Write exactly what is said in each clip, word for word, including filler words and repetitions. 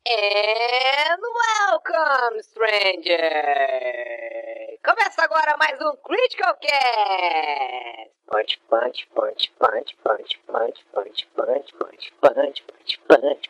And welcome, stranger! Começa agora mais um Critical Cast! Punch, punch, punch, punch, punch, punch, punch, punch, punch, punch, punch, punch.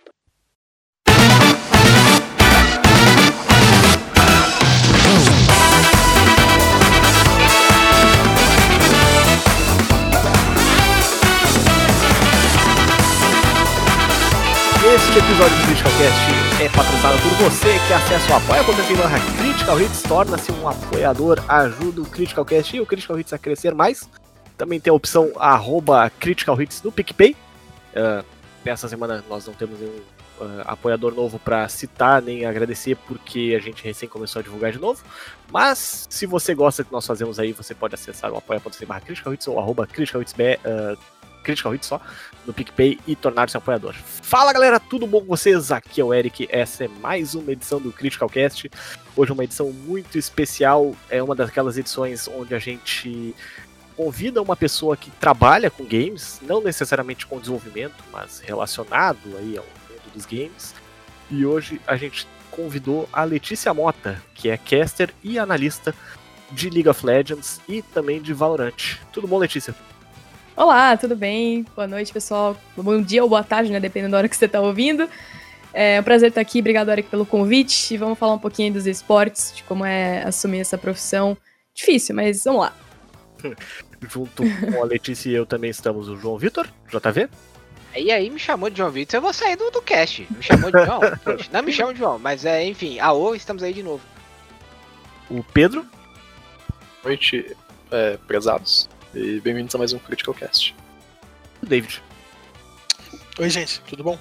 Este episódio do Critical Cast é patrocinado por você que acessa o apoia.se barra Critical Hits, torna-se um apoiador, ajuda o Critical Cast e o Critical Hits a crescer mais. Também tem a opção arroba Critical Hits no PicPay. Uh, nessa semana nós não temos nenhum uh, apoiador novo para citar nem agradecer, porque a gente recém começou a divulgar de novo. Mas se você gosta do que nós fazemos aí, você pode acessar o apoia.se barra Critical Hits ou arroba Critical Hits uh, Critical Hits só, no PicPay e tornar-se apoiador. Fala galera, tudo bom com vocês? Aqui é o Eric, essa é mais uma edição do Critical Cast. Hoje é uma edição muito especial, é uma daquelas edições onde a gente convida uma pessoa que trabalha com games, não necessariamente com desenvolvimento, mas relacionado aí ao mundo dos games. E hoje a gente convidou a Letícia Mota, que é caster e analista de League of Legends e também de Valorant. Tudo bom, Letícia? Olá, tudo bem? Boa noite, pessoal. Bom dia ou boa tarde, né? Dependendo da hora que você tá ouvindo. É um prazer estar aqui. Obrigado, Eric, pelo convite. E vamos falar um pouquinho dos esportes, de como é assumir essa profissão. Difícil, mas vamos lá. Junto com a Letícia e eu também estamos o João Vitor, J V. E aí me chamou de João Vitor, eu vou sair do, do cast. Me chamou de João? Não me chama de João, mas é, enfim, aô, estamos aí de novo. O Pedro. Boa noite, é, prezados. E bem-vindos a mais um Critical Cast. David. Oi, gente, tudo bom?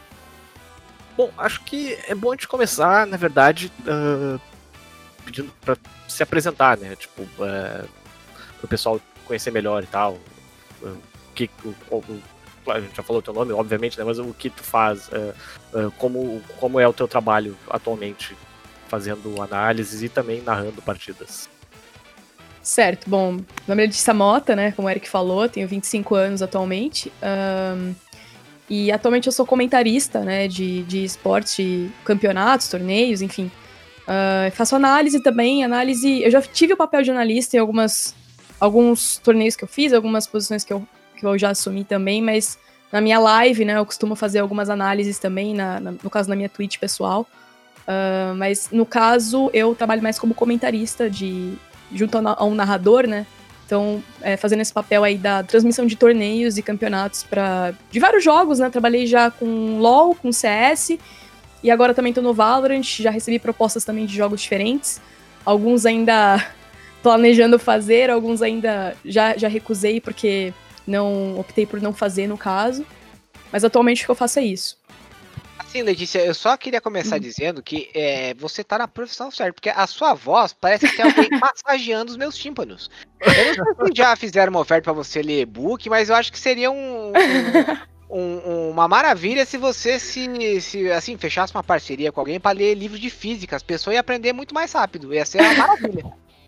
Bom, acho que é bom a gente começar, na verdade, uh, pedindo pra se apresentar, né? Tipo, uh, pro pessoal conhecer melhor e tal. Uh, que, o, o, a gente já falou o teu nome, obviamente, né? Mas o que tu faz, uh, uh, como, como é o teu trabalho atualmente, fazendo análises e também narrando partidas. Certo, bom, meu nome é Letícia Mota, né, como o Eric falou, tenho vinte e cinco anos atualmente, um, e atualmente eu sou comentarista, né, de, de esportes, de campeonatos, torneios, enfim, uh, faço análise também, análise, eu já tive o papel de analista em algumas, alguns torneios que eu fiz, algumas posições que eu, que eu já assumi também, mas na minha live, né, eu costumo fazer algumas análises também, na, na, no caso na minha Twitch pessoal, uh, mas no caso eu trabalho mais como comentarista de... junto a um narrador, né? Então, é, fazendo esse papel aí da transmissão de torneios e campeonatos pra, de vários jogos, né? Trabalhei já com LoL, com C S, e agora também tô no Valorant, já recebi propostas também de jogos diferentes. Alguns ainda planejando fazer, alguns ainda já, já recusei porque não optei por não fazer, no caso. Mas atualmente o que eu faço é isso. Assim, Letícia, eu só queria começar uhum. dizendo que é, você tá na profissão certa, porque a sua voz parece que tem alguém massageando os meus tímpanos. Eu não sei se já fizeram uma oferta pra você ler e-book, mas eu acho que seria um, um, um, uma maravilha se você se, se assim, fechasse uma parceria com alguém pra ler livros de física. As pessoas iam aprender muito mais rápido, ia ser uma maravilha.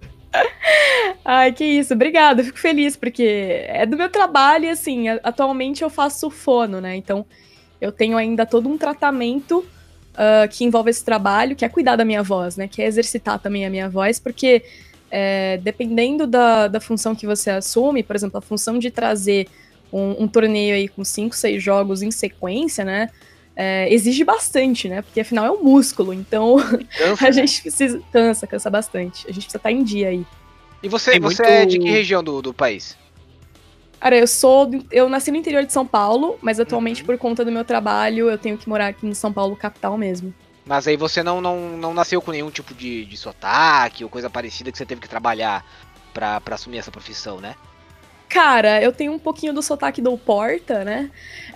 Ai, que isso, obrigada, eu fico feliz, porque é do meu trabalho e, assim, atualmente eu faço fono, né, então... eu tenho ainda todo um tratamento uh, que envolve esse trabalho, que é cuidar da minha voz, né? Que é exercitar também a minha voz, porque é, dependendo da, da função que você assume, por exemplo, a função de trazer um, um torneio aí com cinco, seis jogos em sequência, né? É, exige bastante, né? Porque afinal é um músculo, então a gente precisa... Cansa, cansa bastante. A gente precisa estar em dia aí. E você, você muito... é de que região do, do país? Cara, eu sou... Eu nasci no interior de São Paulo, mas atualmente, uhum. por conta do meu trabalho, eu tenho que morar aqui em São Paulo, capital mesmo. Mas aí você não, não, não nasceu com nenhum tipo de, de sotaque ou coisa parecida que você teve que trabalhar pra, pra assumir essa profissão, né? Cara, eu tenho um pouquinho do sotaque do Porta, né?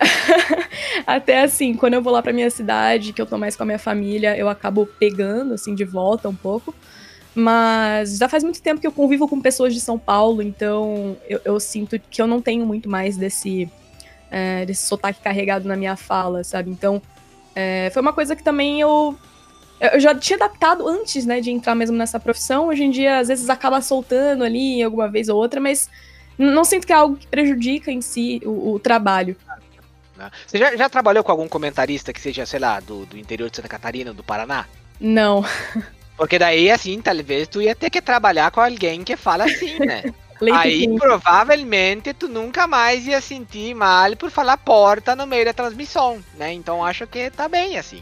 Até assim, quando eu vou lá pra minha cidade, que eu tô mais com a minha família, eu acabo pegando, assim, de volta um pouco. Mas já faz muito tempo que eu convivo com pessoas de São Paulo, então eu, eu sinto que eu não tenho muito mais desse, é, desse sotaque carregado na minha fala, sabe? Então, é, foi uma coisa que também eu, eu já tinha adaptado antes, né, de entrar mesmo nessa profissão. Hoje em dia, às vezes, acaba soltando ali alguma vez ou outra, mas não sinto que é algo que prejudica em si o, o trabalho. Né? Você já, já trabalhou com algum comentarista que seja, sei lá, do, do interior de Santa Catarina, do Paraná? Não. Porque daí, assim, talvez tu ia ter que trabalhar com alguém que fala assim, né? Leite Aí, quente. provavelmente, tu nunca mais ia sentir mal por falar porta no meio da transmissão, né? Então, acho que tá bem, assim.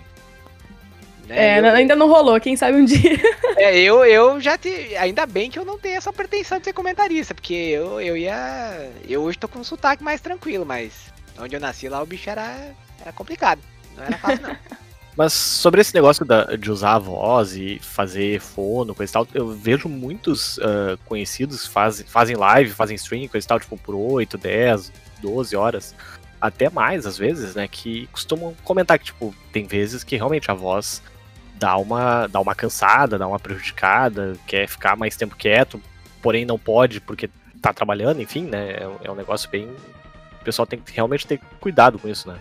Né? É, eu, ainda não rolou, quem sabe um dia. é, eu, eu já te... Ainda bem que eu não tenho essa pretensão de ser comentarista, porque eu, eu ia... Eu hoje tô com um sotaque mais tranquilo, mas onde eu nasci lá o bicho era, era complicado. Não era fácil, não. Mas sobre esse negócio da, de usar a voz e fazer fono, coisa e tal, eu vejo muitos uh, conhecidos que faz, fazem live, fazem stream, coisa e tal, tipo, por oito, dez, doze horas, até mais às vezes, né, que costumam comentar que, tipo, tem vezes que realmente a voz dá uma, dá uma cansada, dá uma prejudicada, quer ficar mais tempo quieto, porém não pode porque tá trabalhando, enfim, né, é, é um negócio bem... O pessoal tem que realmente ter cuidado com isso, né.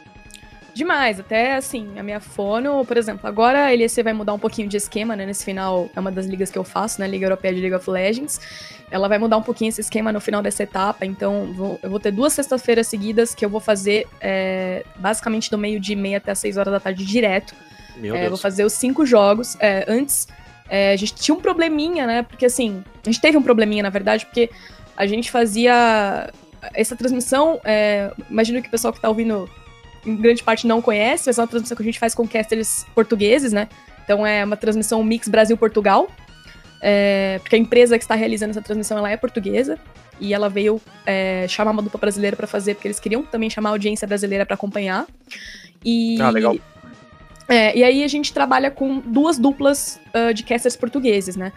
Demais, até assim, a minha fono, por exemplo, agora a L E C vai mudar um pouquinho de esquema, né, nesse final, é uma das ligas que eu faço, né, Liga Europeia de League of Legends, ela vai mudar um pouquinho esse esquema no final dessa etapa, então vou, eu vou ter duas sextas-feiras seguidas que eu vou fazer é, basicamente do meio de meia até as seis horas da tarde direto. Meu É, Deus. vou fazer os cinco jogos. É, antes, é, a gente tinha um probleminha, né? Porque assim, a gente teve um probleminha, na verdade, porque a gente fazia essa transmissão. É, imagino que o pessoal que tá ouvindo, em grande parte, não conhece, mas é uma transmissão que a gente faz com casters portugueses, né? Então é uma transmissão mix Brasil-Portugal. É, porque a empresa que está realizando essa transmissão, ela é portuguesa. E ela veio é, chamar uma dupla brasileira pra fazer, porque eles queriam também chamar a audiência brasileira pra acompanhar. E... Ah, legal. É, e aí a gente trabalha com duas duplas uh, de casters portugueses, né?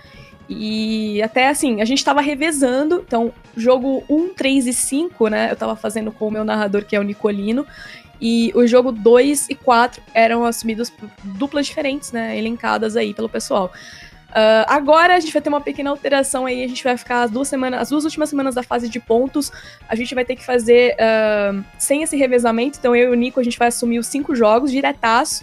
E até assim, a gente tava revezando, então, jogo um, três e cinco, né? Eu tava fazendo com o meu narrador, que é o Nicolino, e o jogo dois e quatro eram assumidos por duplas diferentes, né? Elencadas aí pelo pessoal. Uh, agora a gente vai ter uma pequena alteração aí, a gente vai ficar as duas semanas, as duas últimas semanas da fase de pontos, a gente vai ter que fazer uh, sem esse revezamento, então eu e o Nico, a gente vai assumir os cinco jogos diretaço.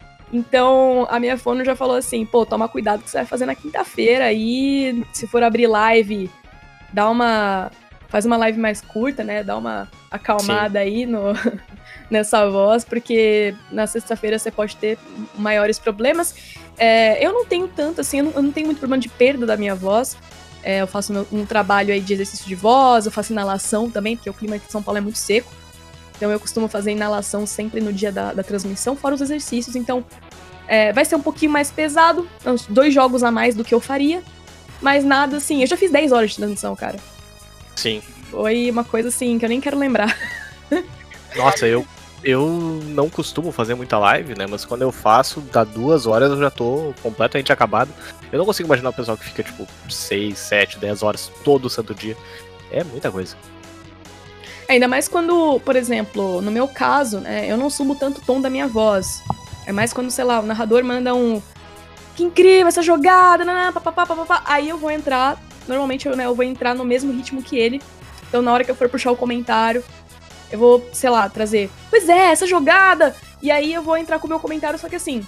Então, a minha fono já falou assim, pô, toma cuidado com o que você vai fazer na quinta-feira aí, se for abrir live, dá uma... faz uma live mais curta, né, dá uma acalmada Sim. aí no, nessa voz, porque na sexta-feira você pode ter maiores problemas. É, eu não tenho tanto, assim, eu não, eu não tenho muito problema de perda da minha voz, é, eu faço meu, um trabalho aí de exercício de voz, eu faço inalação também, porque o clima aqui de São Paulo é muito seco. Então eu costumo fazer inalação sempre no dia da, da transmissão, fora os exercícios. Então é, vai ser um pouquinho mais pesado, uns dois jogos a mais do que eu faria. Mas nada assim, eu já fiz dez horas de transmissão, cara. Sim. Foi uma coisa assim que eu nem quero lembrar. Nossa, eu, eu não costumo fazer muita live, né? Mas quando eu faço, dá duas horas eu já tô completamente acabado. Eu não consigo imaginar o pessoal que fica tipo seis, sete, dez horas todo santo dia. É muita coisa. Ainda mais quando, por exemplo, no meu caso, né, eu não subo tanto o tom da minha voz. É mais quando, sei lá, o narrador manda um que incrível essa jogada, nanã, papapá, papapá. Aí eu vou entrar, normalmente eu, né, eu vou entrar no mesmo ritmo que ele. Então na hora que eu for puxar o comentário, eu vou, sei lá, trazer, pois é, essa jogada. E aí eu vou entrar com o meu comentário, só que assim,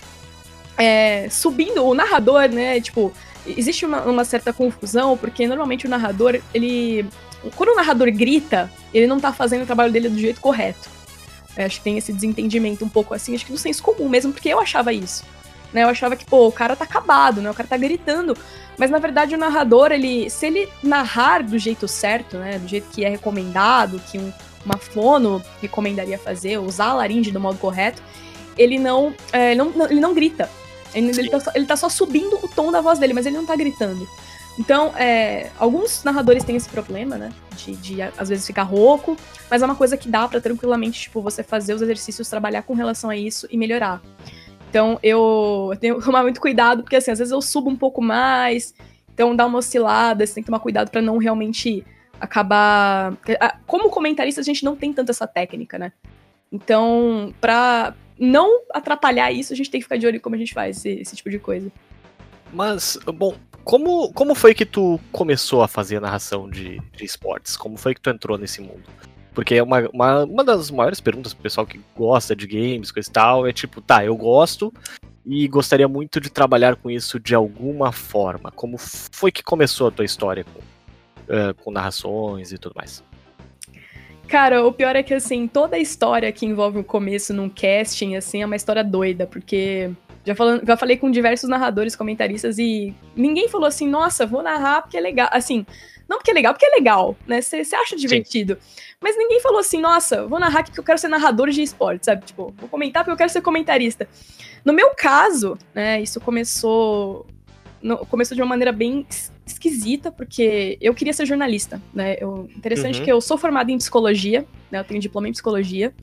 é, subindo o narrador, né, tipo, existe uma, uma certa confusão, porque normalmente o narrador, ele... Quando o narrador grita, ele não tá fazendo o trabalho dele do jeito correto. Eu acho que tem esse desentendimento um pouco assim, acho que no senso comum mesmo, porque eu achava isso. Né? Eu achava que, pô, o cara tá acabado, né? O cara tá gritando. Mas, na verdade, o narrador, ele, se ele narrar do jeito certo, né? Do jeito que é recomendado, que um, uma fono recomendaria fazer, usar a laringe do modo correto, ele não, é, não, ele não grita. Ele, ele, tá só, ele tá só subindo o tom da voz dele, mas ele não tá gritando. Então, é, alguns narradores têm esse problema, né, de, de às vezes ficar rouco, mas é uma coisa que dá pra tranquilamente, tipo, você fazer os exercícios, trabalhar com relação a isso e melhorar. Então, eu, eu tenho que tomar muito cuidado, porque, assim, às vezes eu subo um pouco mais, então dá uma oscilada, você tem que tomar cuidado pra não realmente acabar... Como comentarista, a gente não tem tanto essa técnica, né? Então, pra não atrapalhar isso, a gente tem que ficar de olho em como a gente faz esse, esse tipo de coisa. Mas, bom... Como, como foi que tu começou a fazer a narração de, de esportes? Como foi que tu entrou nesse mundo? Porque é uma, uma, uma das maiores perguntas pro pessoal que gosta de games, coisa e tal, é tipo, tá, eu gosto e gostaria muito de trabalhar com isso de alguma forma. Como foi que começou a tua história com, uh, com narrações e tudo mais? Cara, o pior é que, assim, toda a história que envolve o começo num casting, assim, é uma história doida, porque já, falando, já falei com diversos narradores, comentaristas, e ninguém falou assim, nossa, vou narrar porque é legal. Assim, não porque é legal, porque é legal, né? Você acha divertido. Sim. Mas ninguém falou assim, nossa, vou narrar porque eu quero ser narrador de esporte, sabe? Tipo, vou comentar porque eu quero ser comentarista. No meu caso, né, isso começou... No, começou de uma maneira bem esquisita, porque eu queria ser jornalista, né? Eu, interessante uhum. que eu sou formada em psicologia, né? Eu tenho diploma em psicologia.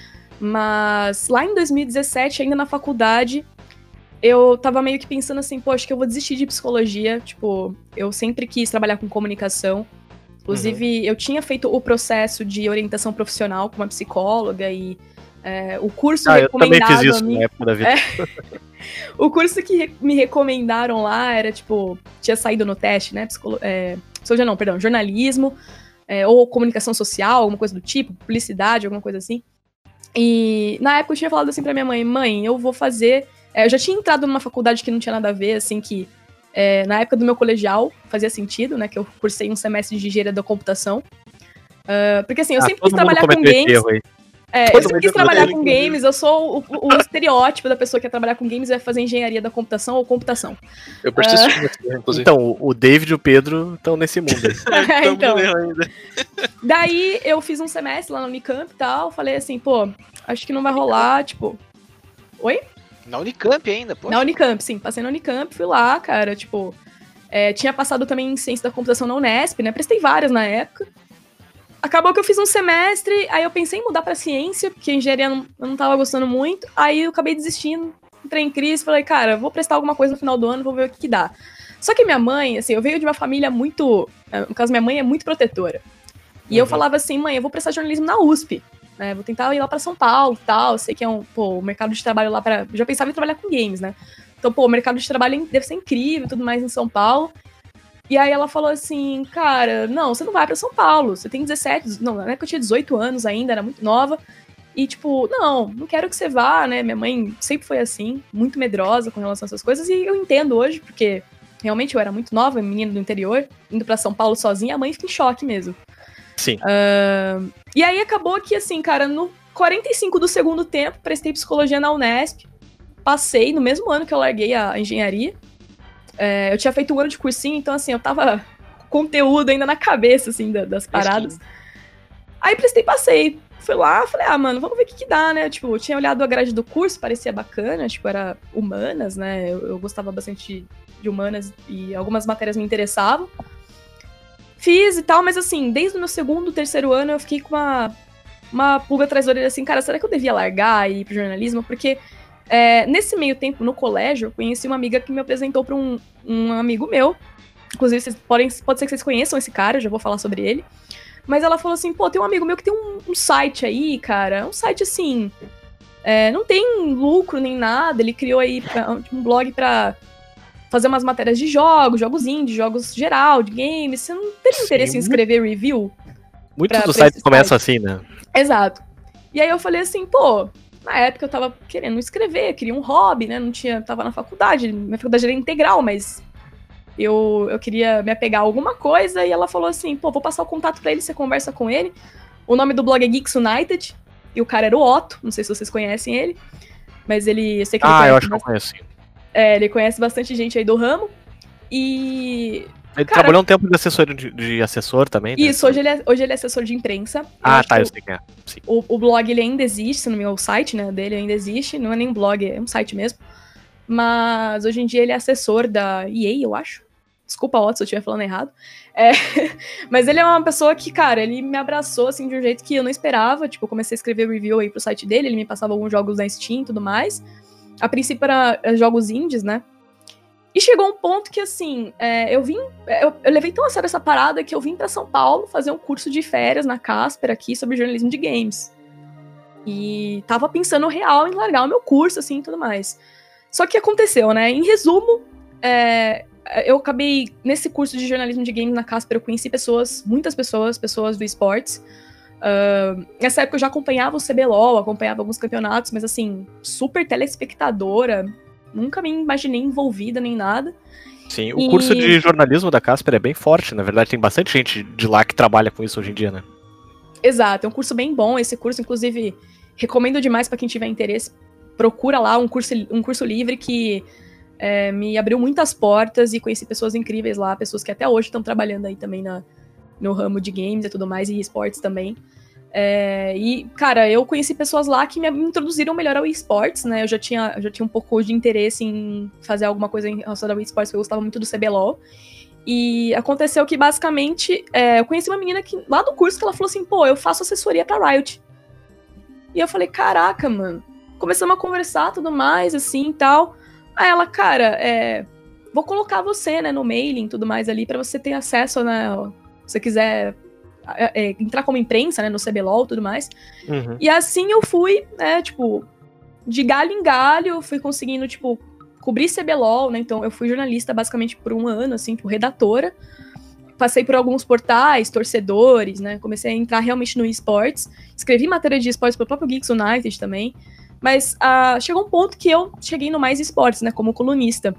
Mas lá em dois mil e dezessete, ainda na faculdade, eu tava meio que pensando assim, pô, acho que eu vou desistir de psicologia. Tipo, eu sempre quis trabalhar com comunicação. Inclusive, uhum. eu tinha feito o processo de orientação profissional com uma psicóloga e é, o curso ah, recomendado eu também fiz isso a mim... na época da vida. É... O curso que me recomendaram lá era, tipo, tinha saído no teste, né? Psicolo... É... Psicologia não, perdão, jornalismo, é, ou comunicação social, alguma coisa do tipo, publicidade, alguma coisa assim. E na época eu tinha falado assim pra minha mãe, mãe, eu vou fazer... É, eu já tinha entrado numa faculdade que não tinha nada a ver, assim, que é, na época do meu colegial fazia sentido, né? Que eu cursei um semestre de engenharia da computação. Uh, porque assim, eu ah, sempre quis trabalhar com games... É, eu sempre quis trabalhar com games, eu sou o, o estereótipo da pessoa que quer trabalhar com games e vai fazer engenharia da computação ou computação. Eu persisto uh... nesse, inclusive. Então, o David e o Pedro estão nesse mundo aí. Então, daí eu fiz um semestre lá na Unicamp e tal, falei assim, pô, acho que não vai rolar, tipo... Oi? Na Unicamp ainda, pô. Na Unicamp, sim, passei na Unicamp, fui lá, cara, tipo... É, tinha passado também em ciência da computação na Unesp, né, prestei várias na época. Acabou que eu fiz um semestre, aí eu pensei em mudar pra ciência, porque engenharia não, eu não tava gostando muito, aí eu acabei desistindo, entrei em crise, falei, cara, vou prestar alguma coisa no final do ano, vou ver o que que dá. Só que minha mãe, assim, eu venho de uma família muito, no caso minha mãe é muito protetora, e uhum. eu falava assim, mãe, eu vou prestar jornalismo na U S P, né, vou tentar ir lá pra São Paulo e tal, sei que é um, pô, o mercado de trabalho lá pra, eu já pensava em trabalhar com games, né, então, pô, o mercado de trabalho deve ser incrível e tudo mais em São Paulo. E aí ela falou assim, cara, não, você não vai pra São Paulo, você tem dezessete, não, na época eu tinha dezoito anos ainda, era muito nova, e tipo, não, não quero que você vá, né, minha mãe sempre foi assim, muito medrosa com relação a essas coisas, e eu entendo hoje, porque realmente eu era muito nova, menina do interior, indo pra São Paulo sozinha, a mãe fica em choque mesmo. Sim. Uh, e aí acabou que, assim, cara, no quarenta e cinco do segundo tempo, prestei psicologia na Unesp, passei no mesmo ano que eu larguei a engenharia. É, eu tinha feito um ano de cursinho, então assim, eu tava com conteúdo ainda na cabeça, assim, da, das paradas. Aí prestei, passei. Fui lá, falei, ah, mano, vamos ver o que que dá, né? Tipo, eu tinha olhado a grade do curso, parecia bacana, tipo, era humanas, né? Eu, eu gostava bastante de humanas e algumas matérias me interessavam. Fiz e tal, mas assim, desde o meu segundo, terceiro ano, eu fiquei com uma, uma pulga atrás da orelha, assim, cara, será que eu devia largar e ir pro jornalismo? Porque... É, nesse meio tempo, no colégio, eu conheci uma amiga que me apresentou pra um, um amigo meu. Inclusive, vocês podem, pode ser que vocês conheçam esse cara, eu já vou falar sobre ele. Mas ela falou assim, pô, tem um amigo meu que tem um, um site aí, cara. Um site, assim, é, não tem lucro nem nada. Ele criou aí pra, um blog pra fazer umas matérias de jogos, jogos indie, jogos geral, de games. Você não teria Sim, interesse em escrever review? Muitos dos sites começam assim, né? Exato. E aí eu falei assim, pô... Na época eu tava querendo escrever, queria um hobby, né? Não tinha, tava na faculdade, minha faculdade era integral, mas eu, eu queria me apegar a alguma coisa, e ela falou assim, pô, vou passar o contato pra ele, você conversa com ele. O nome do blog é Geeks United, e o cara era o Otto, não sei se vocês conhecem ele, mas ele, eu sei que ele Ah, conhece eu acho bastante, que eu conheço, sim. É, ele conhece bastante gente aí do ramo, e... Ele cara, trabalhou um tempo de assessor, de, de assessor também, né? Isso, hoje ele, é, hoje ele é assessor de imprensa. Eu ah, tá, eu sei quem é. Sim. O, o blog, ele ainda existe, no meu site, né, dele ainda existe, não é nem um blog, é um site mesmo. Mas hoje em dia ele é assessor da E A, eu acho. Desculpa, Otto, se eu estiver falando errado. É, mas ele é uma pessoa que, cara, ele me abraçou, assim, de um jeito que eu não esperava. Tipo, eu comecei a escrever review aí pro site dele, ele me passava alguns jogos na Steam e tudo mais. A princípio era jogos indies, né? E chegou um ponto que, assim, é, eu vim... Eu, eu levei tão a sério essa parada que eu vim pra São Paulo fazer um curso de férias na Casper aqui sobre jornalismo de games. E tava pensando real em largar o meu curso, assim, e tudo mais. Só que aconteceu, né? Em resumo, é, eu acabei... Nesse curso de jornalismo de games na Casper, eu conheci pessoas, muitas pessoas, pessoas do esportes. Uh, nessa época eu já acompanhava o C B L O L, acompanhava alguns campeonatos, mas, assim, super telespectadora... Nunca me imaginei envolvida nem nada. Sim, o e... curso de jornalismo da Casper é bem forte, na verdade tem bastante gente de lá que trabalha com isso hoje em dia, né? Exato, é um curso bem bom. Esse curso, inclusive, recomendo demais para quem tiver interesse. Procura lá um curso, um curso livre que é, me abriu muitas portas e conheci pessoas incríveis lá, pessoas que até hoje estão trabalhando aí também na, no ramo de games e tudo mais, e esportes também. É, e, cara, eu conheci pessoas lá que me introduziram melhor ao esportes, né? Eu já tinha, eu já tinha um pouco de interesse em fazer alguma coisa relacionada ao esportes, porque eu gostava muito do C B L O L. E aconteceu que, basicamente, é, eu conheci uma menina que, lá do curso que ela falou assim, pô, eu faço assessoria pra Riot. E eu falei, caraca, mano. Começamos a conversar, tudo mais, assim, e tal. Aí ela, cara, é, vou colocar você, né, no mailing e tudo mais ali, pra você ter acesso, né, se você quiser é, é, entrar como imprensa, né, no C B L O L e tudo mais. Uhum. E assim eu fui, né, tipo, de galho em galho, fui conseguindo, tipo, cobrir C B L O L, né, então eu fui jornalista basicamente por um ano, assim, tipo, redatora. Passei por alguns portais, torcedores, né, comecei a entrar realmente no esportes. Escrevi matéria de esportes pro próprio Geeks United também. Mas uh, chegou um ponto que eu cheguei no Mais Esportes, né, como colunista.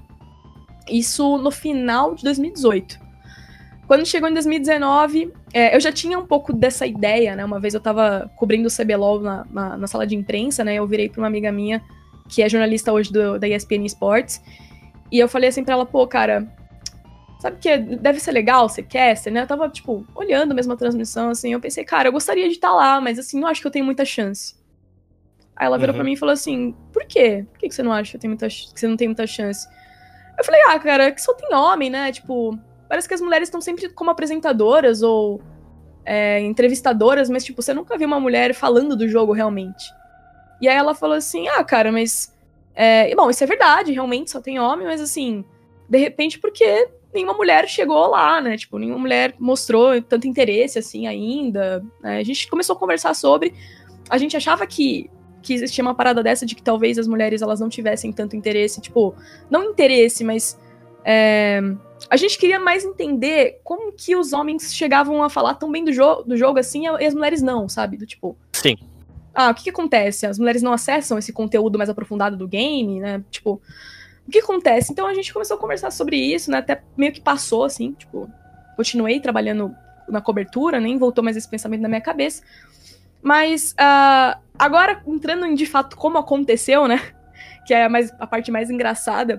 Isso no final de dois mil e dezoito. Quando chegou em dois mil e dezenove, é, eu já tinha um pouco dessa ideia, né, uma vez eu tava cobrindo o C B L O L na, na, na sala de imprensa, né, eu virei pra uma amiga minha, que é jornalista hoje do, da E S P N Esportes, e eu falei assim pra ela, pô, cara, sabe que deve ser legal ser caster, né, eu tava, tipo, olhando mesmo a transmissão, assim, eu pensei, cara, eu gostaria de estar lá, mas, assim, não acho que eu tenho muita chance. Aí ela virou uhum. pra mim e falou assim, por quê? Por que você não acha que, eu tenho muita, que você não tem muita chance? Eu falei, ah, cara, que só tem homem, né? Tipo, parece que as mulheres estão sempre como apresentadoras ou é, entrevistadoras, mas, tipo, você nunca viu uma mulher falando do jogo realmente. E aí ela falou assim, ah, cara, mas... É, bom, isso é verdade, realmente só tem homem, mas, assim, de repente porque nenhuma mulher chegou lá, né? Tipo, nenhuma mulher mostrou tanto interesse, assim, ainda. Né? A gente começou a conversar sobre... A gente achava que... que existia uma parada dessa de que talvez as mulheres elas não tivessem tanto interesse, tipo, não interesse, mas é, a gente queria mais entender como que os homens chegavam a falar tão bem do, jo- do jogo assim e as mulheres não, sabe? Do tipo... Sim. Ah, o que que acontece? As mulheres não acessam esse conteúdo mais aprofundado do game, né? Tipo, o que acontece? Então a gente começou a conversar sobre isso, né? Até meio que passou, assim, tipo, continuei trabalhando na cobertura, nem voltou mais esse pensamento na minha cabeça. Mas, uh, agora, entrando em, de fato, como aconteceu, né? Que é a, mais, a parte mais engraçada,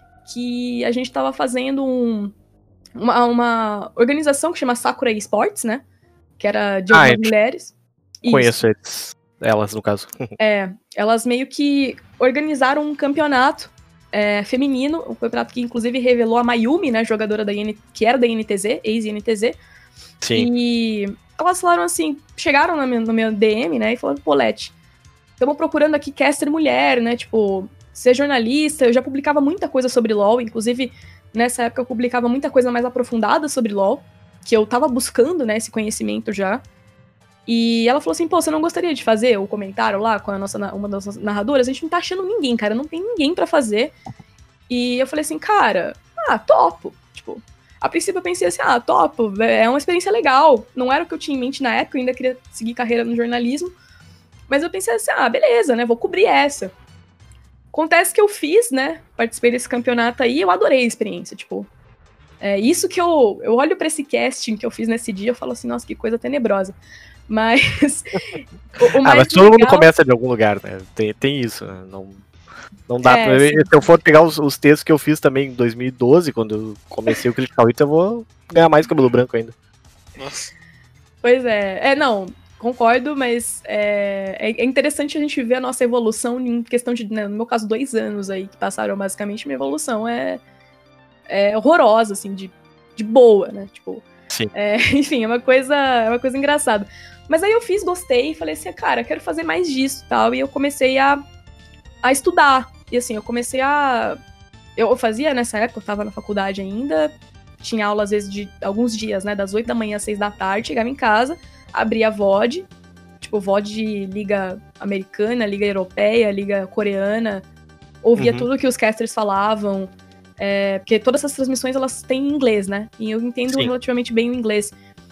que a gente tava fazendo um, uma, uma organização que chama Sakura Esports, né? Que era de algumas ah, mulheres. Conheço eles, elas, no caso. É, elas meio que organizaram um campeonato é, feminino, um campeonato que, inclusive, revelou a Mayumi, né? Jogadora da I N, que era da I N T Z, ex-I N T Z. Sim. E... elas falaram assim, chegaram no meu, no meu D M, né, e falaram, pô, Leti, estamos procurando aqui caster mulher, né, tipo, ser jornalista, eu já publicava muita coisa sobre LoL, inclusive, nessa época eu publicava muita coisa mais aprofundada sobre LoL, que eu tava buscando, né, esse conhecimento já, e ela falou assim, pô, você não gostaria de fazer o comentário lá com a nossa, uma das nossas narradoras? A gente não tá achando ninguém, cara, não tem ninguém pra fazer, e eu falei assim, cara, ah, topo, tipo... A princípio eu pensei assim, ah, topo, é uma experiência legal. Não era o que eu tinha em mente na época, eu ainda queria seguir carreira no jornalismo. Mas eu pensei assim, ah, beleza, né, vou cobrir essa. Acontece que eu fiz, né, participei desse campeonato aí, eu adorei a experiência, tipo. É isso que eu, eu olho pra esse casting que eu fiz nesse dia, eu falo assim, nossa, que coisa tenebrosa. Mas... o, o mais ah, mas todo legal... mundo começa de algum lugar, né, tem, tem isso, né? não... Não dá é, pra... Se eu for pegar os, os textos que eu fiz também em dois mil e doze, quando eu comecei o Critical Hits, eu vou ganhar mais cabelo branco ainda. Nossa. Pois é. É, não, concordo, mas é, é interessante a gente ver a nossa evolução em questão de, né, no meu caso, dois anos aí, que passaram basicamente, minha evolução é, é horrorosa, assim, de, de boa, né? Tipo, Sim. É, enfim, é uma coisa, é uma coisa engraçada. Mas aí eu fiz, gostei, e falei assim, cara, quero fazer mais disso e tal, e eu comecei a, a estudar. E assim, eu comecei a... Eu fazia, nessa época, eu tava na faculdade ainda, tinha aula, às vezes, de alguns dias, né, das oito da manhã às seis da tarde, chegava em casa, abria a V O D, tipo, V O D de liga americana, liga europeia, liga coreana, ouvia uhum. tudo que os casters falavam, é, porque todas essas transmissões, elas têm inglês, né, e eu entendo Sim. relativamente bem o inglês.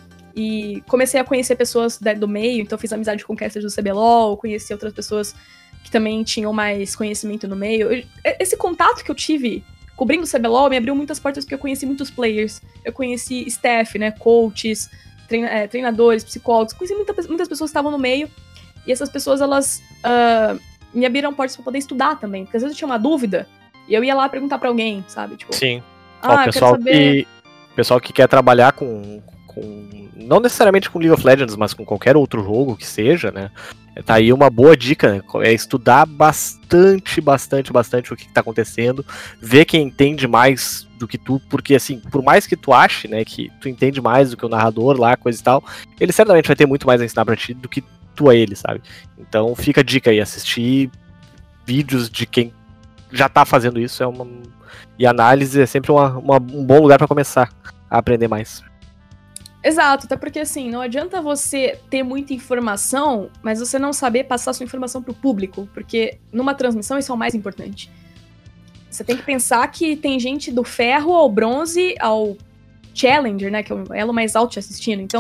E comecei a conhecer pessoas do meio, então fiz amizade com casters do C B L O L, conheci outras pessoas que também tinham mais conhecimento no meio. Eu, esse contato que eu tive cobrindo o C B L O L me abriu muitas portas, porque eu conheci muitos players. Eu conheci staff, né, coaches, treina, é, treinadores, psicólogos, conheci muita, muitas pessoas que estavam no meio, e essas pessoas, elas uh, me abriram portas pra poder estudar também, porque às vezes eu tinha uma dúvida, e eu ia lá perguntar pra alguém, sabe? Tipo, Sim. ah, Ó, pessoal, quero saber... que, pessoal que quer trabalhar com, com... Não necessariamente com League of Legends, mas com qualquer outro jogo que seja, né? Tá aí uma boa dica, né? É estudar bastante, bastante, bastante o que, que tá acontecendo, ver quem entende mais do que tu, porque assim, por mais que tu ache, né, que tu entende mais do que o narrador lá, coisa e tal, ele certamente vai ter muito mais a ensinar pra ti do que tu a ele, sabe? Então fica a dica aí, assistir vídeos de quem já tá fazendo isso, é uma... e análise é sempre uma, uma, um bom lugar pra começar a aprender mais. Exato, até porque assim, não adianta você ter muita informação, mas você não saber passar sua informação pro público, porque numa transmissão isso é o mais importante. Você tem que pensar que tem gente do ferro ao bronze ao challenger, né, que é o elo mais alto te assistindo, então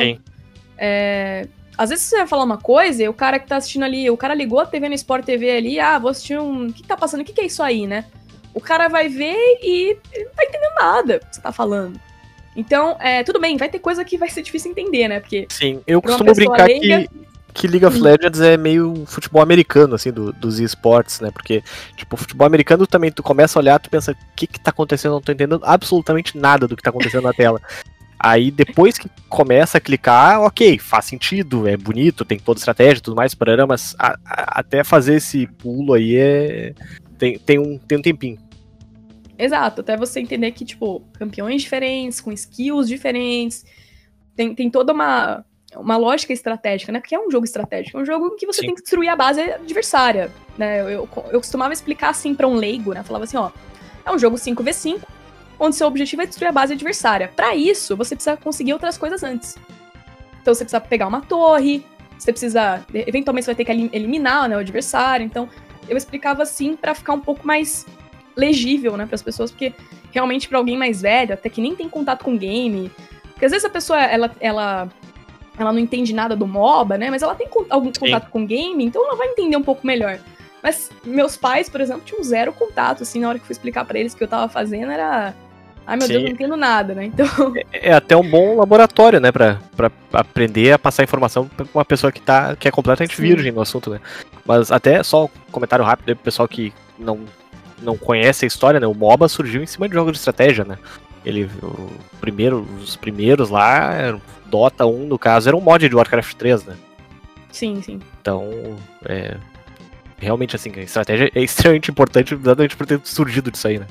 é, às vezes você vai falar uma coisa e o cara que tá assistindo ali, o cara ligou a T V no Sport T V ali, ah, vou assistir um, o que tá passando, o que que é isso aí, né? O cara vai ver e ele não tá entendendo nada que você tá falando. Então, é, tudo bem, vai ter coisa que vai ser difícil entender, né? Porque sim, eu costumo brincar leiga... que, que League of Legends é meio futebol americano, assim, do, dos esportes, né? Porque, tipo, futebol americano também, tu começa a olhar, tu pensa, o que que tá acontecendo? Eu não tô entendendo absolutamente nada do que tá acontecendo na tela. Aí, depois que começa a clicar, ok, faz sentido, é bonito, tem toda estratégia e tudo mais, parará, mas a, a, até fazer esse pulo aí é... Tem, tem, um, tem um tempinho. Exato, até você entender que, tipo, campeões diferentes, com skills diferentes, tem, tem toda uma, uma lógica estratégica, né? Porque é um jogo estratégico, é um jogo em que você Sim. tem que destruir a base adversária, né? Eu, eu, eu costumava explicar assim pra um leigo, né? Eu falava assim, ó, é um jogo cinco contra cinco, onde seu objetivo é destruir a base adversária. Pra isso, você precisa conseguir outras coisas antes. Então você precisa pegar uma torre, você precisa, eventualmente você vai ter que eliminar, né, o adversário, então eu explicava assim pra ficar um pouco mais... legível, né, para as pessoas, porque realmente para alguém mais velho, até que nem tem contato com game, porque às vezes a pessoa, ela, ela, ela não entende nada do MOBA, né, mas ela tem algum Sim. contato com game, então ela vai entender um pouco melhor. Mas meus pais, por exemplo, tinham zero contato, assim, na hora que eu fui explicar para eles o que eu tava fazendo, era... Ai, meu Sim. Deus, eu não entendo nada, né, então... É, é até um bom laboratório, né, pra, pra aprender a passar informação pra uma pessoa que, tá, que é completamente Sim. virgem no assunto, né. Mas até só um comentário rápido aí pro pessoal que não... não conhece a história, né? O MOBA surgiu em cima de jogos de estratégia, né? Ele, o primeiro, os primeiros lá, Dota um, no caso, era um mod de Warcraft três, né? Sim, sim. Então, é, realmente, assim, a estratégia é extremamente importante, exatamente por ter surgido disso aí, né?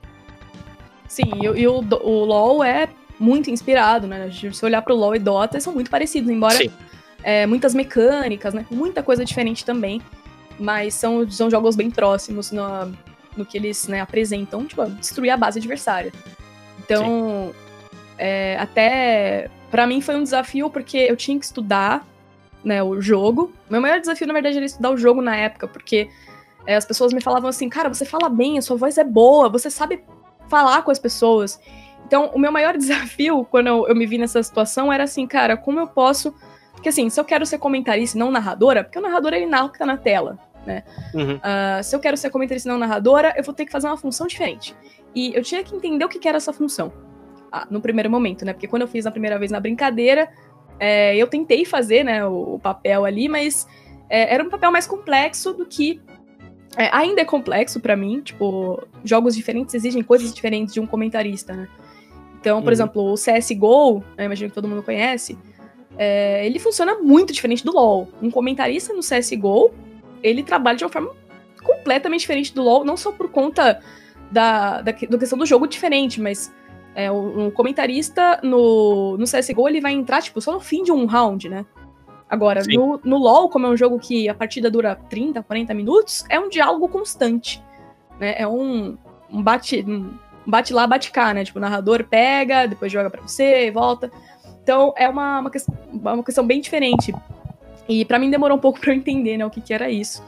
Sim, e, e o, o LoL é muito inspirado, né? Se você olhar pro LoL e Dota, são muito parecidos, embora é, muitas mecânicas, né? Muita coisa diferente também, mas são, são jogos bem próximos na... no que eles, né, apresentam, tipo, destruir a base adversária. Então, é, até pra mim foi um desafio, porque eu tinha que estudar, né, o jogo. Meu maior desafio, na verdade, era estudar o jogo na época, porque é, as pessoas me falavam assim, cara, você fala bem, a sua voz é boa, você sabe falar com as pessoas. Então, o meu maior desafio, quando eu, eu me vi nessa situação, era assim, cara, como eu posso... Porque assim, se eu quero ser comentarista e não narradora, porque o narrador, ele narra o que tá na tela, né? Uhum. Uh, se eu quero ser comentarista e não narradora, eu vou ter que fazer uma função diferente. E eu tinha que entender o que, que era essa função. Ah, no primeiro momento, né? Porque quando eu fiz a primeira vez na brincadeira, é, eu tentei fazer, né, o, o papel ali, mas é, era um papel mais complexo do que... É, ainda é complexo pra mim, tipo, jogos diferentes exigem coisas diferentes de um comentarista, né? Então, por uhum. exemplo, o C S G O, né, imagino que todo mundo conhece, é, ele funciona muito diferente do LoL. Um comentarista no C S G O, ele trabalha de uma forma completamente diferente do LoL, não só por conta da, da, da questão do jogo diferente, mas é, o, um comentarista no, no C S G O, ele vai entrar, tipo, só no fim de um round, né? Agora, no, no LoL, como é um jogo que a partida dura trinta, quarenta minutos, é um diálogo constante, né? É um, um bate, um bate lá, bate cá, né? Tipo, o narrador pega, depois joga pra você e volta. Então, é uma, uma, questão, uma questão bem diferente. E pra mim demorou um pouco pra eu entender, né, o que que era isso.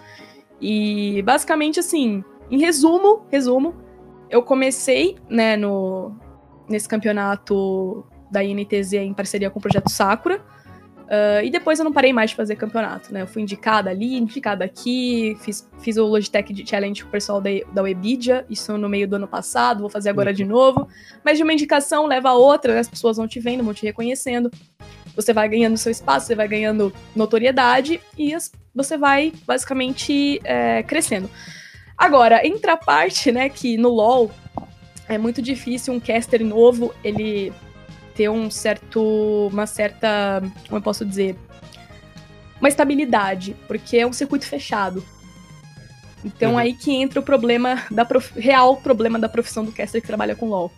E, basicamente, assim, em resumo, resumo, eu comecei, né, no, nesse campeonato da I N T Z em parceria com o Projeto Sakura. Uh, e depois eu não parei mais de fazer campeonato, né? Eu fui indicada ali, indicada aqui, fiz, fiz o Logitech Challenge com o pessoal da, da Webidia, isso no meio do ano passado, vou fazer agora uhum. de novo. Mas de uma indicação leva a outra, né? As pessoas vão te vendo, vão te reconhecendo. você vai ganhando seu espaço, você vai ganhando notoriedade e as, você vai basicamente é, crescendo. Agora, entra a parte, né, que no LoL é muito difícil um caster novo, ele ter um certo, uma certa, como eu posso dizer, uma estabilidade, porque é um circuito fechado. Então, uhum. aí que entra o problema, da prof... real problema da profissão do caster que trabalha com LoL.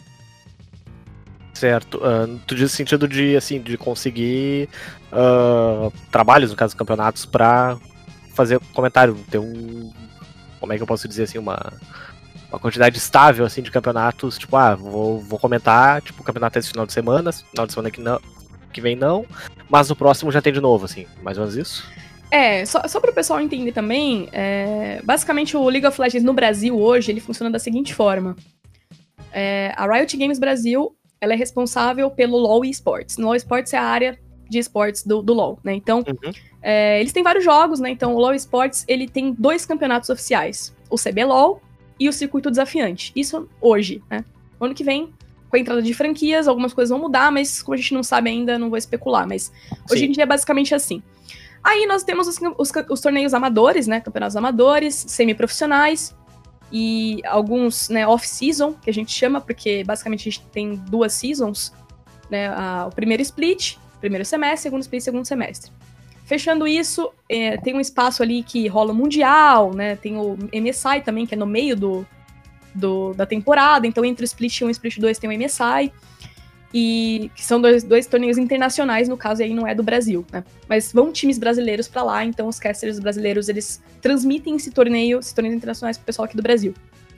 Certo. Uh, tu diz no sentido de, assim, de conseguir uh, trabalhos, no caso, campeonatos, pra fazer comentário, ter um... Como é que eu posso dizer, assim, uma... Uma quantidade estável, assim, de campeonatos, tipo, ah, vou, vou comentar, tipo, o campeonato é esse final de semana, final de semana que, não, que vem não, mas no próximo já tem de novo, assim, mais ou menos isso? É, só, só para o pessoal entender também, é, basicamente o League of Legends no Brasil hoje, ele funciona da seguinte forma. É, a Riot Games Brasil, ela é responsável pelo LoL eSports. No LoL eSports é a área de esportes do, do LoL, né? Então, uhum. é, eles têm vários jogos, né? Então, o LoL eSports, ele tem dois campeonatos oficiais. O C B LoL e o Circuito Desafiante. Isso hoje, né? No ano que vem, com a entrada de franquias, algumas coisas vão mudar, mas como a gente não sabe ainda, não vou especular. Mas hoje Sim. em dia é basicamente assim. Aí nós temos os, os, os torneios amadores, né? Campeonatos amadores, semiprofissionais e alguns, né, off-season, que a gente chama, porque basicamente a gente tem duas seasons, né? A, o primeiro split, primeiro semestre, segundo split, segundo semestre. Fechando isso, é, tem um espaço ali que rola o Mundial, né? Tem o M S I também, que é no meio do, do, da temporada. Então, entre o Split um e o Split dois tem o M S I. E que são dois, dois torneios internacionais, no caso, e aí não é do Brasil, né? Mas vão times brasileiros pra lá, então os casters brasileiros, eles transmitem esse torneio, esses torneios internacionais pro pessoal aqui do Brasil.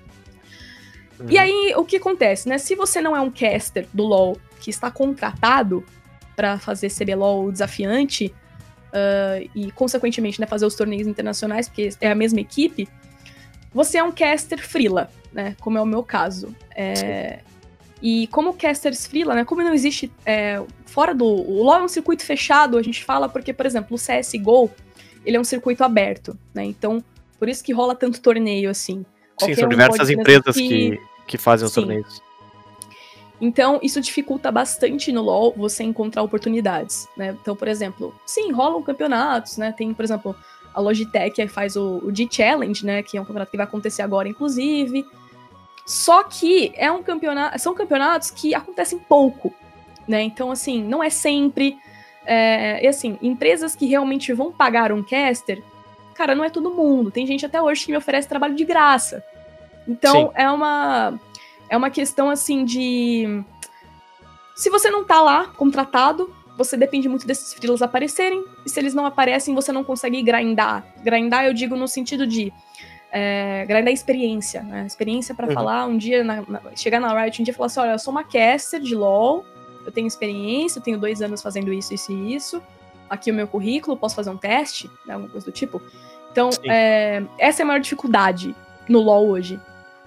Uhum. E aí, o que acontece, né? Se você não é um caster do LoL que está contratado pra fazer C B LoL desafiante... Uh, e, consequentemente, né, fazer os torneios internacionais, porque é a mesma equipe, você é um caster freela, né, como é o meu caso. É, e como casters freela, né, como não existe, é, fora do... O LoL é um circuito fechado, a gente fala, porque, por exemplo, o C S G O, ele é um circuito aberto, né, então, por isso que rola tanto torneio, assim. Sim, são um diversas empresas que, que fazem os Sim. torneios. Então, isso dificulta bastante no LoL você encontrar oportunidades, né? Então, por exemplo, sim, rolam campeonatos, né? Tem, por exemplo, a Logitech aí faz o, o G-Challenge, né? Que é um campeonato que vai acontecer agora, inclusive. Só que é um campeonato, são campeonatos que acontecem pouco, né? Então, assim, não é sempre... É, e assim, empresas que realmente vão pagar um caster, cara, não é todo mundo. Tem gente até hoje que me oferece trabalho de graça. Então, sim. é uma... É uma questão, assim, de... Se você não tá lá, contratado, você depende muito desses freelas aparecerem. E se eles não aparecem, você não consegue grindar. Grindar, eu digo no sentido de... É, grindar experiência, né? Experiência pra uhum. falar um dia... Na, na, chegar na Riot um dia e falar assim, olha, eu sou uma caster de LoL, eu tenho experiência, eu tenho dois anos fazendo isso, isso e isso. Aqui o meu currículo, posso fazer um teste, né? Alguma coisa do tipo. Então, é, essa é a maior dificuldade no LoL hoje.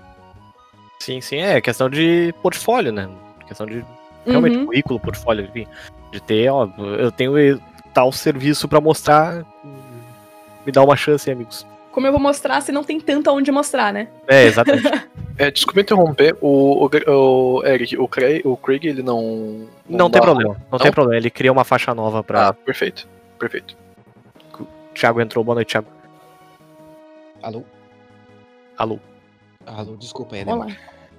Sim, sim, é questão de portfólio, né? Questão de realmente uhum. currículo, portfólio, enfim. De ter, ó, eu tenho tal serviço pra mostrar, me dá uma chance, amigos. Como eu vou mostrar se não tem tanto aonde mostrar, né? É, exatamente. é, desculpa interromper, o, o, o Eric, o Craig, o Craig, ele não... Não, não tem problema, não, não tem problema, ele cria uma faixa nova pra... Ah, perfeito, perfeito. O Thiago entrou, boa noite, Thiago. Alô? Alô. Alô, desculpa aí, Olá.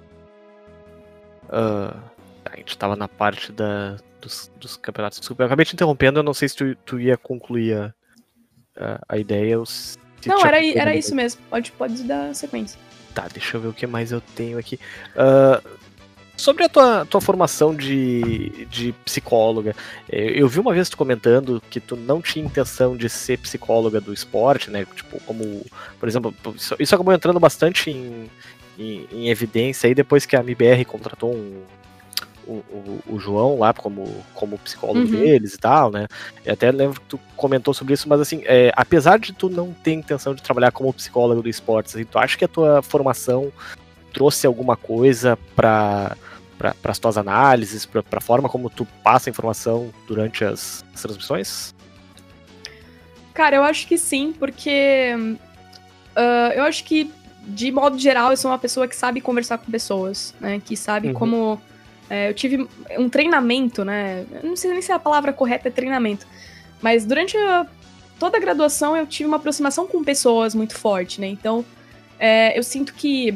Uh, a gente tava na parte da, dos, dos campeonatos. Desculpa, eu acabei te interrompendo, eu não sei se tu, tu ia concluir a, a, a ideia. Ou se não, era, era isso mesmo, pode, pode dar sequência. Tá, deixa eu ver o que mais eu tenho aqui. Uh, sobre a tua, tua formação de, de psicóloga, eu vi uma vez tu comentando que tu não tinha intenção de ser psicóloga do esporte, né? Tipo, como, por exemplo, isso, isso acabou entrando bastante em, em, em evidência aí depois que a M B R contratou um, o, o, o João lá como, como psicólogo uhum. deles e tal, né? Eu até lembro que tu comentou sobre isso, mas assim, é, apesar de tu não ter intenção de trabalhar como psicólogo do esporte, assim, tu acha que a tua formação trouxe alguma coisa para para as tuas análises, para a forma como tu passa a informação durante as, as transmissões? Cara, eu acho que sim, porque uh, eu acho que, de modo geral, eu sou uma pessoa que sabe conversar com pessoas, né? Que sabe uhum. como É, eu tive um treinamento, né? Eu não sei nem se a palavra correta é treinamento. Mas durante a, toda a graduação eu tive uma aproximação com pessoas muito forte, né? Então, é, eu sinto que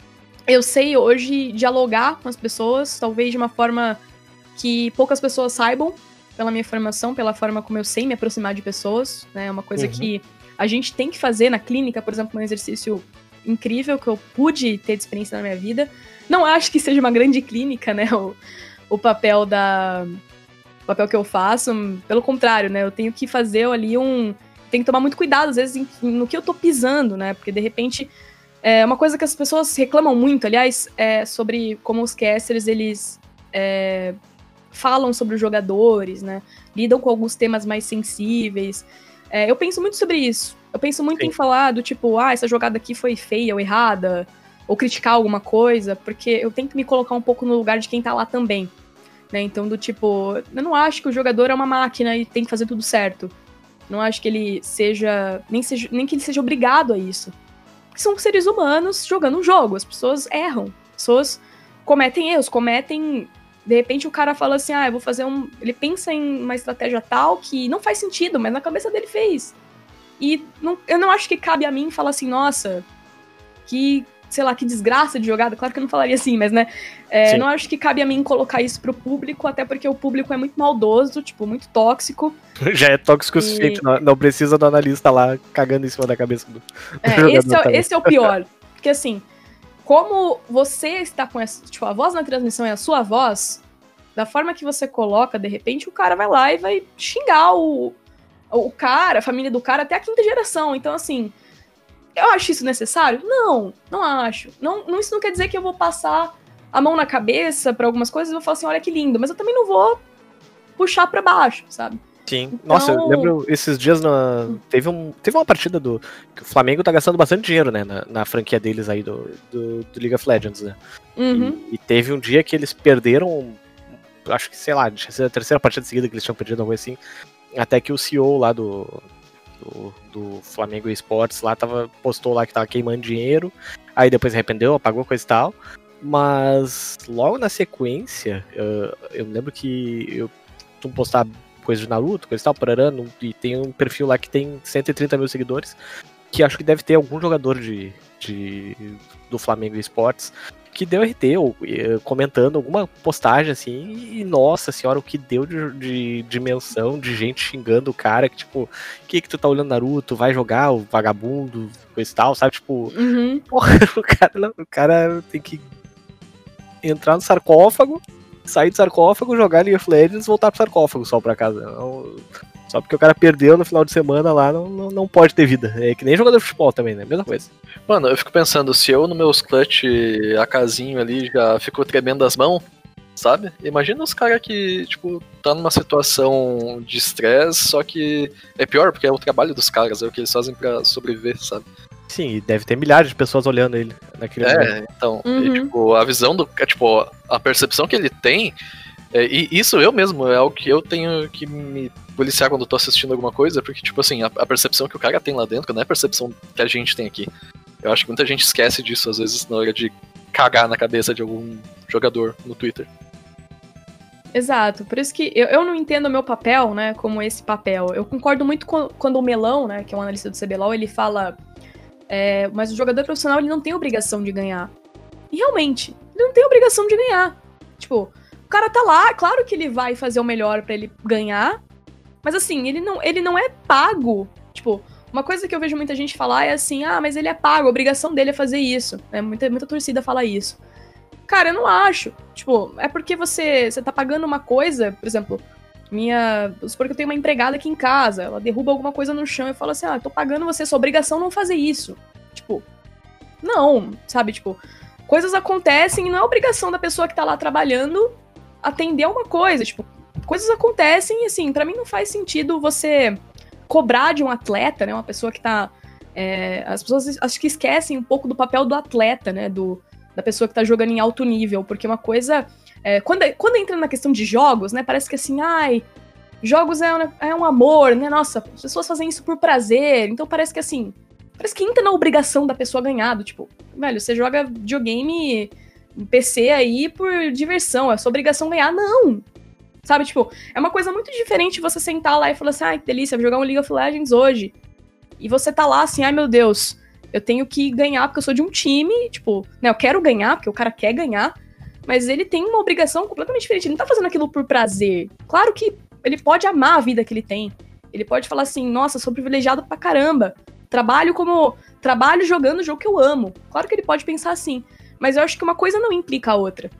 eu sei hoje dialogar com as pessoas, talvez de uma forma que poucas pessoas saibam, pela minha formação, pela forma como eu sei me aproximar de pessoas, né? É uma coisa uhum. que a gente tem que fazer na clínica, por exemplo, um exercício incrível que eu pude ter de experiência na minha vida. Não acho que seja uma grande clínica, né, o, o papel da... o papel que eu faço, pelo contrário, né, eu tenho que fazer ali um... tenho que tomar muito cuidado, às vezes, em, no que eu tô pisando, né, porque, de repente, é uma coisa que as pessoas reclamam muito, aliás, é sobre como os casters, eles é, falam sobre os jogadores, né, lidam com alguns temas mais sensíveis. É, eu penso muito sobre isso. Eu penso muito Sim. em falar do tipo, ah, essa jogada aqui foi feia ou errada, ou criticar alguma coisa, porque eu tenho que me colocar um pouco no lugar de quem tá lá também, né? Então, do tipo, eu não acho que o jogador é uma máquina e tem que fazer tudo certo. Não acho que ele seja, nem, seja, nem que ele seja obrigado a isso. Porque são seres humanos jogando um jogo, as pessoas erram, as pessoas cometem erros, cometem... De repente o cara fala assim, ah, eu vou fazer um... Ele pensa em uma estratégia tal que não faz sentido, mas na cabeça dele fez. E não, eu não acho que cabe a mim falar assim, nossa, que, sei lá, que desgraça de jogada. Claro que eu não falaria assim, mas, né, é, não acho que cabe a mim colocar isso pro público, até porque o público é muito maldoso, tipo, muito tóxico. Já é tóxico o suficiente, não, não precisa do analista lá cagando em cima da cabeça do, do é, jogador esse é, também. Esse é o pior, porque assim, como você está com essa, tipo, a voz na transmissão é a sua voz, da forma que você coloca, de repente o cara vai lá e vai xingar o... o cara, a família do cara, até a quinta geração. Então, assim, eu acho isso necessário? Não, não acho. Não, não, isso não quer dizer que eu vou passar a mão na cabeça pra algumas coisas e vou falar assim, olha que lindo. Mas eu também não vou puxar pra baixo, sabe? Sim. Então... Nossa, eu lembro esses dias, na... teve, um, teve uma partida do... que o Flamengo tá gastando bastante dinheiro, né, na, na franquia deles aí do, do, do League of Legends, né? Uhum. E, e teve um dia que eles perderam, acho que, sei lá, a terceira partida seguida que eles tinham perdido, algo assim. Até que o C E O lá do, do, do Flamengo Esportes lá tava, postou lá que tava queimando dinheiro, aí depois arrependeu, apagou, coisa e tal. Mas logo na sequência, eu, eu lembro que eu tu postar coisa de Naruto, coisa e tal, pararando, e tem um perfil lá que tem cento e trinta mil seguidores, que acho que deve ter algum jogador de, de, do Flamengo Esportes que deu R T, ou comentando alguma postagem assim, e nossa senhora, o que deu de, de dimensão de gente xingando o cara, que tipo, o que que tu tá olhando Naruto, vai jogar, o vagabundo, coisa e tal, sabe, tipo, uhum. porra, o cara, não, o cara tem que entrar no sarcófago, sair do sarcófago, jogar League of Legends e voltar pro sarcófago só pra casa, não... Só porque o cara perdeu no final de semana lá, não, não, não pode ter vida. É que nem jogador de futebol também, né? Mesma coisa. Mano, eu fico pensando, se eu no meus clutch, a casinho ali, já ficou tremendo as mãos, sabe? Imagina os caras que, tipo, tá numa situação de estresse, só que é pior, porque é o trabalho dos caras, é o que eles fazem pra sobreviver, sabe? Sim, e deve ter milhares de pessoas olhando ele naquele É, momento. então, Uhum. e, tipo, a visão do... Tipo, a percepção que ele tem... É, e isso eu mesmo, é algo que eu tenho que me policiar quando eu tô assistindo alguma coisa, porque, tipo assim, a, a percepção que o cara tem lá dentro não é a percepção que a gente tem aqui. Eu acho que muita gente esquece disso, às vezes, na hora de cagar na cabeça de algum jogador no Twitter. Exato, por isso que eu, eu não entendo o meu papel, né, como esse papel. Eu concordo muito com, quando o Melão, né, que é um analista do C B L O L, ele fala, é, mas o jogador profissional, ele não tem obrigação de ganhar. E realmente, ele não tem obrigação de ganhar. Tipo... O cara tá lá, claro que ele vai fazer o melhor pra ele ganhar, mas assim, ele não, ele não é pago. Tipo, uma coisa que eu vejo muita gente falar é assim, ah, mas ele é pago, a obrigação dele é fazer isso. É, muita, muita torcida fala isso. Cara, eu não acho. Tipo, é porque você, você tá pagando uma coisa, por exemplo, minha... Supor que eu tenho uma empregada aqui em casa, ela derruba alguma coisa no chão e fala assim, ah, eu tô pagando você, sua obrigação não fazer isso. Tipo, não, sabe, tipo, coisas acontecem e não é obrigação da pessoa que tá lá trabalhando atender uma coisa, tipo, coisas acontecem e, assim, pra mim não faz sentido você cobrar de um atleta, né, uma pessoa que tá, é, as pessoas acho que esquecem um pouco do papel do atleta, né, do, da pessoa que tá jogando em alto nível, porque uma coisa, é, quando, quando entra na questão de jogos, né, parece que assim, ai, jogos é, é um amor, né, nossa, as pessoas fazem isso por prazer, então parece que assim, parece que entra na obrigação da pessoa ganhar, do, tipo, velho, você joga videogame um P C aí por diversão, é sua obrigação ganhar. Não! Sabe, tipo, é uma coisa muito diferente você sentar lá e falar assim, ai, que delícia, vou jogar um League of Legends hoje. E você tá lá assim, ai meu Deus, eu tenho que ganhar porque eu sou de um time, tipo, né, eu quero ganhar, porque o cara quer ganhar, mas ele tem uma obrigação completamente diferente, ele não tá fazendo aquilo por prazer. Claro que ele pode amar a vida que ele tem, ele pode falar assim, nossa, sou privilegiado pra caramba, trabalho como, trabalho jogando o jogo que eu amo. Claro que ele pode pensar assim, mas eu acho que uma coisa não implica a outra.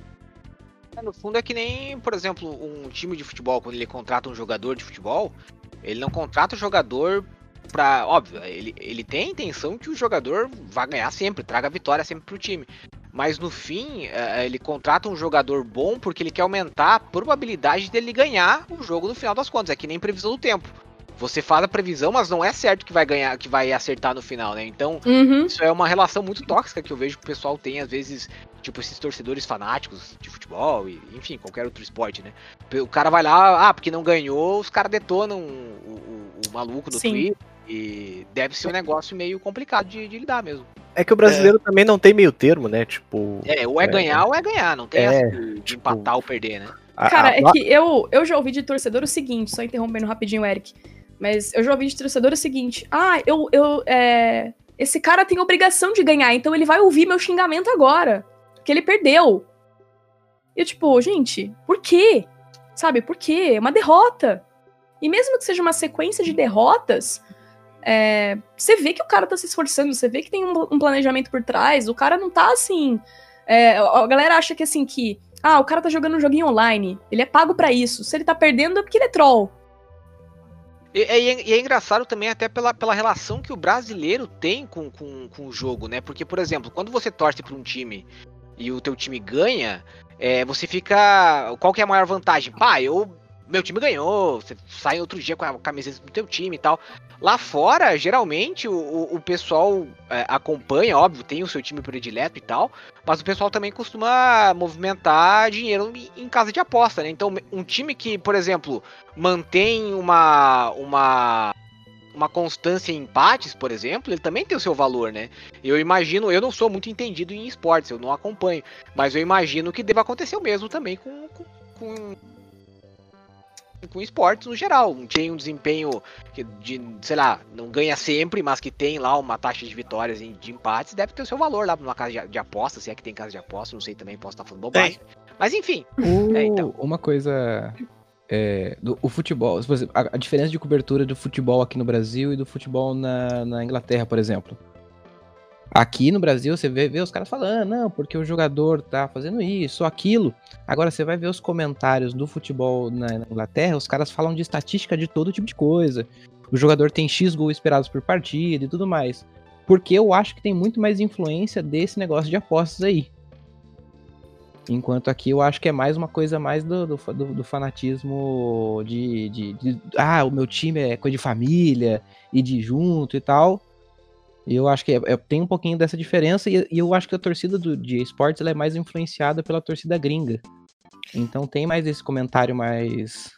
No fundo é que nem, por exemplo, um time de futebol, quando ele contrata um jogador de futebol, ele não contrata o jogador pra... Óbvio, ele, ele tem a intenção que o jogador vá ganhar sempre, traga vitória sempre pro time. Mas no fim, ele contrata um jogador bom porque ele quer aumentar a probabilidade dele ganhar o jogo no final das contas. É que nem previsão do tempo. Você faz a previsão, mas não é certo que vai ganhar, que vai acertar no final, né? Então, Uhum. isso é uma relação muito tóxica que eu vejo que o pessoal tem, às vezes, tipo, esses torcedores fanáticos de futebol, e, enfim, qualquer outro esporte, né? O cara vai lá, ah, porque não ganhou, os caras detonam o, o, o maluco no Sim. Twitter, e deve ser um negócio meio complicado de, de lidar mesmo. É que o brasileiro também não tem meio termo, né? Tipo. É, ou é, É. ganhar ou é ganhar, não tem É, essa de, de tipo- empatar ou perder, né? a- Cara, a- é que eu, eu já ouvi de torcedor o seguinte, só interrompendo rapidinho, Eric. Mas eu já ouvi de torcedor o seguinte: ah, eu. eu é, esse cara tem obrigação de ganhar, então ele vai ouvir meu xingamento agora. Que ele perdeu. E eu, tipo, gente, por quê? Sabe, por quê? É uma derrota. E mesmo que seja uma sequência de derrotas, é, você vê que o cara tá se esforçando, você vê que tem um, um planejamento por trás, o cara não tá assim. É, a galera acha que assim que. Ah, o cara tá jogando um joguinho online, ele é pago pra isso. Se ele tá perdendo é porque ele é troll. E, e é, e é engraçado também até pela, pela relação que o brasileiro tem com, com, com o jogo, né? Porque, por exemplo, quando você torce para um time e o teu time ganha, é, você fica... Qual que é a maior vantagem? Pá, eu... Meu time ganhou, você sai outro dia com a camiseta do teu time e tal. Lá fora, geralmente, o, o, o pessoal é, acompanha, óbvio, tem o seu time predileto e tal, mas o pessoal também costuma movimentar dinheiro em, em casa de aposta, né? Então, um time que, por exemplo, mantém uma, uma, uma constância em empates, por exemplo, ele também tem o seu valor, né? Eu imagino, eu não sou muito entendido em esportes, eu não acompanho, mas eu imagino que deva acontecer o mesmo também com... com, com com esportes no geral, tem um desempenho que, de, sei lá, não ganha sempre, mas que tem lá uma taxa de vitórias em, de empates, deve ter o seu valor lá numa casa de, de aposta, se é que tem casa de aposta, não sei também, posso estar falando bobagem. Mas enfim, O- É, então. Uma coisa. É, do, o futebol. Por exemplo, a, a diferença de cobertura do futebol aqui no Brasil e do futebol na, na Inglaterra, por exemplo. Aqui no Brasil você vê, vê os caras falando, não, porque o jogador tá fazendo isso, aquilo. Agora você vai ver os comentários do futebol na, na Inglaterra, os caras falam de estatística de todo tipo de coisa. O jogador tem X gols esperados por partida e tudo mais. Porque eu acho que tem muito mais influência desse negócio de apostas aí. Enquanto aqui eu acho que é mais uma coisa mais do, do, do, do fanatismo de, de, de... Ah, o meu time é coisa de família e de junto e tal. E eu acho que é, é, tem um pouquinho dessa diferença. E, e eu acho que a torcida do, de esportes ela é mais influenciada pela torcida gringa. Então tem mais esse comentário mais...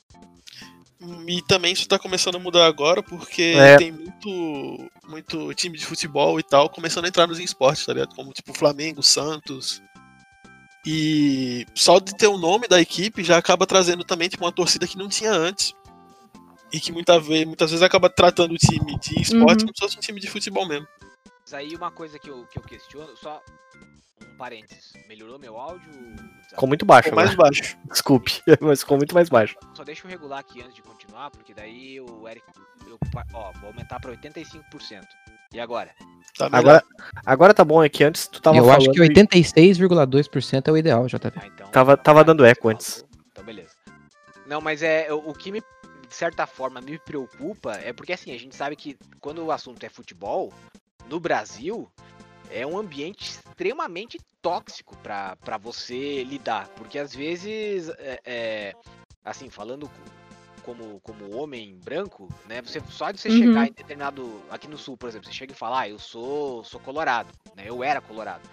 E também isso tá começando a mudar agora, porque É. tem muito, muito time de futebol e tal começando a entrar nos esportes, tá ligado? Como tipo Flamengo, Santos. E só de ter o nome da equipe já acaba trazendo também tipo, uma torcida que não tinha antes. E que muita vez, muitas vezes acaba tratando o time de esporte Uhum. como se fosse um time de futebol mesmo. mas aí uma coisa que eu, que eu questiono, só um parênteses, melhorou meu áudio? Ficou muito baixo, Ficou mais né? baixo. Desculpe, mas ficou muito mais baixo. Só deixa eu regular aqui antes de continuar, porque daí o Eric, eu, ó, vou aumentar para oitenta e cinco por cento. E agora? Tá melhor. Agora, agora tá bom, é que antes tu tava eu falando... acho que oitenta e seis vírgula dois por cento é o ideal, J P. Ah, então, Tava- então tava tá, dando eco então, antes. Então, beleza. Não, mas é o, o que me, de certa forma, me preocupa é porque assim, a gente sabe que quando o assunto é futebol, no Brasil, é um ambiente extremamente tóxico pra pra você lidar. Porque às vezes, é, é, assim, falando co- como, como homem branco, né? Você, só de você Uhum. chegar em determinado. Aqui no sul, por exemplo, você chega e fala, ah, eu sou, sou colorado, né? Eu era colorado.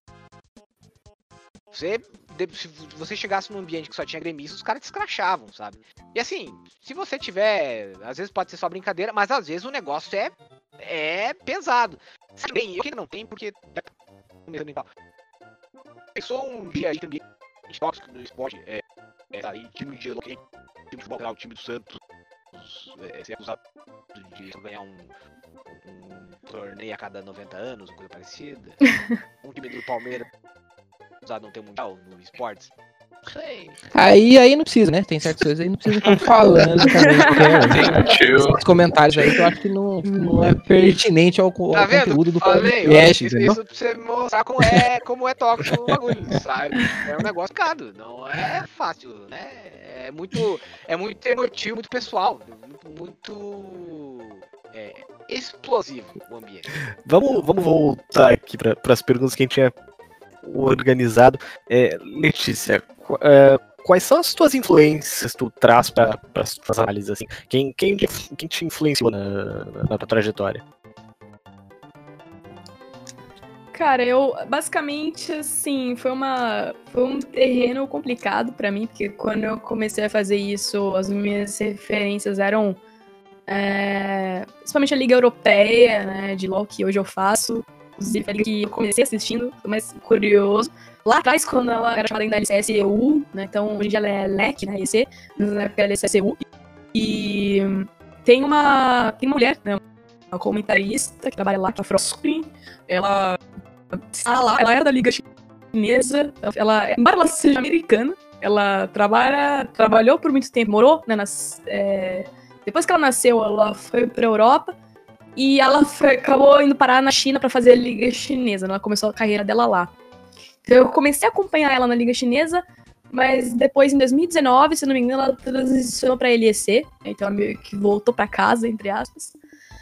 Você, de- se você chegasse num ambiente que só tinha gremistas, os caras te escrachavam, sabe? E assim, se você tiver, às vezes pode ser só brincadeira, mas às vezes o negócio é, é pesado. Bem, eu que não tem, porque Pensou um dia aí também de tóxico no esporte, é, é aí time de local, time de futebol, lá, o time do Santos, é, ser acusado de ganhar um, um torneio a cada noventa anos, uma coisa parecida. Um time do Palmeiras acusado de não ter mundial no esportes. Hey. Aí, aí não precisa, né? Tem certas coisas aí não precisa ficar falando também. Esses comentários aí que eu acho que não, não é pertinente ao, ao Tá vendo? conteúdo do Falei, podcast, isso, entendeu? isso pra você mostrar como é, como é tóxico o bagulho, sabe? É um negócio complicado, não é fácil, né? É muito, é muito emotivo, muito pessoal, muito, muito é, explosivo o ambiente. Vamos, vamos voltar aqui para as perguntas que a gente tinha organizado. É, Letícia, qu- é, quais são as tuas influências que tu traz para as tuas análises? Assim? Quem, quem, te- quem te influenciou na, na, na tua trajetória? Cara, eu basicamente assim, foi uma foi um terreno complicado pra mim, porque quando eu comecei a fazer isso, as minhas referências eram é, principalmente a Liga Europeia, né, de LoL, que hoje eu faço, inclusive a liga que eu comecei assistindo, tô mais curioso. Lá atrás, quando ela era chamada ainda L C S E U, né, então hoje em dia ela é L E C, né, E C, mas na época era L C S E U, e tem uma, tem uma mulher, né, uma comentarista que trabalha lá, que é a Frosty, ela está lá, ela era da Liga Chinesa, ela, embora ela seja americana, ela trabalha, trabalhou por muito tempo, morou, né, nas, é, depois que ela nasceu, ela foi pra Europa, e ela foi, acabou indo parar na China pra fazer a Liga Chinesa, né, ela começou a carreira dela lá. Então eu comecei a acompanhar ela na Liga Chinesa, mas depois, em dois mil e dezenove, se não me engano, ela transicionou pra L E C, então ela meio que voltou pra casa, entre aspas.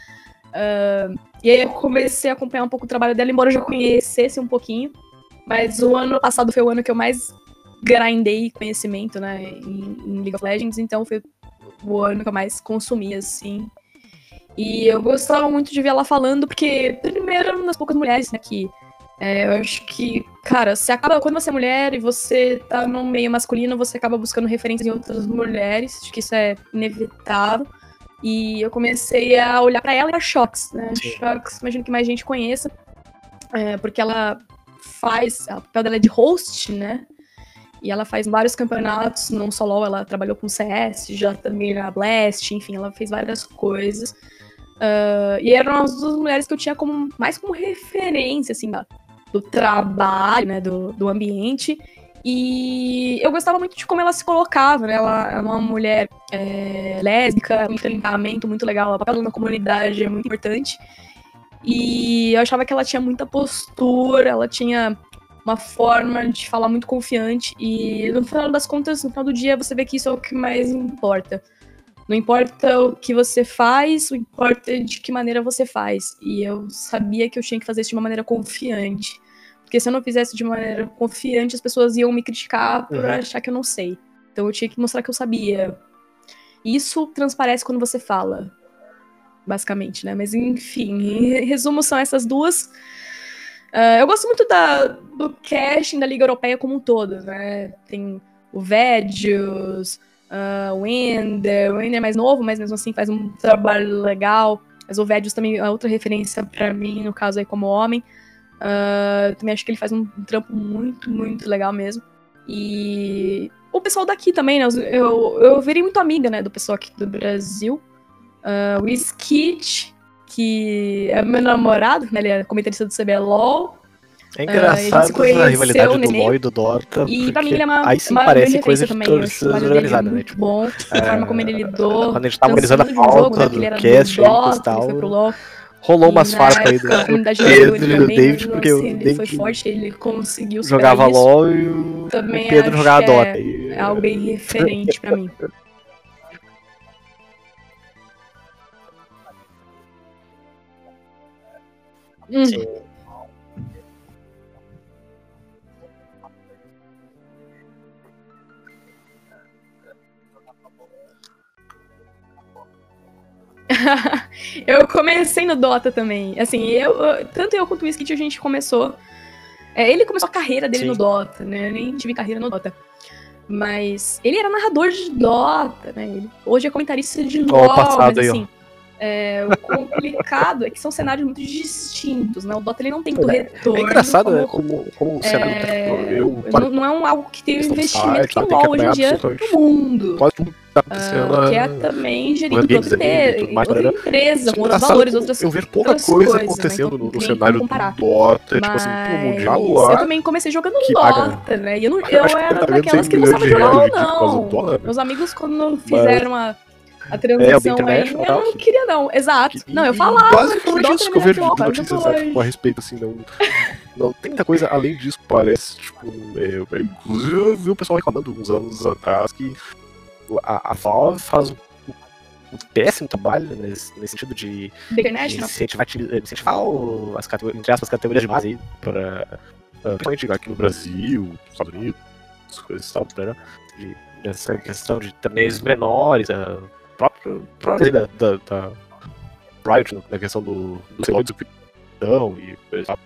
Uh, e aí eu comecei a acompanhar um pouco o trabalho dela, embora eu já conhecesse um pouquinho. Mas o ano passado foi o ano que eu mais grindei conhecimento, né, em, em League of Legends, então foi o ano que eu mais consumi, assim. E eu gostava muito de ver ela falando, porque primeiro era uma das poucas mulheres, né, que é, eu acho que, cara, você acaba, quando você é mulher e você tá no meio masculino, você acaba buscando referências em outras mulheres, acho que isso é inevitável. E eu comecei a olhar pra ela e a Shox, né? Shox, imagino que mais gente conheça, é, porque ela faz, o papel dela é de host, né? E ela faz vários campeonatos, não só LoL, ela trabalhou com C S, já também na Blast, enfim, ela fez várias coisas. Uh, e eram as duas mulheres que eu tinha como, mais como referência, assim, da, do trabalho, né, do, do ambiente. E eu gostava muito de como ela se colocava, né? Ela é uma mulher é, lésbica, um enfrentamento muito legal, o papel dela na comunidade é muito importante. E eu achava que ela tinha muita postura, ela tinha uma forma de falar muito confiante. E no final das contas, no final do dia, você vê que isso é o que mais importa. Não importa o que você faz, o importa de que maneira você faz. E eu sabia que eu tinha que fazer isso de uma maneira confiante. Porque se eu não fizesse de maneira confiante, as pessoas iam me criticar por uhum. achar que eu não sei. Então eu tinha que mostrar que eu sabia. Isso transparece quando você fala, basicamente, né? Mas enfim, em resumo, são essas duas. Uh, eu gosto muito da, do casting da Liga Europeia como um todo, né? Tem o Vedius, uh, o Ender. O Ender é mais novo, mas mesmo assim faz um trabalho legal. Mas o Vedius também é outra referência pra mim, no caso aí como homem. Uh, também acho que ele faz um, um trampo muito, muito legal mesmo. E o pessoal daqui também, né? Eu, eu virei muito amiga, né, do pessoal aqui do Brasil. Uh, o Skit, que é meu namorado, né? Ele é comentarista do C B L O L. É engraçado uh, a rivalidade do LoL e do Dota. E pra mim ele é uma, aí sim uma parece coisa de também. torcidas organizadas, né? Tipo, bom, a é, forma como ele lidou. Quando a gente tava organizando a pauta do, do cast aí e tal. Ele foi pro LoL. Rolou umas farpas aí do Pedro e do David, porque assim, o David foi forte, ele conseguiu jogava isso. LoL e o também Pedro jogava Dota. É, é algo bem referente pra mim. Sim. Hum. Eu comecei no Dota também. Assim, eu, tanto eu quanto o Skit a gente começou. É, ele começou a carreira dele Sim. no Dota, né? Eu nem tive carreira no Dota. Mas ele era narrador de Dota, né? Ele, hoje é comentarista de LoL, passado mas aí, assim. É, o complicado é que são cenários muito distintos, né? O Dota ele não tem muito retorno. É engraçado, como, né? Como, como o é, cenário. Eu, não, não é um, algo que tem um investimento que tem LoL hoje em dia no mundo. Quase tudo tá acontecendo. Uh, que é também gerido por outra, tudo mais, outra né? empresa, com outros valores, outras Eu vejo pouca outras coisa coisas, acontecendo né? Então, no, no tem cenário como comparar. do Dota, Mas tipo assim, no Mundial eu lá. também comecei jogando que Dota, paga- né? E eu, não, Eu eu acho que era tá ganhando daquelas cem que não sabia milhões de jogar reais LoL, por causa do não. dólar. Meus amigos, quando fizeram a, a É, o transição The aí, International, eu tal, não que- queria, não. Exato. que- Não, eu e falava que basicamente Dota isso era que eu melhor vejo que LoL, de mas eu notícias tô né, tipo, a hoje. respeito, assim, não, não tem muita coisa além disso, parece, tipo, é, é, inclusive eu vi o pessoal reclamando uns anos atrás que a, a Valve faz um, um péssimo trabalho nesse, nesse sentido de, The de International. incentivar, incentivar o, as, categorias, entre aspas, as categorias de base aí, pra, uh, principalmente aqui no Brasil, nos Estados Unidos, as coisas e tal, né, de, dessa questão de torneios menores, a própria, própria da, da, da Riot na questão do, do celular do capitão e coisa e tal.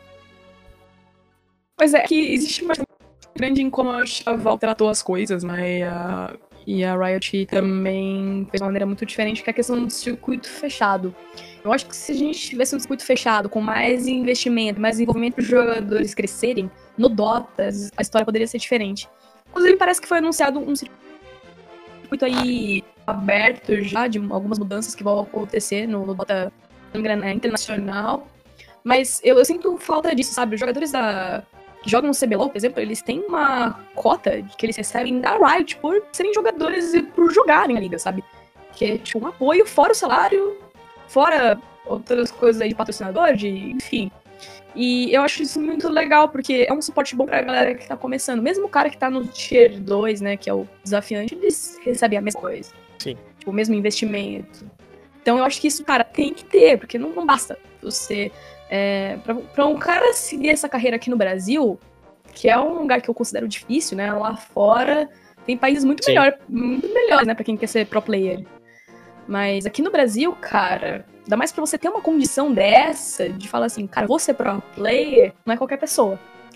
Pois é, que existe uma grande em como a Valve tratou as coisas, né? E a, e a Riot também fez de uma maneira muito diferente, que é a questão do circuito fechado. Eu acho que se a gente tivesse um circuito fechado, com mais investimento, mais envolvimento para os jogadores crescerem, no Dota, a história poderia ser diferente. Inclusive, parece que foi anunciado um circuito aí aberto já, de algumas mudanças que vão acontecer no, no Dota internacional. Mas eu, eu sinto falta disso, sabe? Os jogadores da... que jogam no C B L O L, por exemplo, eles têm uma cota que eles recebem da Riot por serem jogadores e por jogarem a liga, sabe? Que é tipo um apoio, fora o salário, fora outras coisas aí de patrocinador, de enfim. E eu acho isso muito legal, porque é um suporte bom pra galera que tá começando. Mesmo o cara que tá no Tier dois, né, que é o desafiante, eles recebem a mesma coisa. Sim. Tipo, o mesmo investimento. Então eu acho que isso, cara, tem que ter, porque não, não basta você... É, pra, pra um cara seguir essa carreira aqui no Brasil, que é um lugar que eu considero difícil, né? Lá fora tem países muito, melhor, muito melhores, né? Pra quem quer ser pro player. Mas aqui no Brasil, cara, ainda mais pra você ter uma condição dessa, de falar assim, cara, vou ser pro player, não é qualquer pessoa.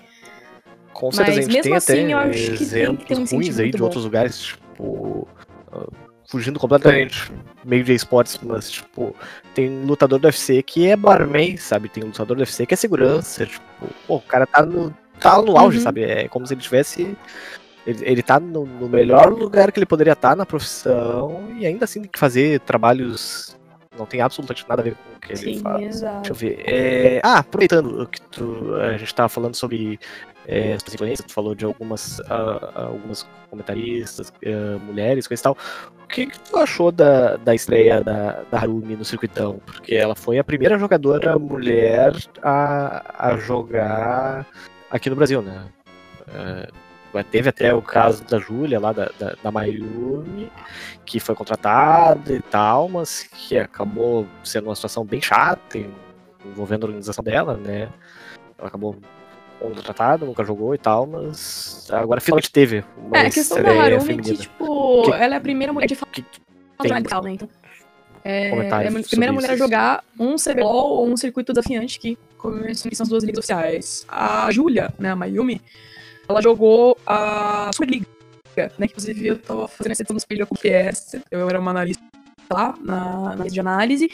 Com certeza, Mas a gente tem mesmo assim, até eu acho que tem que ter um exemplos incentivo ruins aí muito de bom. outros lugares, tipo, uh, fugindo completamente meio de esportes, mas, tipo, tem lutador do U F C que é barman, sabe? Tem lutador do U F C que é segurança, tipo, pô, o cara tá no, tá no auge, Uhum. sabe? É como se ele tivesse... Ele, ele tá no, no melhor lugar que ele poderia estar na profissão e ainda assim tem que fazer trabalhos... Não tem absolutamente nada a ver com o que ele Sim, faz. exato. Deixa eu ver. É... Ah, aproveitando que tu, a gente tava falando sobre é, as influências, tu falou de algumas, uh, algumas comentaristas, uh, mulheres, coisa e tal. O que, que tu achou da, da estreia da, da Harumi no circuitão? Porque ela foi a primeira jogadora mulher a, a jogar aqui no Brasil, né? Uh, Teve até o caso da Júlia lá, da, da, da Mayumi, que foi contratada e tal, mas que acabou sendo uma situação bem chata, envolvendo a organização dela, né? Ela acabou contratada, nunca jogou e tal, mas agora finalmente teve uma É, a questão da estreia Harumi é feminina. que, tipo, Que- ela é a primeira mulher de falar que de jornalismo, né? Então, é, comentários é a sobre primeira mulher a isso. jogar um C B L O L ou um circuito desafiante que começam são as duas ligas oficiais. A Júlia, né, a Mayumi, ela jogou a Superliga, né? Que inclusive eu tava fazendo essa edição do Superliga com o P S. Eu era uma analista lá na, na de análise.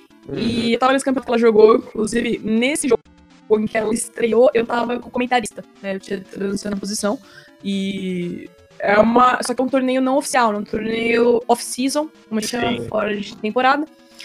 E eu tava nesse campeonato que ela jogou, inclusive nesse jogo em que ela estreou, eu tava com comentarista, né? Eu tinha transição na posição. E é uma. Só que é um torneio não oficial, é um torneio off-season, como a gente chama, Sim. fora de temporada.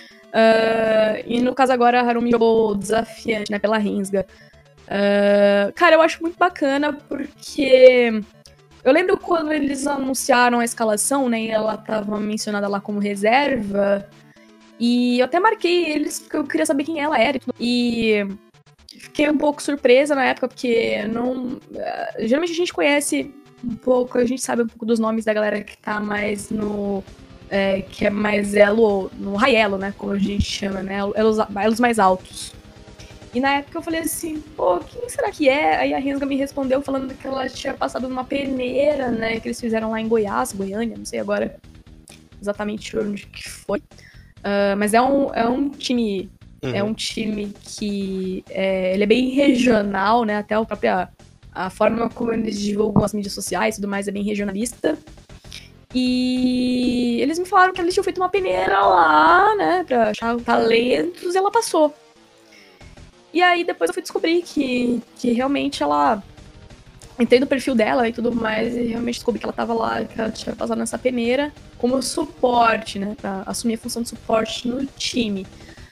Uh, e no caso agora a Harumi jogou desafiante, né? Pela Rinsga. Uh, cara, eu acho muito bacana porque eu lembro quando eles anunciaram a escalação, né, e ela tava mencionada lá como reserva, e eu até marquei eles porque eu queria saber quem ela era e tudo. E fiquei um pouco surpresa na época, porque não, uh, geralmente a gente conhece um pouco, a gente sabe um pouco dos nomes da galera que tá mais no... É, que é mais elo, no high elo, né, como a gente chama, né, elos, elos mais altos. E na época eu falei assim, pô, quem será que é? Aí a Rinsga me respondeu falando que ela tinha passado numa peneira, né, que eles fizeram lá em Goiás, Goiânia, não sei agora exatamente onde que foi. Uh, mas é um, é um time, uhum. é um time que é, ele é bem regional, né, até a própria a forma como eles divulgam as mídias sociais e tudo mais é bem regionalista. E eles me falaram que eles tinham feito uma peneira lá, né, pra achar talentos, e ela passou. E aí depois eu fui descobrir que, que realmente ela... Entrei no perfil dela e tudo mais, e realmente descobri que ela tava lá, que ela tinha passado nessa peneira como suporte, né, pra assumir a função de suporte no time.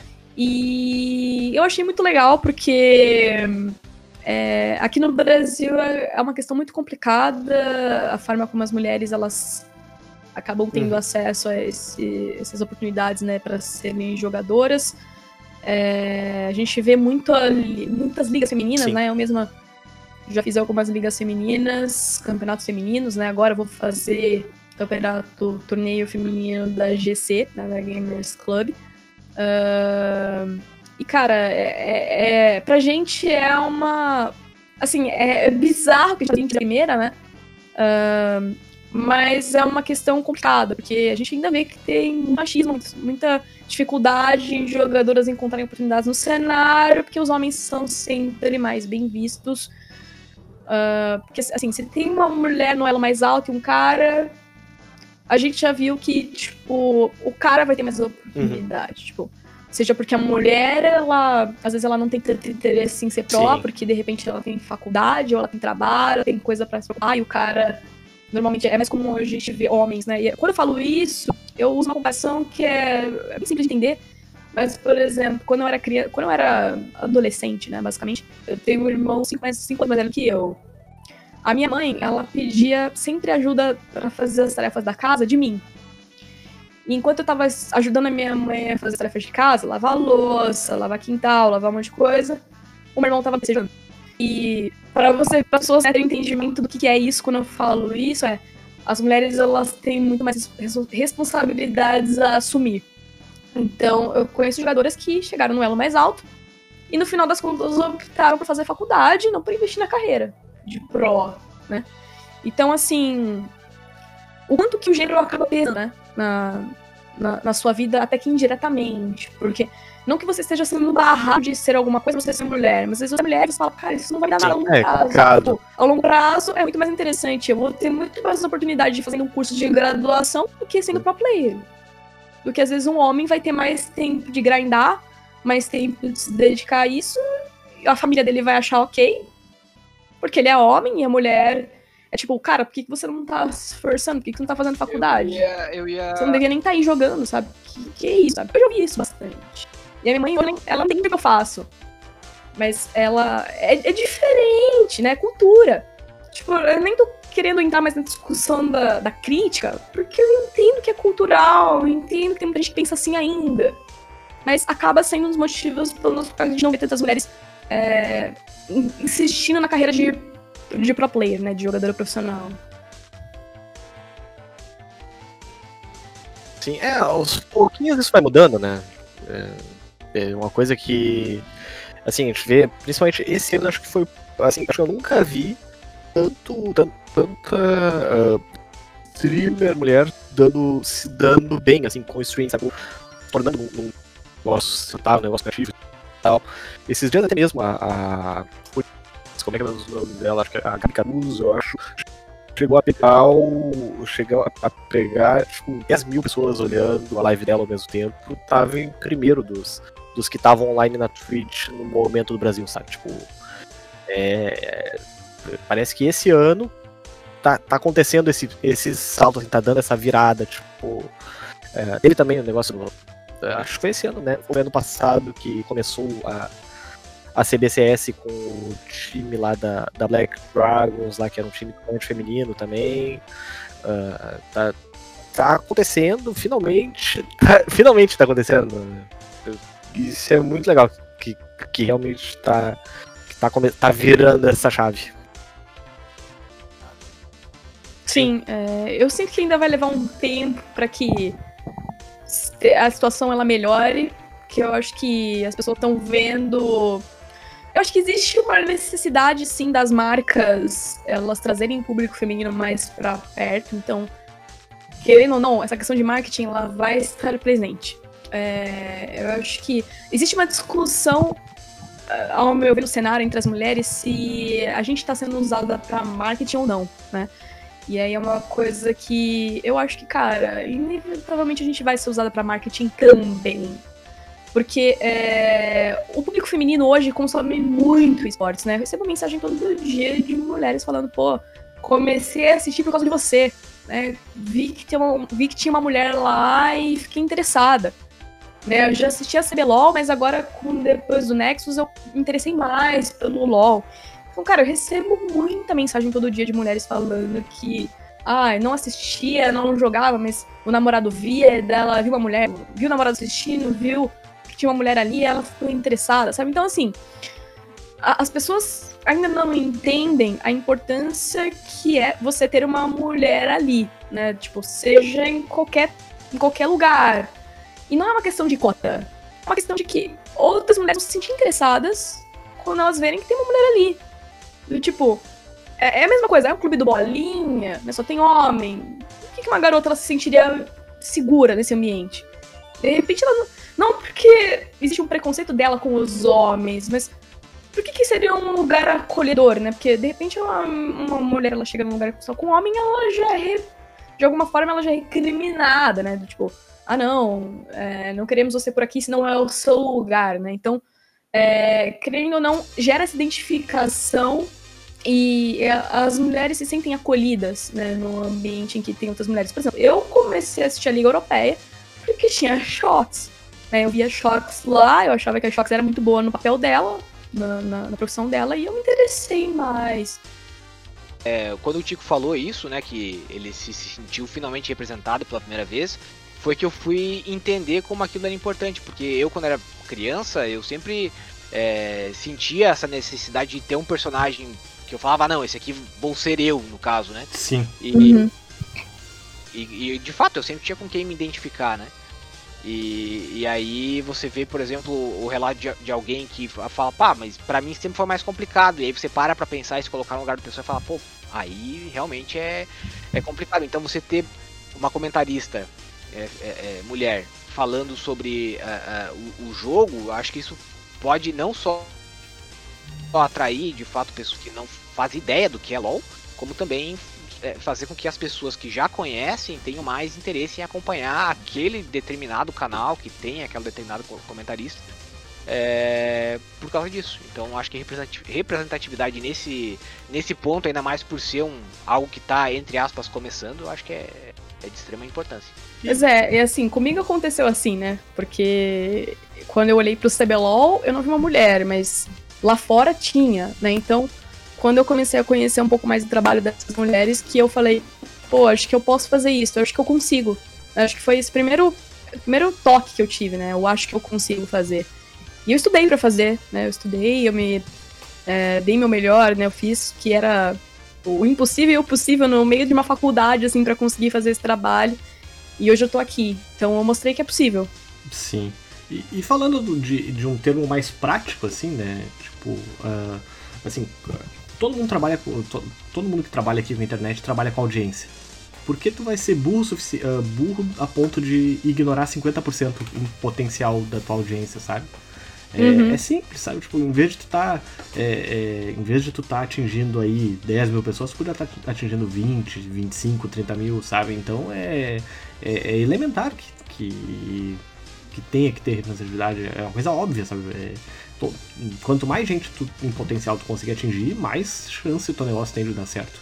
E eu achei muito legal, porque é, aqui no Brasil é uma questão muito complicada, a forma como as mulheres, elas acabam tendo uhum. acesso a esse, essas oportunidades, né, para serem jogadoras. É, a gente vê muito, muitas ligas femininas, Sim. né, eu mesma... Já fiz algumas ligas femininas, campeonatos femininos, né? Agora eu vou fazer campeonato, torneio feminino da G C, né? Da Gamers Club. Uh, e, cara, é, é, pra gente é uma... Assim, é bizarro que a gente tá primeira, né? Uh, mas é uma questão complicada, porque a gente ainda vê que tem machismo, muita dificuldade em jogadoras encontrarem oportunidades no cenário, porque os homens são sempre mais bem vistos. Uh, porque, assim, se tem uma mulher no elo mais alto e um cara, a gente já viu que, tipo, o cara vai ter mais oportunidade, uhum. tipo, seja porque a mulher, ela, às vezes ela não tem tanto interesse em ser pró, Sim. porque de repente ela tem faculdade, ou ela tem trabalho, tem coisa pra se preocupar, e o cara, normalmente, é mais comum a gente ver homens, né, e quando eu falo isso, eu uso uma comparação que é, é bem simples de entender. Mas, por exemplo, quando eu era criança, quando eu era adolescente, né, basicamente, eu tenho um irmão cinco anos mais velho que eu. A minha mãe, ela pedia sempre ajuda pra fazer as tarefas da casa de mim. E enquanto eu tava ajudando a minha mãe a fazer as tarefas de casa, lavar louça, lavar quintal, lavar um monte de coisa, o meu irmão tava desejando. E para você, para pessoas terem entendimento do que é isso, quando eu falo isso, é as mulheres, elas têm muito mais responsabilidades a assumir. Então, eu conheço jogadoras que chegaram no elo mais alto e no final das contas optaram por fazer faculdade e não por investir na carreira de pró, né? Então, assim, o quanto que o gênero acaba pesando, né? Na, na, na sua vida, até que indiretamente. Porque não que você esteja sendo barrado de ser alguma coisa, você ser mulher, mas às vezes você é mulher e você fala, cara, isso não vai dar nada a longo é, prazo. Tipo, ao longo prazo é muito mais interessante. Eu vou ter muito mais oportunidade de fazer um curso de graduação do que sendo pro player. Do que às vezes um homem vai ter mais tempo de grindar, mais tempo de se dedicar a isso, a família dele vai achar ok, porque ele é homem e a mulher é tipo, cara, por que você não tá se esforçando? Por que você não tá fazendo faculdade? Eu ia, eu ia... Você não devia nem estar tá aí jogando, sabe? Que, que é isso, sabe? Eu já ouvi isso bastante. E a minha mãe, ela não tem o que eu faço. Mas ela é, é diferente, né? É cultura. Tipo, eu nem tô querendo entrar mais na discussão da, da crítica, porque eu entendo que é cultural, eu entendo que tem muita gente que pensa assim ainda. Mas acaba sendo um dos motivos pelos quais a gente não vê tantas mulheres é, insistindo na carreira de, de pro player, né? De jogadora profissional. Sim, é, aos pouquinhos isso vai mudando, né? É, é uma coisa que, assim, a gente vê, principalmente esse ano, acho que foi, assim, acho que eu nunca vi tanto, tanto tanta uh, streamer mulher dando, se dando bem, assim, com o stream, sabe? Tornando um, um negócio, um negócio criativo e tal. Esses dias até mesmo, a, a como é que é o nome dela? Acho que a Gabi Caruso, eu acho, chegou a pegar o, chegou a pegar, tipo, dez mil pessoas olhando a live dela ao mesmo tempo, tava em primeiro dos, dos que estavam online na Twitch no momento do Brasil, sabe? Tipo, é, parece que esse ano Tá, tá acontecendo esse, esse salto, assim, tá dando essa virada, tipo... É, teve também o um negócio do... Acho que foi esse ano, né? Foi ano passado que começou a, a C B C S com o time lá da, da Black Dragons, lá que era um time feminino também. Uh, tá, tá acontecendo, finalmente. Tá, finalmente tá acontecendo. Isso é muito legal, que, que realmente tá, que tá, tá virando essa chave. Sim, é, eu sinto que ainda vai levar um tempo para que a situação ela melhore, que eu acho que as pessoas estão vendo... Eu acho que existe uma necessidade, sim, das marcas elas trazerem o público feminino mais para perto, então, querendo ou não, essa questão de marketing ela vai estar presente. É, eu acho que existe uma discussão, ao meu ver, no cenário entre as mulheres, se a gente está sendo usada para marketing ou não, né? E aí é uma coisa que eu acho que, cara, inevitavelmente a gente vai ser usada pra marketing também. Porque é, o público feminino hoje consome muito esportes, né? Eu recebo mensagem todo dia de mulheres falando, pô, comecei a assistir por causa de você, né? Vi que, tinha uma, vi que tinha uma mulher lá e fiquei interessada. Né? Eu já assisti a C B L O L, mas agora, com, depois do Nexus, eu me interessei mais pelo LoL. Então, cara, eu recebo muita mensagem todo dia de mulheres falando que ah, não assistia, não jogava, mas o namorado via dela, viu uma mulher, viu o namorado assistindo, viu que tinha uma mulher ali, ela ficou interessada, sabe? Então, assim, a, as pessoas ainda não entendem a importância que é você ter uma mulher ali, né? Tipo, seja em qualquer, em qualquer lugar. E não é uma questão de cota, é uma questão de que outras mulheres se sentem interessadas quando elas verem que tem uma mulher ali. Do tipo, é, é a mesma coisa, é o clube do Bolinha, né, só tem homem. Por que, que uma garota ela se sentiria segura nesse ambiente? De repente ela não... Não porque existe um preconceito dela com os homens, mas por que, que seria um lugar acolhedor, né? Porque de repente uma, uma mulher ela chega num lugar só com homem, ela já é... De alguma forma ela já é recriminada, né? Do tipo, ah não, é, não queremos você por aqui, senão é o seu lugar, né? Então, é, querendo ou não, gera essa identificação e as mulheres se sentem acolhidas, né, no ambiente em que tem outras mulheres. Por exemplo, eu comecei a assistir a Liga Europeia porque tinha Shox, né? Eu via Shox lá, eu achava que a Shox era muito boa no papel dela, na, na, na profissão dela, e eu me interessei mais. É, quando o Tico falou isso, né, que ele se sentiu finalmente representado pela primeira vez, foi que eu fui entender como aquilo era importante, porque eu, quando era criança, eu sempre é, sentia essa necessidade de ter um personagem que eu falava, ah, não, esse aqui vou ser eu, no caso, né? Sim. E, Uhum. e, e de fato, eu sempre tinha com quem me identificar, né? E, e aí você vê, por exemplo, o relato de, de alguém que fala, pá, mas pra mim sempre foi mais complicado. E aí você para pra pensar e se colocar no lugar da pessoa e fala, pô, aí realmente é, é complicado. Então você ter uma comentarista é, é, é, mulher falando sobre uh, uh, o, o jogo, acho que isso pode não só atrair de fato pessoas que não fazem ideia do que é LoL, como também é, fazer com que as pessoas que já conhecem tenham mais interesse em acompanhar aquele determinado canal que tem aquele determinado comentarista é, por causa disso. Então acho que representatividade nesse, nesse ponto, ainda mais por ser um, algo que está entre aspas começando, eu acho que é, é de extrema importância. Mas é, e assim, comigo aconteceu assim, né? Porque quando eu olhei pro C B L O L, eu não vi uma mulher, mas lá fora tinha, né? Então, quando eu comecei a conhecer um pouco mais do trabalho dessas mulheres, que eu falei, pô, acho que eu posso fazer isso, eu acho que eu consigo. Eu acho que foi esse primeiro, primeiro toque que eu tive, né? Eu acho que eu consigo fazer. E eu estudei pra fazer, né? Eu estudei, eu me é, dei meu melhor, né? Eu fiz que era o impossível e o possível no meio de uma faculdade, assim, pra conseguir fazer esse trabalho. E hoje eu tô aqui, então eu mostrei que é possível. Sim. E, e falando do, de, de um termo mais prático, assim, né? Tipo, uh, assim, todo mundo trabalha com. To, todo mundo que trabalha aqui com a internet trabalha com audiência. Por que tu vai ser burro, sufici- uh, burro a ponto de ignorar cinquenta por cento em potencial da tua audiência, sabe? É, uhum. é simples, sabe? Tipo, em vez de tu tá. É, é, em vez de tu tá atingindo aí dez mil pessoas, tu podia estar tá atingindo vinte, vinte e cinco, trinta mil, sabe? Então é, é, é elementar que, que, que tenha que ter representatividade. É uma coisa óbvia, sabe? É, to, quanto mais gente tu, em potencial tu conseguir atingir, mais chance o teu negócio tem de dar certo.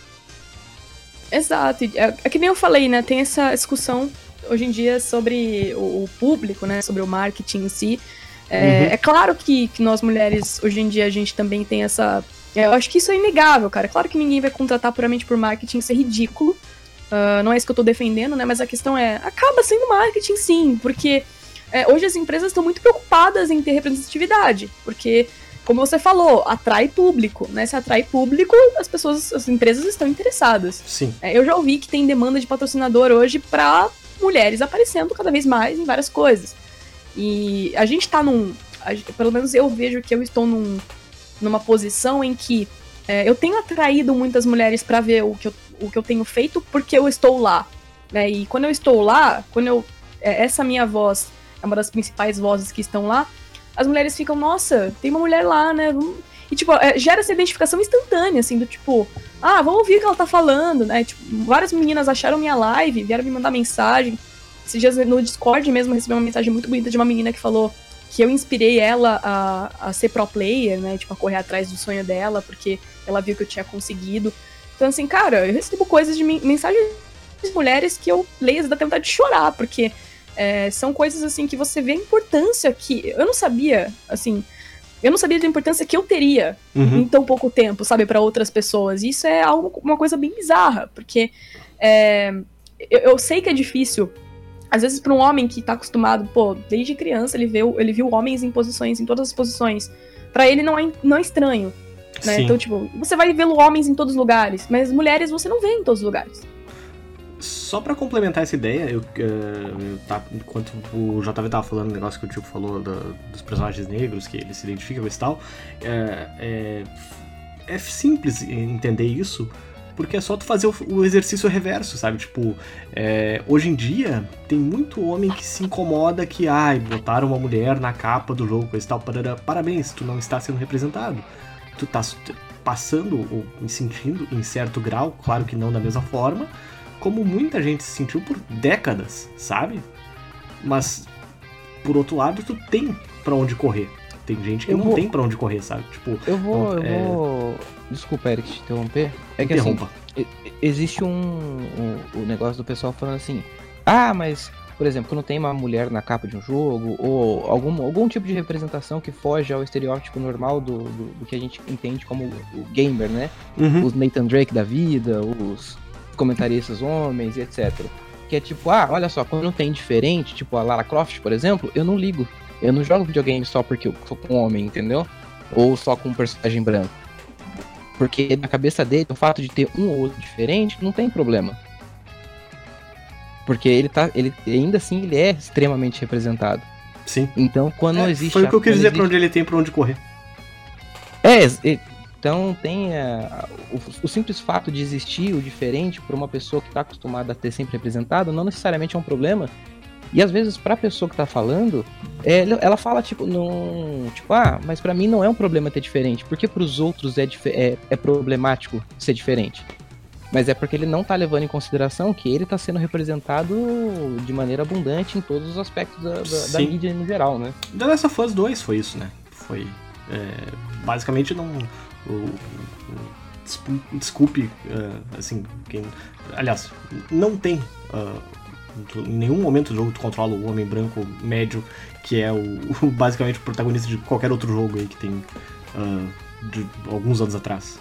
Exato. É, é que nem eu falei, né? Tem essa discussão hoje em dia sobre o, o público, né? Sobre o marketing em si. É, uhum. é claro que, que nós mulheres, hoje em dia, a gente também tem essa... Eu acho que isso é inegável, cara. É claro que ninguém vai contratar puramente por marketing, isso é ridículo. Uh, não é isso que eu tô defendendo, né? Mas a questão é, acaba sendo marketing sim, porque é, hoje as empresas estão muito preocupadas em ter representatividade, porque, como você falou, atrai público, né? Se atrai público, as pessoas, as empresas estão interessadas. Sim. É, eu já ouvi que tem demanda de patrocinador hoje pra mulheres aparecendo cada vez mais em várias coisas. E a gente tá num... A, pelo menos eu vejo que eu estou num, numa posição em que é, eu tenho atraído muitas mulheres pra ver o que, eu, o que eu tenho feito porque eu estou lá. Né? E quando eu estou lá, quando eu... É, essa minha voz é uma das principais vozes que estão lá, as mulheres ficam, nossa, tem uma mulher lá, né? E, tipo, é, gera essa identificação instantânea, assim, do tipo, ah, vamos ouvir o que ela tá falando, né? Tipo, várias meninas acharam minha live, vieram me mandar mensagem. Esses dias no Discord mesmo, eu recebi uma mensagem muito bonita de uma menina que falou que eu inspirei ela a, a ser pro player, né? Tipo, a correr atrás do sonho dela, porque ela viu que eu tinha conseguido. Então, assim, cara, eu recebo coisas de mensagens de mulheres que eu leio e dá até vontade de chorar, porque é, são coisas, assim, que você vê a importância que... Eu não sabia, assim... Eu não sabia da importância que eu teria Uhum. em tão pouco tempo, sabe, para outras pessoas. E isso é algo, uma coisa bem bizarra, porque é, eu, eu sei que é difícil. Às vezes, para um homem que tá acostumado, pô, desde criança ele viu, ele viu homens em posições, em todas as posições. Pra ele não é, não é estranho, né? Sim. Então, tipo, você vai ver homens em todos os lugares, mas mulheres você não vê em todos os lugares. Só pra complementar essa ideia, eu, eu, tá, enquanto o J V tava falando o negócio que o Tio falou da, dos personagens negros, que eles se identificam com esse tal, é, é, é simples entender isso, porque é só tu fazer o, o exercício reverso, sabe? Tipo, é, hoje em dia, tem muito homem que se incomoda que, ai, botaram uma mulher na capa do jogo, coisa e tal, parará. Parabéns, tu não está sendo representado. Tu tá passando ou sentindo em certo grau, claro que não da mesma forma, como muita gente se sentiu por décadas, sabe? Mas, por outro lado, tu tem pra onde correr. Tem gente que Eu não vou- tem pra onde correr, sabe? Tipo, Eu vou, eu É. vou... Desculpa, Eric, te interromper. É que interrompa. assim, e- existe um, um, um negócio do pessoal falando assim, ah, mas, por exemplo, quando tem uma mulher na capa de um jogo, ou algum, algum tipo de representação que foge ao estereótipo normal do, do, do que a gente entende como o gamer, né? Uhum. Os Nathan Drake da vida, os comentaristas homens e etcétera. Que é tipo, ah, olha só, quando tem diferente, tipo a Lara Croft, por exemplo, eu não ligo. Eu não jogo videogame só porque eu sou com homem, entendeu? Ou só com um personagem branco. Porque na cabeça dele, o fato de ter um ou outro diferente, não tem problema. Porque ele tá. Ele, ainda assim, ele é extremamente representado. Sim. Então, quando não É, existe. foi o que eu a- quis quando dizer pra existe- onde ele tem pra onde correr. É, ex- e- então tem a- o, o simples fato de existir o diferente para uma pessoa que está acostumada a ter sempre representado não necessariamente é um problema. E às vezes pra pessoa que tá falando, é, ela ela fala tipo, não, tipo, ah, mas pra mim não é um problema ter diferente, porque pros outros é, dife- é, é problemático ser diferente. Mas é porque ele não tá levando em consideração que ele tá sendo representado de maneira abundante em todos os aspectos da, da, da Sim. mídia no geral, né? The Last of Us dois foi isso, né? Foi. é, basicamente não. O, o- o- despu- desculpe, é, assim, quem. Aliás, não tem. ah, em nenhum momento do jogo tu controla o homem branco médio, que é o, o- basicamente o protagonista de qualquer outro jogo aí que tem ah, de alguns anos atrás.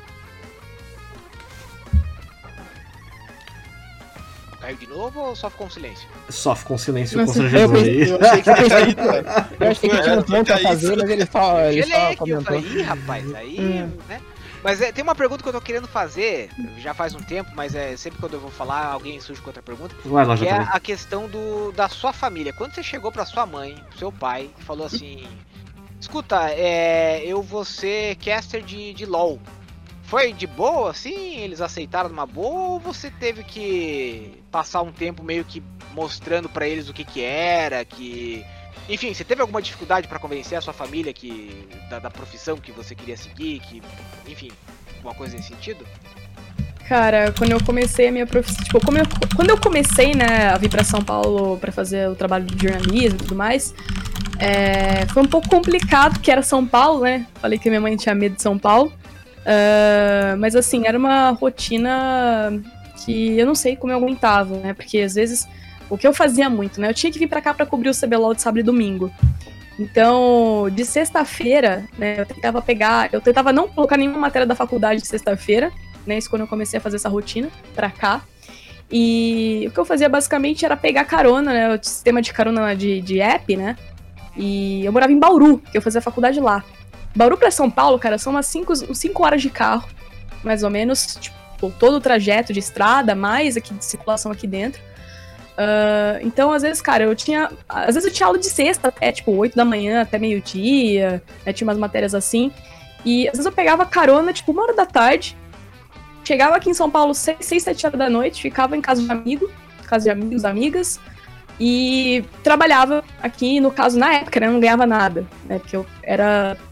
Caiu de novo ou só ficou um silêncio? Só ficou um silêncio Nossa, constrangedor eu aí. Eu achei que tinha caído, cara. Eu achei que Foi, tinha um era, tempo pra fica fazer, isso. mas ele só, ele Gelei só aqui, eu comentou. falei, ih, rapaz, aí, né? Mas é, tem uma pergunta que eu tô querendo fazer, já faz um tempo, mas é sempre quando eu vou falar, alguém surge com outra pergunta, Vai lá, que é já tá. a questão do, da sua família. Quando você chegou pra sua mãe, pro seu pai, e falou assim, escuta, é, eu vou ser caster de, de LoL. Foi de boa, assim? Eles aceitaram numa boa ou você teve que passar um tempo meio que mostrando pra eles o que que era, que... Enfim, você teve alguma dificuldade pra convencer a sua família que da, da profissão que você queria seguir, que... Enfim, alguma coisa nesse sentido? Cara, quando eu comecei a minha profissão, tipo, como eu- quando eu comecei, né, a vir pra São Paulo pra fazer o trabalho de jornalismo e tudo mais, é, foi um pouco complicado, porque era São Paulo, né? Falei que minha mãe tinha medo de São Paulo. Ah, mas assim, era uma rotina que eu não sei como eu aguentava, né? Porque às vezes, o que eu fazia muito, né? Eu tinha que vir pra cá pra cobrir o C B L O L de sábado e domingo. Então, de sexta-feira, né, eu tentava pegar, eu tentava não colocar nenhuma matéria da faculdade de sexta-feira, né? Isso quando eu comecei a fazer essa rotina pra cá. E o que eu fazia basicamente era pegar carona, né? O sistema de carona de, de app, né? E eu morava em Bauru, que eu fazia faculdade lá. Bauru pra São Paulo, cara, são umas cinco horas de carro, mais ou menos, tipo, todo o trajeto de estrada, mais aqui de circulação aqui dentro. Uh, então, às vezes, cara, eu tinha. Às vezes eu tinha aula de sexta até, tipo, oito da manhã até meio-dia, né, tinha umas matérias assim. E às vezes eu pegava carona, tipo, uma hora da tarde, chegava aqui em São Paulo seis, sete horas da noite, ficava em casa de amigo, casa de amigos, amigas, e trabalhava aqui, no caso, na época, né, eu não ganhava nada, né, porque eu era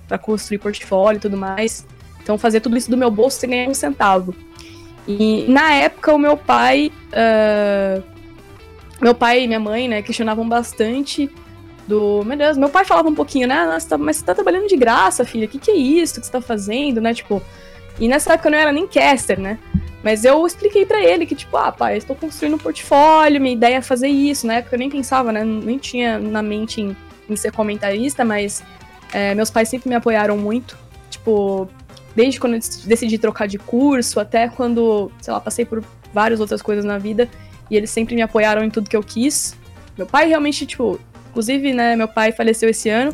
pra construir portfólio e tudo mais. Então, fazer tudo isso do meu bolso sem ganhar um centavo. E, na época, o meu pai... Uh, meu pai e minha mãe, né, questionavam bastante do... Meu Deus, meu pai falava um pouquinho, né? Nossa, mas você tá trabalhando de graça, filha. O que que é isso que você tá fazendo, né? Tipo... E nessa época eu não era nem caster, né? Mas eu expliquei pra ele que, tipo, ah, pai, eu estou construindo um portfólio, minha ideia é fazer isso. Na época eu nem pensava, né? Nem tinha na mente em, em ser comentarista, mas é, meus pais sempre me apoiaram muito. Tipo, desde quando eu decidi trocar de curso, até quando, sei lá, passei por várias outras coisas na vida. E eles sempre me apoiaram em tudo que eu quis. Meu pai realmente, tipo... Inclusive, né, meu pai faleceu esse ano.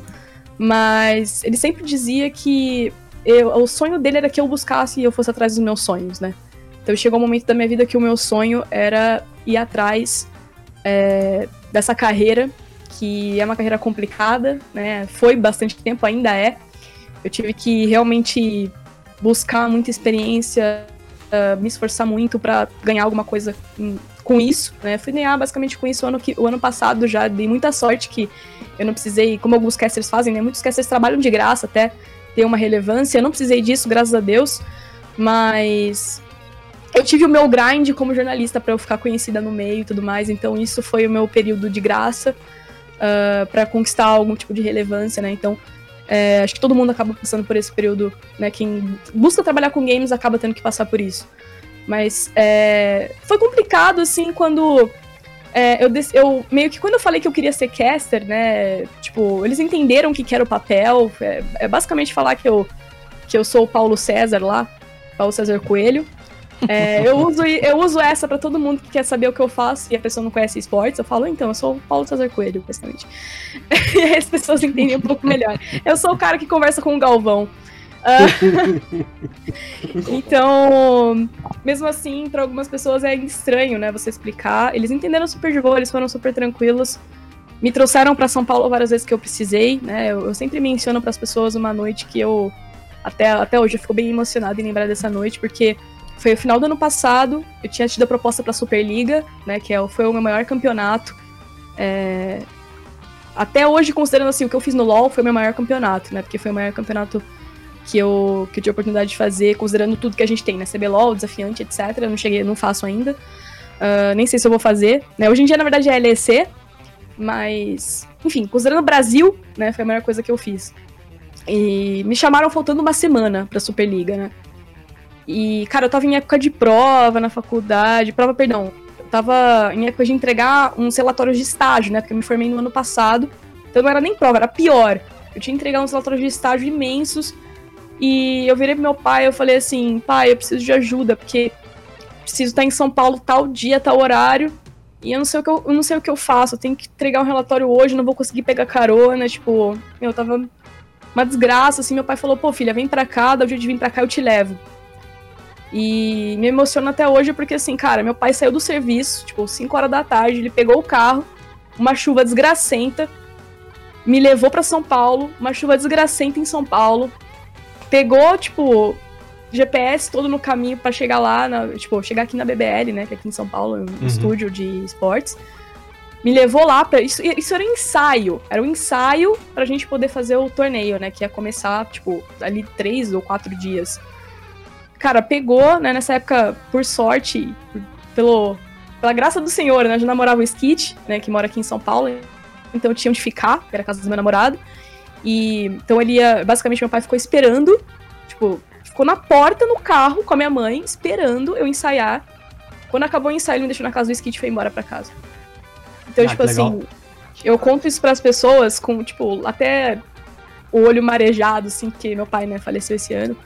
Mas ele sempre dizia que eu, o sonho dele era que eu buscasse e eu fosse atrás dos meus sonhos, né? Então chegou um momento da minha vida que o meu sonho era ir atrás é, dessa carreira, que é uma carreira complicada, né? Foi bastante tempo, ainda é. Eu tive que realmente buscar muita experiência, uh, me esforçar muito pra ganhar alguma coisa um, com isso, né? Fui ganhar basicamente com isso o ano, que, o ano passado já. Dei muita sorte que eu não precisei, como alguns casters fazem, né? Muitos casters trabalham de graça até ter uma relevância. Eu não precisei disso, graças a Deus, mas... Eu tive o meu grind como jornalista pra eu ficar conhecida no meio e tudo mais, então isso foi o meu período de graça uh, pra conquistar algum tipo de relevância, né? Então, é, acho que todo mundo acaba passando por esse período, né? Quem busca trabalhar com games acaba tendo que passar por isso. Mas é, foi complicado, assim, quando... É, eu, eu meio que quando eu falei que eu queria ser caster, né? Tipo, eles entenderam o que, que era o papel. É, é basicamente falar que eu, que eu sou o Paulo César lá, Paulo César Coelho. É, eu, uso, eu uso essa pra todo mundo que quer saber o que eu faço e a pessoa não conhece esportes. Eu falo, então, eu sou o Paulo César Coelho, basicamente. E aí as pessoas entendem um pouco melhor. Eu sou o cara que conversa com o Galvão. Uh, então, mesmo assim, pra algumas pessoas é estranho, né, você explicar. Eles entenderam super de boa, eles foram super tranquilos. Me trouxeram pra São Paulo várias vezes que eu precisei, né. Eu, eu sempre menciono pras pessoas uma noite que eu... Até, até hoje eu fico bem emocionada em lembrar dessa noite, porque... Foi o final do ano passado, eu tinha tido a proposta pra Superliga, né, que é, foi o meu maior campeonato. É... Até hoje, considerando assim, o que eu fiz no LoL foi o meu maior campeonato, né, porque foi o maior campeonato que eu, que eu tive a oportunidade de fazer, considerando tudo que a gente tem, né, C B LoL, desafiante, etcétera. Eu não cheguei, não faço ainda, uh, nem sei se eu vou fazer, né, hoje em dia, na verdade, é L E C, mas, enfim, considerando o Brasil, né, foi a maior coisa que eu fiz. E me chamaram faltando uma semana pra Superliga, né. E, cara, eu tava em época de prova na faculdade, prova, perdão, eu tava em época de entregar uns relatórios de estágio, né, porque eu me formei no ano passado, então não era nem prova, era pior. Eu tinha que entregar uns relatórios de estágio imensos, e eu virei pro meu pai, eu falei assim, pai, eu preciso de ajuda, porque preciso estar em São Paulo tal dia, tal horário, e eu não sei o que eu, eu, não sei o que eu faço, eu tenho que entregar um relatório hoje, não vou conseguir pegar carona, tipo, eu tava uma desgraça, assim, meu pai falou, pô, filha, vem pra cá, dá o jeito de vir pra cá, eu te levo. E me emociona até hoje porque, assim, cara, meu pai saiu do serviço, tipo, cinco horas da tarde, ele pegou o carro, uma chuva desgracenta, me levou pra São Paulo, uma chuva desgracenta em São Paulo, pegou, tipo, G P S todo no caminho pra chegar lá, na, tipo, chegar aqui na B B L, né, que é aqui em São Paulo, um uhum. estúdio de esportes, me levou lá pra... Isso, isso era um ensaio, era um ensaio pra gente poder fazer o torneio, né, que ia começar, tipo, ali três ou quatro dias. Cara, pegou, né, nessa época, por sorte, por, pelo, pela graça do Senhor, né, eu já namorava o Skit, né, que mora aqui em São Paulo, então eu tinha onde ficar, que era a casa do meu namorado, e então ele ia, basicamente meu pai ficou esperando, tipo, ficou na porta, no carro, com a minha mãe, esperando eu ensaiar. Quando acabou o ensaio, ele me deixou na casa do Skit e foi embora pra casa. Então, ah, tipo assim, eu conto isso pras pessoas com, tipo, até o olho marejado, assim, porque meu pai, né, faleceu esse ano.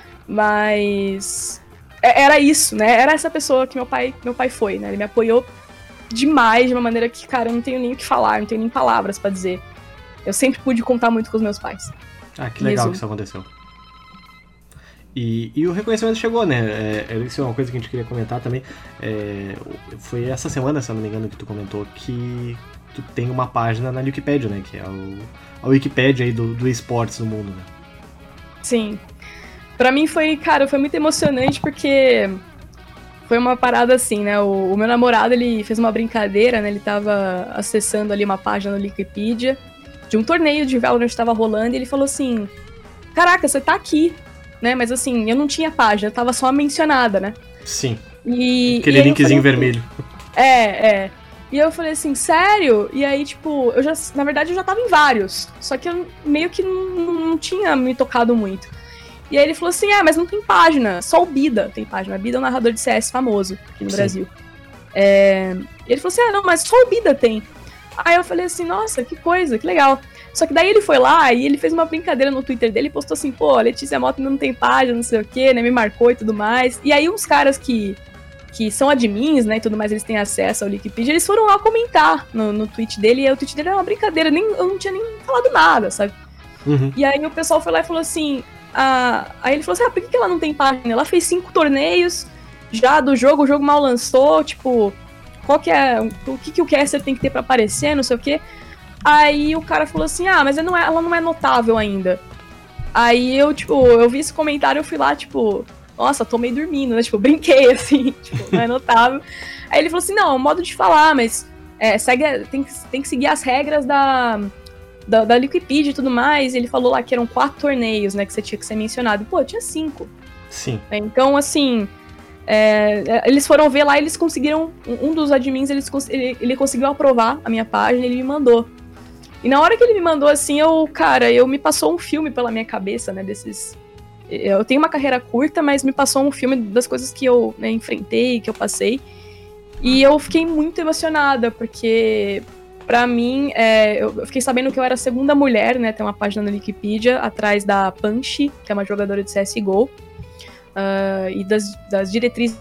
Mas era isso, né? Era essa pessoa que meu pai, meu pai foi, né? Ele me apoiou demais, de uma maneira que, cara, eu não tenho nem o que falar, não tenho nem palavras pra dizer. Eu sempre pude contar muito com os meus pais. Ah, que legal que isso aconteceu. E, e o reconhecimento chegou, né? É, isso é uma coisa que a gente queria comentar também. É, foi essa semana, se eu não me engano, que tu comentou que tu tem uma página na Wikipedia, né? Que é o, a Wikipedia aí do, do esportes no mundo, né? Sim. Pra mim foi, cara, foi muito emocionante porque foi uma parada assim, né? O, o meu namorado, ele fez uma brincadeira, né? Ele tava acessando ali uma página no Wikipedia de um torneio de Valorant que tava rolando e ele falou assim, caraca, você tá aqui, né? Mas assim, eu não tinha página, eu tava só mencionada, né? Sim. E, Aquele e aí eu linkzinho falei, vermelho. É, é. E eu falei assim, sério? E aí, tipo, eu já, na verdade eu já tava em vários, só que eu meio que não, não tinha me tocado muito. E aí ele falou assim, ah, mas não tem página, só o Bida tem página. Bida é um narrador de C S famoso aqui no Sim. Brasil. É, e ele falou assim, ah, não, mas só o Bida tem. Aí eu falei assim, nossa, que coisa, que legal. Só que daí ele foi lá e ele fez uma brincadeira no Twitter dele e postou assim, pô, a Letícia Mota não tem página, não sei o quê, né, me marcou e tudo mais. E aí uns caras que, que são admins, né, e tudo mais, eles têm acesso ao Wikipedia, eles foram lá comentar no, no tweet dele, e aí o tweet dele era uma brincadeira, nem, eu não tinha nem falado nada, sabe? Uhum. E aí o pessoal foi lá e falou assim, ah, aí ele falou assim, ah, por que, que ela não tem página? Ela fez cinco torneios já do jogo, o jogo mal lançou, tipo, qual que é, o que, que o caster tem que ter pra aparecer, não sei o quê. Aí o cara falou assim, ah, mas ela não é, ela não é notável ainda. Aí eu, tipo, eu vi esse comentário, eu fui lá, tipo, nossa, tô meio dormindo, né? Tipo, brinquei, assim, tipo, não é notável. Aí ele falou assim, não, é um modo de falar, mas é, segue, tem, que, tem que seguir as regras da, da, da Wikipedia e tudo mais. E ele falou lá que eram quatro torneios, né, que você tinha que ser mencionado. Pô, tinha cinco. Sim. Então, assim, é, eles foram ver lá e eles conseguiram, um dos admins, eles, ele, ele conseguiu aprovar a minha página e ele me mandou. E na hora que ele me mandou, assim, eu, cara, eu me passou um filme pela minha cabeça, né, desses... Eu tenho uma carreira curta, mas me passou um filme das coisas que eu, né, enfrentei, que eu passei. E eu fiquei muito emocionada, porque, pra mim, é, eu fiquei sabendo que eu era a segunda mulher, né, tem uma página na Wikipedia, atrás da Punch, que é uma jogadora de C S G O, uh, e das, das diretrizes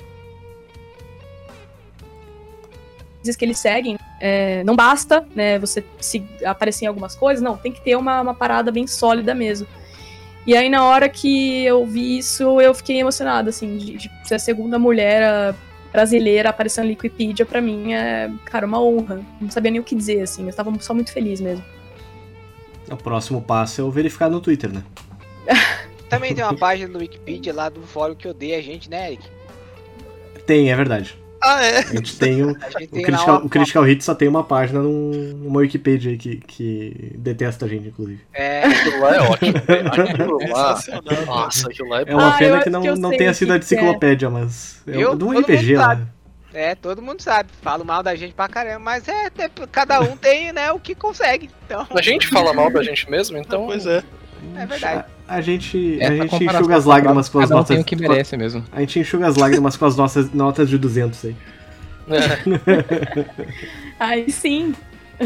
que eles seguem. É, não basta, né, você se aparecer em algumas coisas, não, tem que ter uma, uma parada bem sólida mesmo. E aí, na hora que eu vi isso, eu fiquei emocionada, assim, de, de ser a segunda mulher brasileira aparecendo na Wikipedia, pra mim é, cara, uma honra. Não sabia nem o que dizer, assim, eu tava só muito feliz mesmo. O próximo passo é eu verificar no Twitter, né? Também tem uma página no Wikipedia lá do fórum que odeia a gente, né, Eric? Tem, é verdade. Ah, é? A gente tem o, A gente o, tem Critical, lá uma- o Critical Hit só tem uma página num, numa Wikipedia aí que, que detesta a gente, inclusive. É, Aquilo lá é ótimo. Aquilo lá. Sensacional. Nossa, aquilo lá é É uma Ah, eu pena acho que não, que eu não sei tenha o sido que a que enciclopédia, mas é Viu? um- de um Todo R P G mundo lá. sabe. é, todo mundo sabe. Falo mal da gente pra caramba, mas é, é, cada um tem, né, o que consegue. Então, A gente fala mal da gente mesmo, então. Pois é. é verdade. A, a gente, a Essa gente comparação enxuga as lágrimas com as cada um notas. tem o que merece mesmo. A gente enxuga as lágrimas com as nossas notas de duzentos aí. É. Aí sim.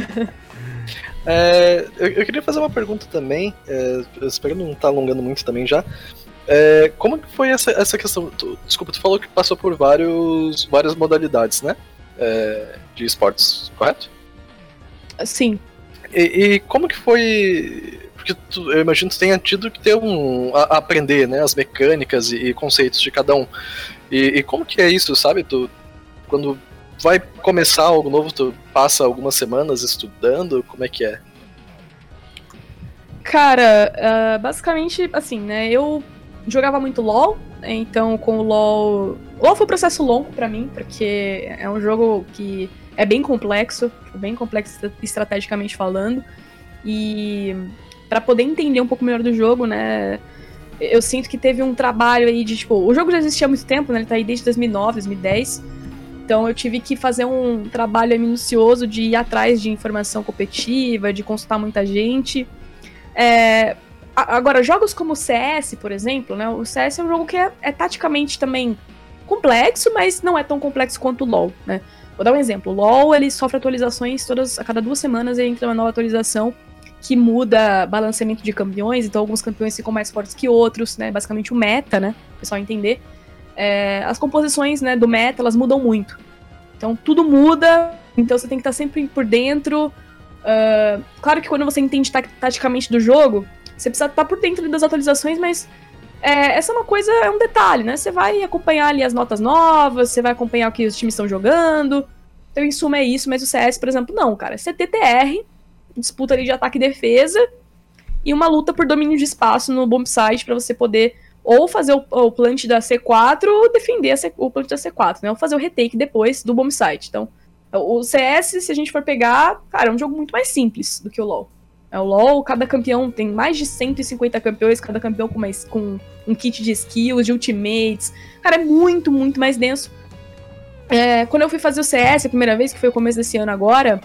É, eu, eu queria fazer uma pergunta também, é, eu espero não estar alongando muito também já. É, como que foi essa, essa questão? Tu, desculpa, tu falou que passou por vários, várias modalidades, né? É, de esportes, correto? Sim. E, e como que foi? Porque tu, eu imagino que tu tenha tido que ter um. A, a aprender, né? As mecânicas e, e conceitos de cada um. E, e como que é isso, sabe? Tu, quando vai começar algo novo, tu passa algumas semanas estudando? Como é que é? Cara, uh, basicamente, assim, né, eu jogava muito LoL, então com o LoL... LoL foi um processo longo pra mim, porque é um jogo que é bem complexo, bem complexo estrategicamente falando, e pra poder entender um pouco melhor do jogo, né, eu sinto que teve um trabalho aí de, tipo, o jogo já existia há muito tempo, né, ele tá aí desde dois mil e nove, dois mil e dez, então eu tive que fazer um trabalho minucioso de ir atrás de informação competitiva, de consultar muita gente. É, agora, jogos como o C S, por exemplo, né? O C S é um jogo que é, é taticamente também complexo, mas não é tão complexo quanto o LoL, né? Vou dar um exemplo. O LoL, ele sofre atualizações todas, a cada duas semanas ele entra uma nova atualização que muda balanceamento de campeões, então alguns campeões ficam mais fortes que outros, né? Basicamente o meta, né? O pessoal entender. É, as composições, né, do meta, elas mudam muito. Então tudo muda, então você tem que estar sempre por dentro. Uh, claro que quando você entende taticamente do jogo, você precisa estar por dentro das atualizações, mas é, essa é uma coisa, é um detalhe, né? Você vai acompanhar ali as notas novas, você vai acompanhar o que os times estão jogando. Então, em suma, é isso, mas o C S, por exemplo, não, cara. É C T T R, disputa ali de ataque e defesa, e uma luta por domínio de espaço no bomb site pra você poder ou fazer o, o plant da C quatro ou defender a C, o plant da C quatro, né? Ou fazer o retake depois do bomb site. Então, o C S, se a gente for pegar, cara, é um jogo muito mais simples do que o LoL. É, o LoL, cada campeão tem mais de cento e cinquenta campeões, cada campeão com, mais, com um kit de skills, de ultimates. Cara, é muito, muito mais denso. É, quando eu fui fazer o C S a primeira vez, que foi o começo desse ano agora,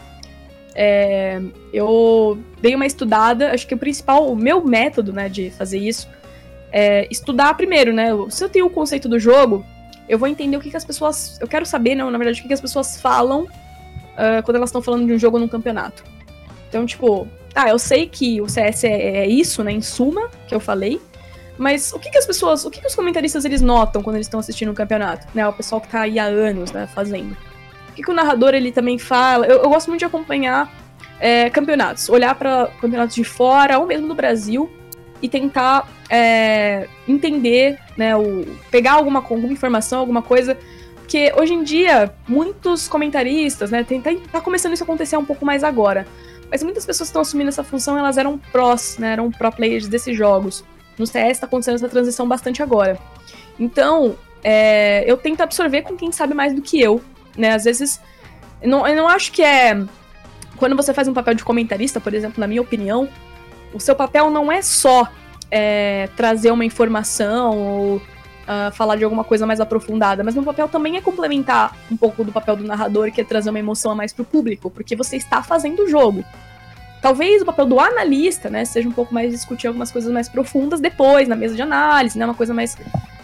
é, eu dei uma estudada. Acho que o principal, o meu método, né, de fazer isso é estudar primeiro, né? Se eu tenho o conceito do jogo, eu vou entender o que, que as pessoas... Eu quero saber, não, na verdade, o que, que as pessoas falam uh, quando elas estão falando de um jogo ou num campeonato. Então, tipo... Ah, eu sei que o C S é, é isso, né, em suma, que eu falei, mas o que que as pessoas, o que que os comentaristas, eles notam quando eles estão assistindo um campeonato, né, o pessoal que tá aí há anos, né, fazendo. O que que o narrador, ele também fala? Eu, eu gosto muito de acompanhar é, campeonatos, olhar pra campeonatos de fora, ou mesmo do Brasil, e tentar é, entender, né, o, pegar alguma, alguma informação, alguma coisa, porque hoje em dia, muitos comentaristas, né, tem, tá, tá começando isso a acontecer um pouco mais agora, mas muitas pessoas que estão assumindo essa função, elas eram prós, né? Eram pro players desses jogos. No C S tá acontecendo essa transição bastante agora. Então, é, eu tento absorver com quem sabe mais do que eu, né? Às vezes, eu não, eu não acho que é... Quando você faz um papel de comentarista, por exemplo, na minha opinião, o seu papel não é só é, trazer uma informação ou uh, falar de alguma coisa mais aprofundada, mas meu papel também é complementar um pouco do papel do narrador, que é trazer uma emoção a mais pro público, porque você está fazendo o jogo. Talvez o papel do analista, né, seja um pouco mais discutir algumas coisas mais profundas depois, na mesa de análise, né, uma coisa mais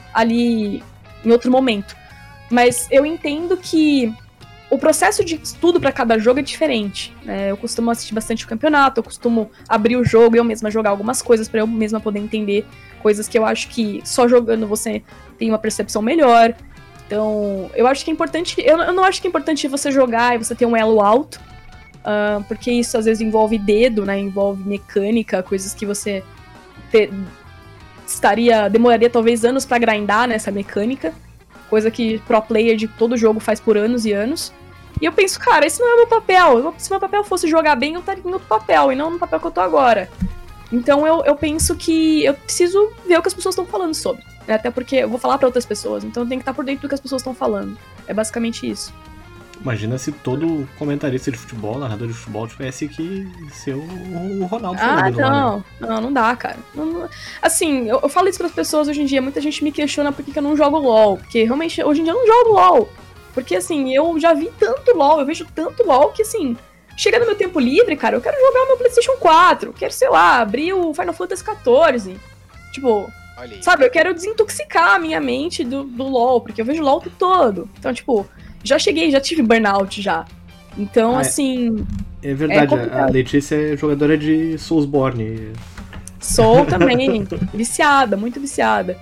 ali em outro momento. Mas eu entendo que o processo de estudo para cada jogo é diferente, né? Eu costumo assistir bastante o campeonato, eu costumo abrir o jogo e eu mesma jogar algumas coisas para eu mesma poder entender coisas que eu acho que só jogando você tem uma percepção melhor. Então, eu acho que é importante... Eu, eu não acho que é importante você jogar e você ter um elo alto, uh, porque isso às vezes envolve dedo, né? Envolve mecânica, coisas que você ter, estaria... Demoraria talvez anos pra grindar nessa mecânica, coisa que pro player de todo jogo faz por anos e anos. E eu penso, cara, esse não é o meu papel. Se meu papel fosse jogar bem, eu estaria em outro papel, e não no papel que eu tô agora. Então eu, eu penso que eu preciso ver o que as pessoas estão falando sobre, né? Até porque eu vou falar pra outras pessoas, então eu tenho que estar por dentro do que as pessoas estão falando. É basicamente isso. Imagina se todo comentarista de futebol, narrador de futebol, tivesse que ser o Ronaldo Ah, Fenômeno não, lá, né? não, não dá, cara. Não, não... Assim, eu, eu falo isso pras pessoas hoje em dia, muita gente me questiona por que, que eu não jogo LOL, porque realmente hoje em dia eu não jogo LOL. Porque assim, eu já vi tanto LOL, eu vejo tanto LOL que assim, chega no meu tempo livre, cara, eu quero jogar o meu PlayStation quatro, quero, sei lá, abrir o Final Fantasy quatorze. Tipo, sabe, eu quero desintoxicar a minha mente do, do LOL, porque eu vejo LOL o tempo todo. Então, tipo, já cheguei, já tive burnout já. Então, Ah, é. assim... É verdade, É complicado. a Letícia é jogadora de Soulsborne. Sou também, viciada, muito viciada.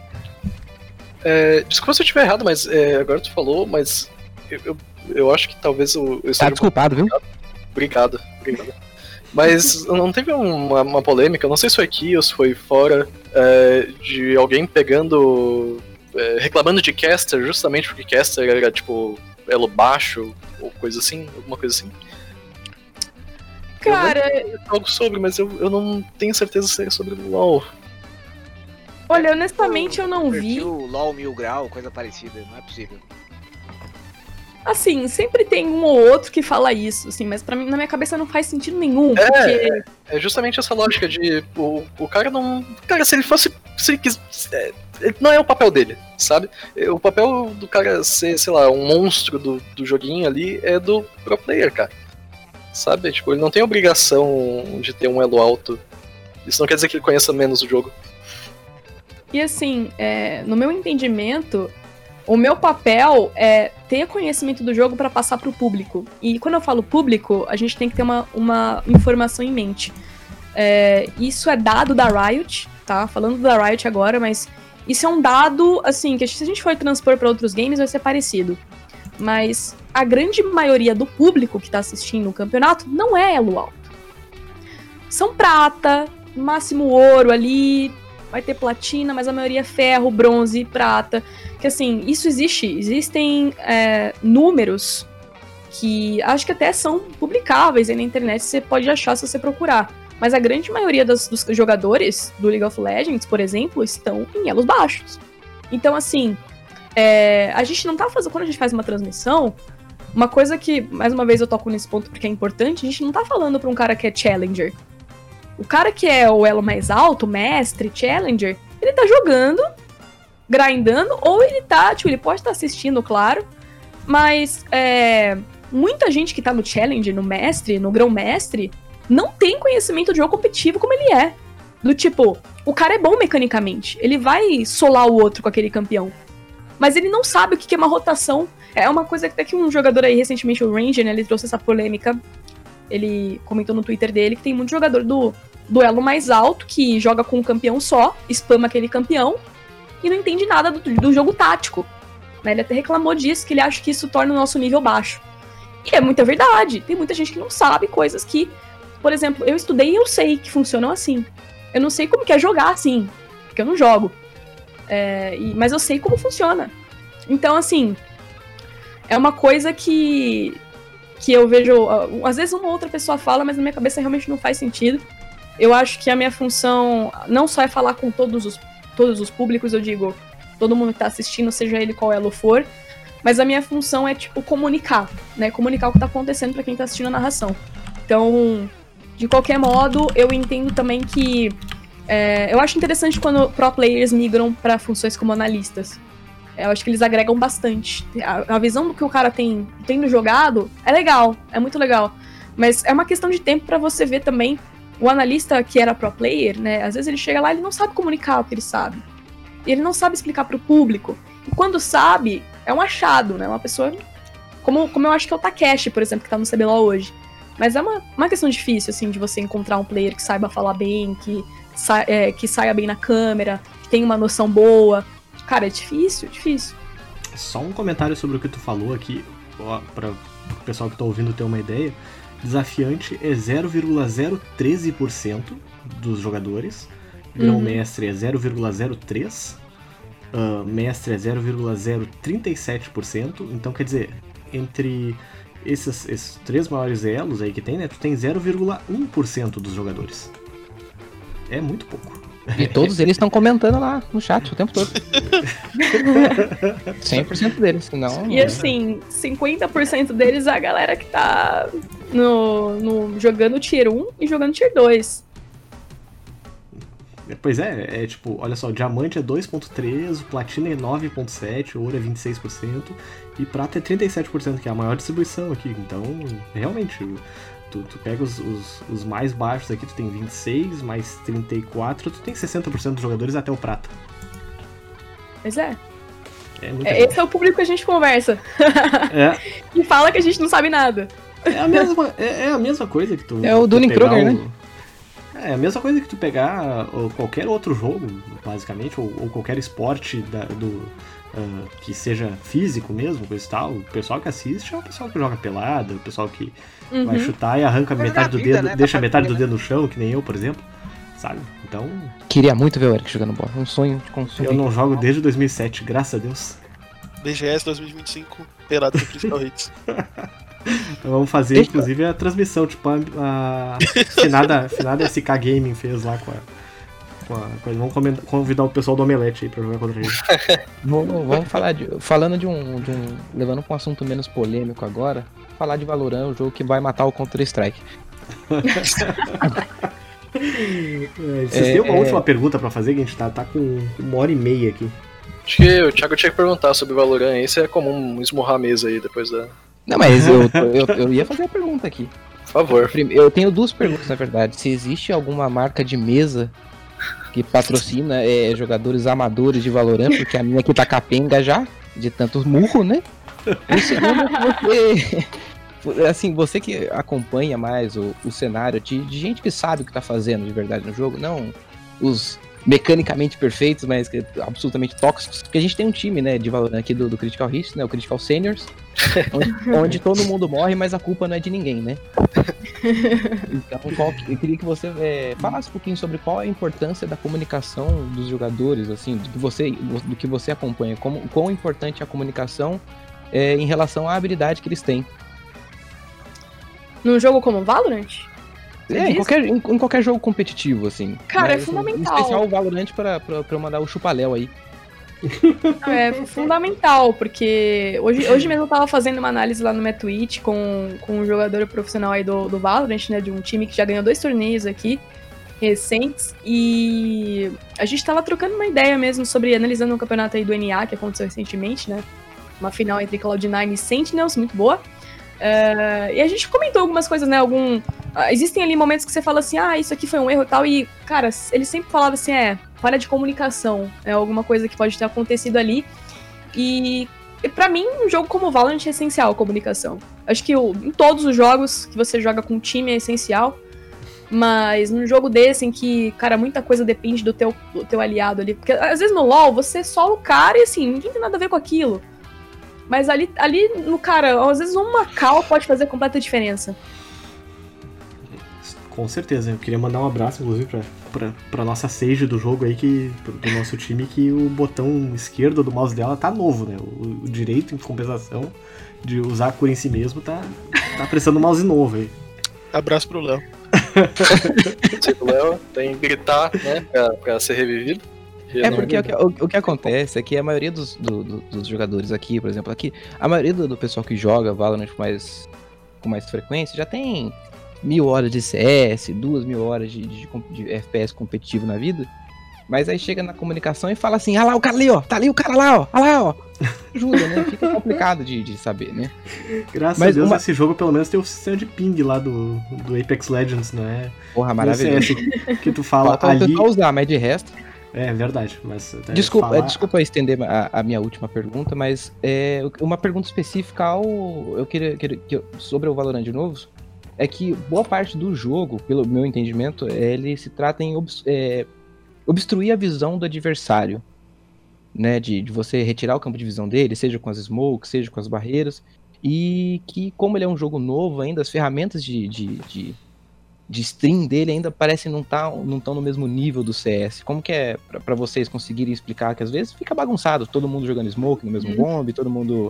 É, desculpa se eu estiver errado, mas é, agora tu falou, mas eu, eu, eu acho que talvez eu, eu Tá esteja... desculpado, viu? Obrigado, obrigado. Mas não teve uma, uma polêmica, eu não sei se foi aqui ou se foi fora, é, de alguém pegando, é, reclamando de caster, justamente porque caster era tipo elo baixo ou coisa assim, alguma coisa assim. Cara, Eu não algo sobre, mas eu, eu não tenho certeza se é sobre o LoL. olha, honestamente eu não vi. O LoL Mil Grau, coisa parecida, não é possível. Assim, sempre tem um ou outro que fala isso, assim, mas pra mim, na minha cabeça não faz sentido nenhum, É. porque... É justamente essa lógica de o, o cara não. Cara, se ele fosse. Se ele quis, é, não é o papel dele, sabe? O papel do cara ser, sei lá, um monstro do, do joguinho ali é do pro player, cara. Sabe? Tipo, ele não tem obrigação de ter um elo alto. Isso não quer dizer que ele conheça menos o jogo. E assim, é, no meu entendimento, o meu papel é ter conhecimento do jogo pra passar pro público. E quando eu falo público, a gente tem que ter uma, uma informação em mente. É, isso é dado da Riot, tá? Falando da Riot agora, mas isso é um dado, assim, que se a gente for transpor pra outros games vai ser parecido. Mas a grande maioria do público que tá assistindo o campeonato não é elo alto. São prata, máximo ouro ali, vai ter platina, mas a maioria é ferro, bronze, prata. Que assim, isso existe. Existem é, números que acho que até são publicáveis aí na internet, você pode achar se você procurar. Mas a grande maioria das, dos jogadores do League of Legends, por exemplo, estão em elos baixos. Então, assim, é, a gente não tá fazendo... Quando a gente faz uma transmissão, uma coisa que, mais uma vez eu toco nesse ponto porque é importante, a gente não tá falando pra um cara que é Challenger. O cara que é o elo mais alto, mestre, challenger, ele tá jogando, grindando, ou ele tá, tipo, ele pode estar assistindo, claro, mas é, muita gente que tá no challenger, no mestre, no grão-mestre, não tem conhecimento de jogo competitivo como ele é. Do tipo, o cara é bom mecanicamente, ele vai solar o outro com aquele campeão, mas ele não sabe o que é uma rotação. É uma coisa que até que um jogador aí, recentemente, o Ranger, né, ele trouxe essa polêmica, ele comentou no Twitter dele que tem muito jogador do duelo mais alto que joga com um campeão só, spama aquele campeão e não entende nada do, do jogo tático. Né? Ele até reclamou disso, que ele acha que isso torna o nosso nível baixo. E é muita verdade. Tem muita gente que não sabe coisas que, por exemplo, eu estudei e eu sei que funcionam assim. Eu não sei como que é jogar assim, porque eu não jogo. É, e, mas eu sei como funciona. Então, assim, é uma coisa que, que eu vejo... Uh, às vezes uma outra pessoa fala, mas na minha cabeça realmente não faz sentido. Eu acho que a minha função não só é falar com todos os, todos os públicos, eu digo, todo mundo que tá assistindo, seja ele qual elo for, mas a minha função é, tipo, comunicar, né? Comunicar o que tá acontecendo pra quem tá assistindo a narração. Então, de qualquer modo, eu entendo também que... É, eu acho interessante quando pro players migram pra funções como analistas. Eu acho que eles agregam bastante. A, a visão do que o cara tem tendo jogado é legal, é muito legal. Mas é uma questão de tempo pra você ver também o analista que era pro player, né? Às vezes ele chega lá e ele não sabe comunicar o que ele sabe. Ele não sabe explicar pro público. E quando sabe, é um achado, né? Uma pessoa... Como, como eu acho que é o Takeshi, por exemplo, que tá no C B L O hoje. Mas é uma, uma questão difícil, assim, de você encontrar um player que saiba falar bem, que, sa- é, que saia bem na câmera, que tenha uma noção boa. Cara, é difícil, difícil. Só um comentário sobre o que tu falou aqui, ó, para o pessoal que tá ouvindo ter uma ideia. Desafiante é zero vírgula zero treze por cento dos jogadores, grão-mestre é zero vírgula zero três por cento, uh, mestre é zero vírgula zero trinta e sete por cento, então quer dizer, entre esses, esses três maiores elos aí que tem, né, tu tem zero vírgula um por cento dos jogadores. É muito pouco. E todos eles estão comentando lá no chat o tempo todo. cem por cento deles, senão... E assim, cinquenta por cento deles é a galera que tá no, no, jogando Tier um e jogando Tier dois. Pois é, é tipo, olha só, diamante é dois ponto três, platina é nove ponto sete, ouro é vinte e seis por cento e prata é trinta e sete por cento, que é a maior distribuição aqui. Então, realmente, tu, tu pega os, os, os mais baixos aqui, tu tem vinte e seis, mais trinta e quatro, tu tem sessenta por cento dos jogadores até o prata. Pois é. É muita É, gente. esse é o público que a gente conversa. É. E fala que a gente não sabe nada. É a mesma, é, é a mesma coisa que tu... É o tu Dunning-Kruger, pegar né? É a mesma coisa que tu pegar ou, qualquer outro jogo, basicamente, ou, ou qualquer esporte da, do, uh, que seja físico mesmo, coisa e tal. O pessoal que assiste é o pessoal que joga pelada, o pessoal que Uhum. vai chutar e arranca Vai metade jogar do vida, dedo, né? deixa Pra metade do fazer, dedo no chão, que nem eu, por exemplo, sabe? Então, Queria muito ver o Eric jogando bola. Um sonho de consumo. eu não jogo desde dois mil e sete, graças a Deus. B G S dois mil e vinte e cinco, pelado com Critical Hits. Então vamos fazer, Deixa- inclusive, a transmissão, tipo, a, a finada, finada S K Gaming fez lá com a... Com a com a- vamos comentar- convidar o pessoal do Omelete aí pra jogar contra ele. Vamos, vamos falar de. Falando de um, de um. Levando pra um assunto menos polêmico agora. Falar de Valorant, o jogo que vai matar o Counter-Strike. É, Vocês É, têm uma é. última pergunta pra fazer, que a gente tá, tá com uma hora e meia aqui. Acho que o Thiago tinha que perguntar sobre Valorant aí, se é comum esmurrar a mesa aí depois da... Não, mas eu, eu, eu ia fazer a pergunta aqui. Por favor. Prime- Eu tenho duas perguntas, na verdade. Se existe alguma marca de mesa que patrocina é, jogadores amadores de Valorant, porque a minha aqui tá capenga já, de tantos murro, né? O segundo é que você, assim, você que acompanha mais o, o cenário de, de gente que sabe o que tá fazendo de verdade no jogo, não os mecanicamente perfeitos, mas que- absolutamente tóxicos, porque a gente tem um time, né, de Valorant aqui do, do Critical Hits, né, o Critical Seniors, onde, onde todo mundo morre, mas a culpa não é de ninguém, né? Então, qual que- eu queria que você é, falasse um pouquinho sobre qual a importância da comunicação dos jogadores, assim, do que você, do que você acompanha, como, quão importante é a comunicação é, em relação à habilidade que eles têm. Num jogo como Valorant? Você É, em diz? qualquer, em, em qualquer jogo competitivo, assim. Cara, é assim, fundamental. Em especial o Valorant pra, pra, pra eu mandar o chupaléu aí. É fundamental, porque hoje, hoje mesmo eu tava fazendo uma análise lá no meu Twitch com, com um jogador profissional aí do, do Valorant, né, de um time que já ganhou dois torneios aqui. recentes, e a gente tava trocando uma ideia mesmo sobre, analisando o campeonato aí do N A que aconteceu recentemente, né? Uma final entre Cloud nine e Sentinels, muito boa. Uh, e a gente comentou algumas coisas, né? Algum, uh, existem ali momentos que você fala assim, ah, isso aqui foi um erro e tal, e, cara, ele sempre falava assim, é, falha de comunicação, é alguma coisa que pode ter acontecido ali. E, e pra mim, um jogo como o Valorant é essencial a comunicação. Acho que o, em todos os jogos que você joga com um time é essencial, mas num jogo desse em que, cara, muita coisa depende do teu, do teu aliado ali. Porque às vezes no LoL você é só o cara e assim, ninguém tem nada a ver com aquilo. Mas ali, ali no cara, às vezes uma call pode fazer completa diferença. Com certeza, eu queria mandar um abraço, inclusive, pra, pra, pra nossa Sage do jogo aí, que, do nosso time, que o botão esquerdo do mouse dela tá novo, né? O, o direito, em compensação, de usar a cura em si mesmo, tá, tá precisando um mouse novo aí. Abraço pro Léo. O Léo tem que gritar, né, pra, pra ser revivido. É porque o que, o, o que acontece é que a maioria dos, do, do, dos jogadores aqui, por exemplo, aqui, a maioria do, do pessoal que joga Valorant com mais, com mais frequência já tem mil horas de C S, duas mil horas de, de, de F P S competitivo na vida, mas aí chega na comunicação e fala assim, ah lá o cara ali, ó, tá ali o cara lá, ó, ah lá, ó. Ajuda, né? Fica complicado de, de saber, né? Graças mas a Deus, uma... esse jogo pelo menos tem o sistema de ping lá do, do Apex Legends, né? Porra, maravilhoso. Que tu fala Falta ali... só usar, mas de resto... É verdade, mas... Desculpa, falar... desculpa estender a, a minha última pergunta, mas é, uma pergunta específica ao... Eu queria, queria, que eu, sobre o Valorant de novo, é que boa parte do jogo, pelo meu entendimento, ele se trata em obs, é, obstruir a visão do adversário, né, de, de você retirar o campo de visão dele, seja com as smokes, seja com as barreiras, e que como ele é um jogo novo ainda, as ferramentas de... de, de de stream dele ainda parece não tá, não tão no mesmo nível do C S. Como que é pra, pra vocês conseguirem explicar que às vezes fica bagunçado, todo mundo jogando smoke no mesmo Uhum. bomb, todo mundo...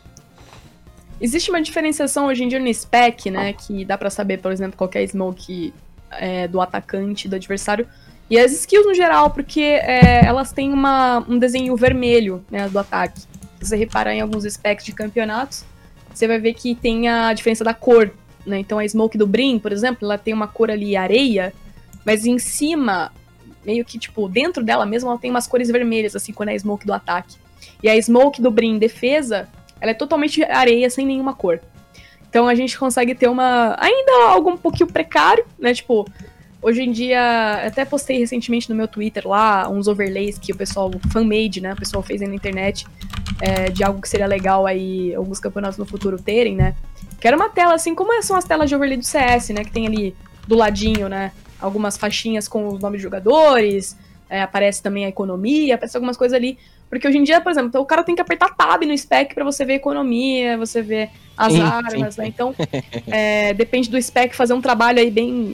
Existe uma diferenciação hoje em dia no spec, né, que dá pra saber, por exemplo, qual que é a smoke é, do atacante, do adversário, e as skills no geral, porque é, elas têm uma, um desenho vermelho, né, do ataque. Se você reparar em alguns specs de campeonatos, você vai ver que tem a diferença da cor, né? Então a smoke do Brim, por exemplo, ela tem uma cor ali areia, mas em cima, meio que tipo, dentro dela mesmo, ela tem umas cores vermelhas, assim, quando é a smoke do ataque. E a smoke do Brim defesa, ela é totalmente areia, sem nenhuma cor. Então a gente consegue ter uma... ainda algo um pouquinho precário, né? Tipo, hoje em dia, até postei recentemente no meu Twitter lá, uns overlays que o pessoal, fan-made, né? O pessoal fez aí na internet, é, de algo que seria legal aí, alguns campeonatos no futuro terem, né? Que era uma tela, assim, como são as telas de overlay do C S, né? Que tem ali do ladinho, né? Algumas faixinhas com os nomes de jogadores, é, aparece também a economia, aparece algumas coisas ali. Porque hoje em dia, por exemplo, então, o cara tem que apertar tab no spec pra você ver a economia, você ver as Sim, armas, sim. né? Então, é, depende do spec fazer um trabalho aí bem,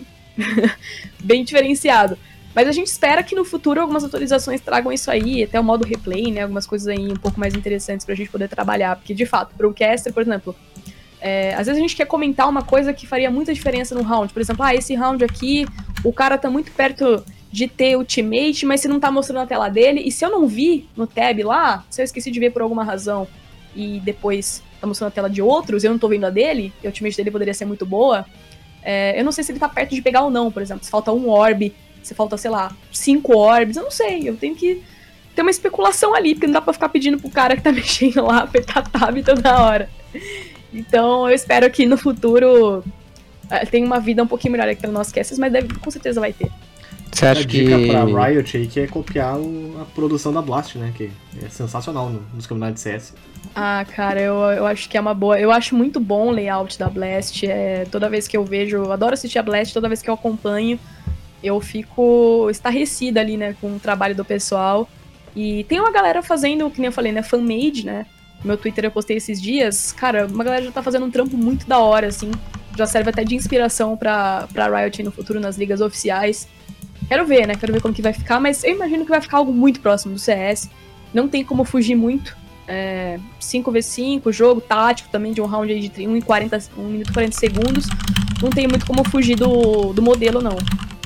bem diferenciado. Mas a gente espera que no futuro algumas atualizações tragam isso aí, até o modo replay, né? Algumas coisas aí um pouco mais interessantes pra gente poder trabalhar. Porque, de fato, o Broadcaster, por exemplo... É, às vezes a gente quer comentar uma coisa que faria muita diferença no round. Por exemplo, ah, esse round aqui, o cara tá muito perto de ter ultimate, mas se não tá mostrando a tela dele, e se eu não vi no tab lá, se eu esqueci de ver por alguma razão, e depois tá mostrando a tela de outros, e eu não tô vendo a dele, e a ultimate dele poderia ser muito boa, é, eu não sei se ele tá perto de pegar ou não, por exemplo. Se falta um orb, se falta, sei lá, cinco orbs, eu não sei, eu tenho que ter uma especulação ali, porque não dá pra ficar pedindo pro cara que tá mexendo lá, apertar tab toda hora. Então eu espero que no futuro uh, tenha uma vida um pouquinho melhor aqui no nosso Cassis, mas deve, com certeza vai ter. Você acha a dica que... pra Riot aí que é copiar o, a produção da Blast, né? Que é sensacional no, nos campeonatos de C S. Ah, cara, eu, eu acho que é uma boa. Eu acho muito bom o layout da Blast. É, toda vez que eu vejo, eu adoro assistir a Blast, toda vez que eu acompanho, eu fico estarrecida ali, né, com o trabalho do pessoal. E tem uma galera fazendo, que nem eu falei, né, fan-made, né? No meu Twitter eu postei esses dias, cara, uma galera já tá fazendo um trampo muito da hora, assim. Já serve até de inspiração pra, pra Riot no futuro, nas ligas oficiais. Quero ver, né? Quero ver como que vai ficar, mas eu imagino que vai ficar algo muito próximo do C S. Não tem como fugir muito. É, cinco contra cinco, jogo tático também de um round aí de um minuto e quarenta segundos. Não tem muito como fugir do, do modelo, não.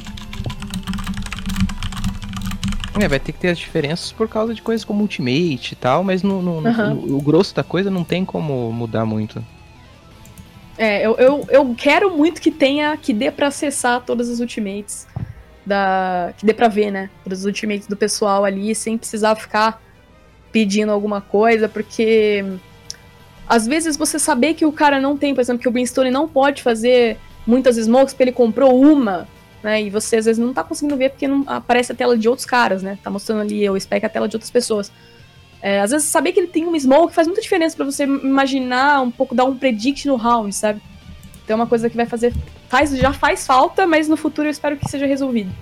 É, vai ter que ter as diferenças por causa de coisas como Ultimate e tal, mas no, no, Uhum. no, o grosso da coisa não tem como mudar muito. É, eu, eu, eu quero muito que tenha, que dê pra acessar todas as Ultimates da, que dê pra ver, né? Dos ultimates do pessoal ali, sem precisar ficar pedindo alguma coisa, porque às vezes você saber que o cara não tem, por exemplo, que o Brimstone não pode fazer muitas smokes porque ele comprou uma, né? E você às vezes não tá conseguindo ver porque não aparece a tela de outros caras, né? Tá mostrando ali o spec a tela de outras pessoas. É, às vezes saber que ele tem uma smoke faz muita diferença pra você imaginar um pouco, dar um predict no round, sabe? Então é uma coisa que vai fazer, faz, já faz falta, mas no futuro eu espero que seja resolvido.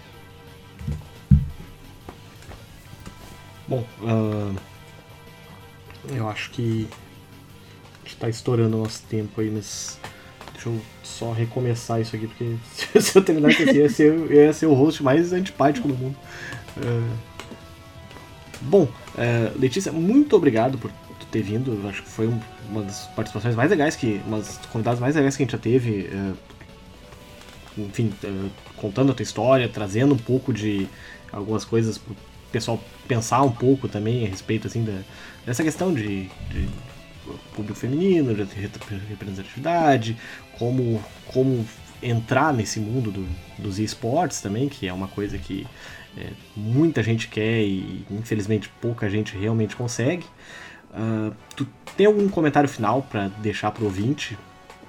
Bom, uh, eu acho que a gente tá estourando o nosso tempo aí, mas deixa eu só recomeçar isso aqui, porque se eu terminar com esse, ia ser, eu ia ser o host mais antipático do mundo. Uh, bom, uh, Letícia, muito obrigado por ter vindo. Eu acho que foi uma das participações mais legais, que, uma das convidadas mais legais que a gente já teve. Uh, enfim, uh, contando a tua história, trazendo um pouco de algumas coisas pro pessoal pensar um pouco também a respeito assim, da, dessa questão de, de público feminino, de representatividade, como, como entrar nesse mundo do, dos esportes também, que é uma coisa que é, muita gente quer e infelizmente pouca gente realmente consegue. Uh, tu tem algum comentário final para deixar pro ouvinte?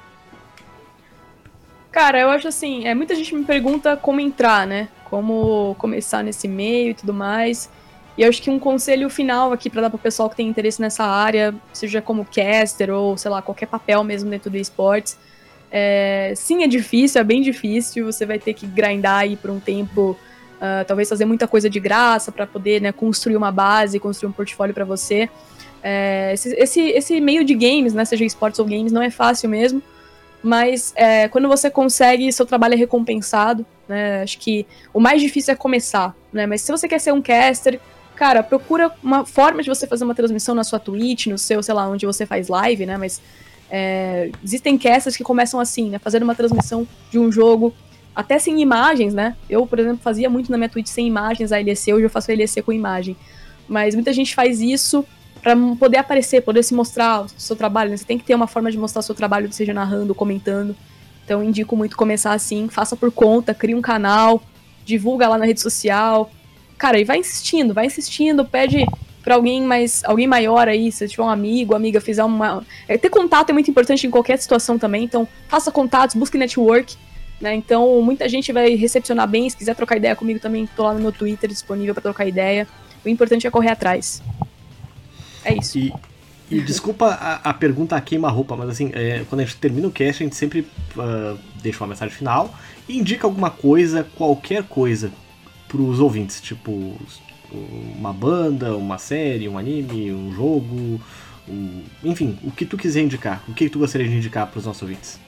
Cara, eu acho assim, é, muita gente me pergunta como entrar, né? Como começar nesse meio e tudo mais. E eu acho que um conselho final aqui pra dar pro pessoal que tem interesse nessa área, seja como caster ou, sei lá, qualquer papel mesmo dentro do esportes. É, sim, é difícil, é bem difícil. Você vai ter que grindar aí por um tempo, uh, talvez fazer muita coisa de graça pra poder, né, construir uma base, construir um portfólio pra você. É, esse, esse, esse meio de games, né, seja esportes ou games, não é fácil mesmo. Mas é, quando você consegue, seu trabalho é recompensado, né? Acho que o mais difícil é começar, né? Mas se você quer ser um caster, cara, procura uma forma de você fazer uma transmissão na sua Twitch, no seu, sei lá, onde você faz live, né? Mas é, existem casters que começam assim, né? Fazendo uma transmissão de um jogo, até sem imagens, né? Eu, por exemplo, fazia muito na minha Twitch sem imagens a L E C, hoje eu faço a L E C com imagem. Mas muita gente faz isso pra poder aparecer, poder se mostrar o seu trabalho, né? Você tem que ter uma forma de mostrar o seu trabalho, seja narrando, comentando. Então, eu indico muito começar assim, faça por conta, cria um canal, divulga lá na rede social. Cara, e vai insistindo, vai insistindo, pede pra alguém mais, alguém maior aí, se tiver um amigo, amiga, fizer uma... É, ter contato é muito importante em qualquer situação também, então faça contatos, busque network, né? Então, muita gente vai recepcionar bem, se quiser trocar ideia comigo também, tô lá no meu Twitter disponível pra trocar ideia. O importante é correr atrás. É isso. E, e desculpa a, a pergunta a queima-roupa, mas assim, é, quando a gente termina o cast, a gente sempre uh, deixa uma mensagem final e indica alguma coisa, qualquer coisa, pros ouvintes, tipo uma banda, uma série, um anime, um jogo, um, enfim, o que tu quiser indicar, o que tu gostaria de indicar pros nossos ouvintes.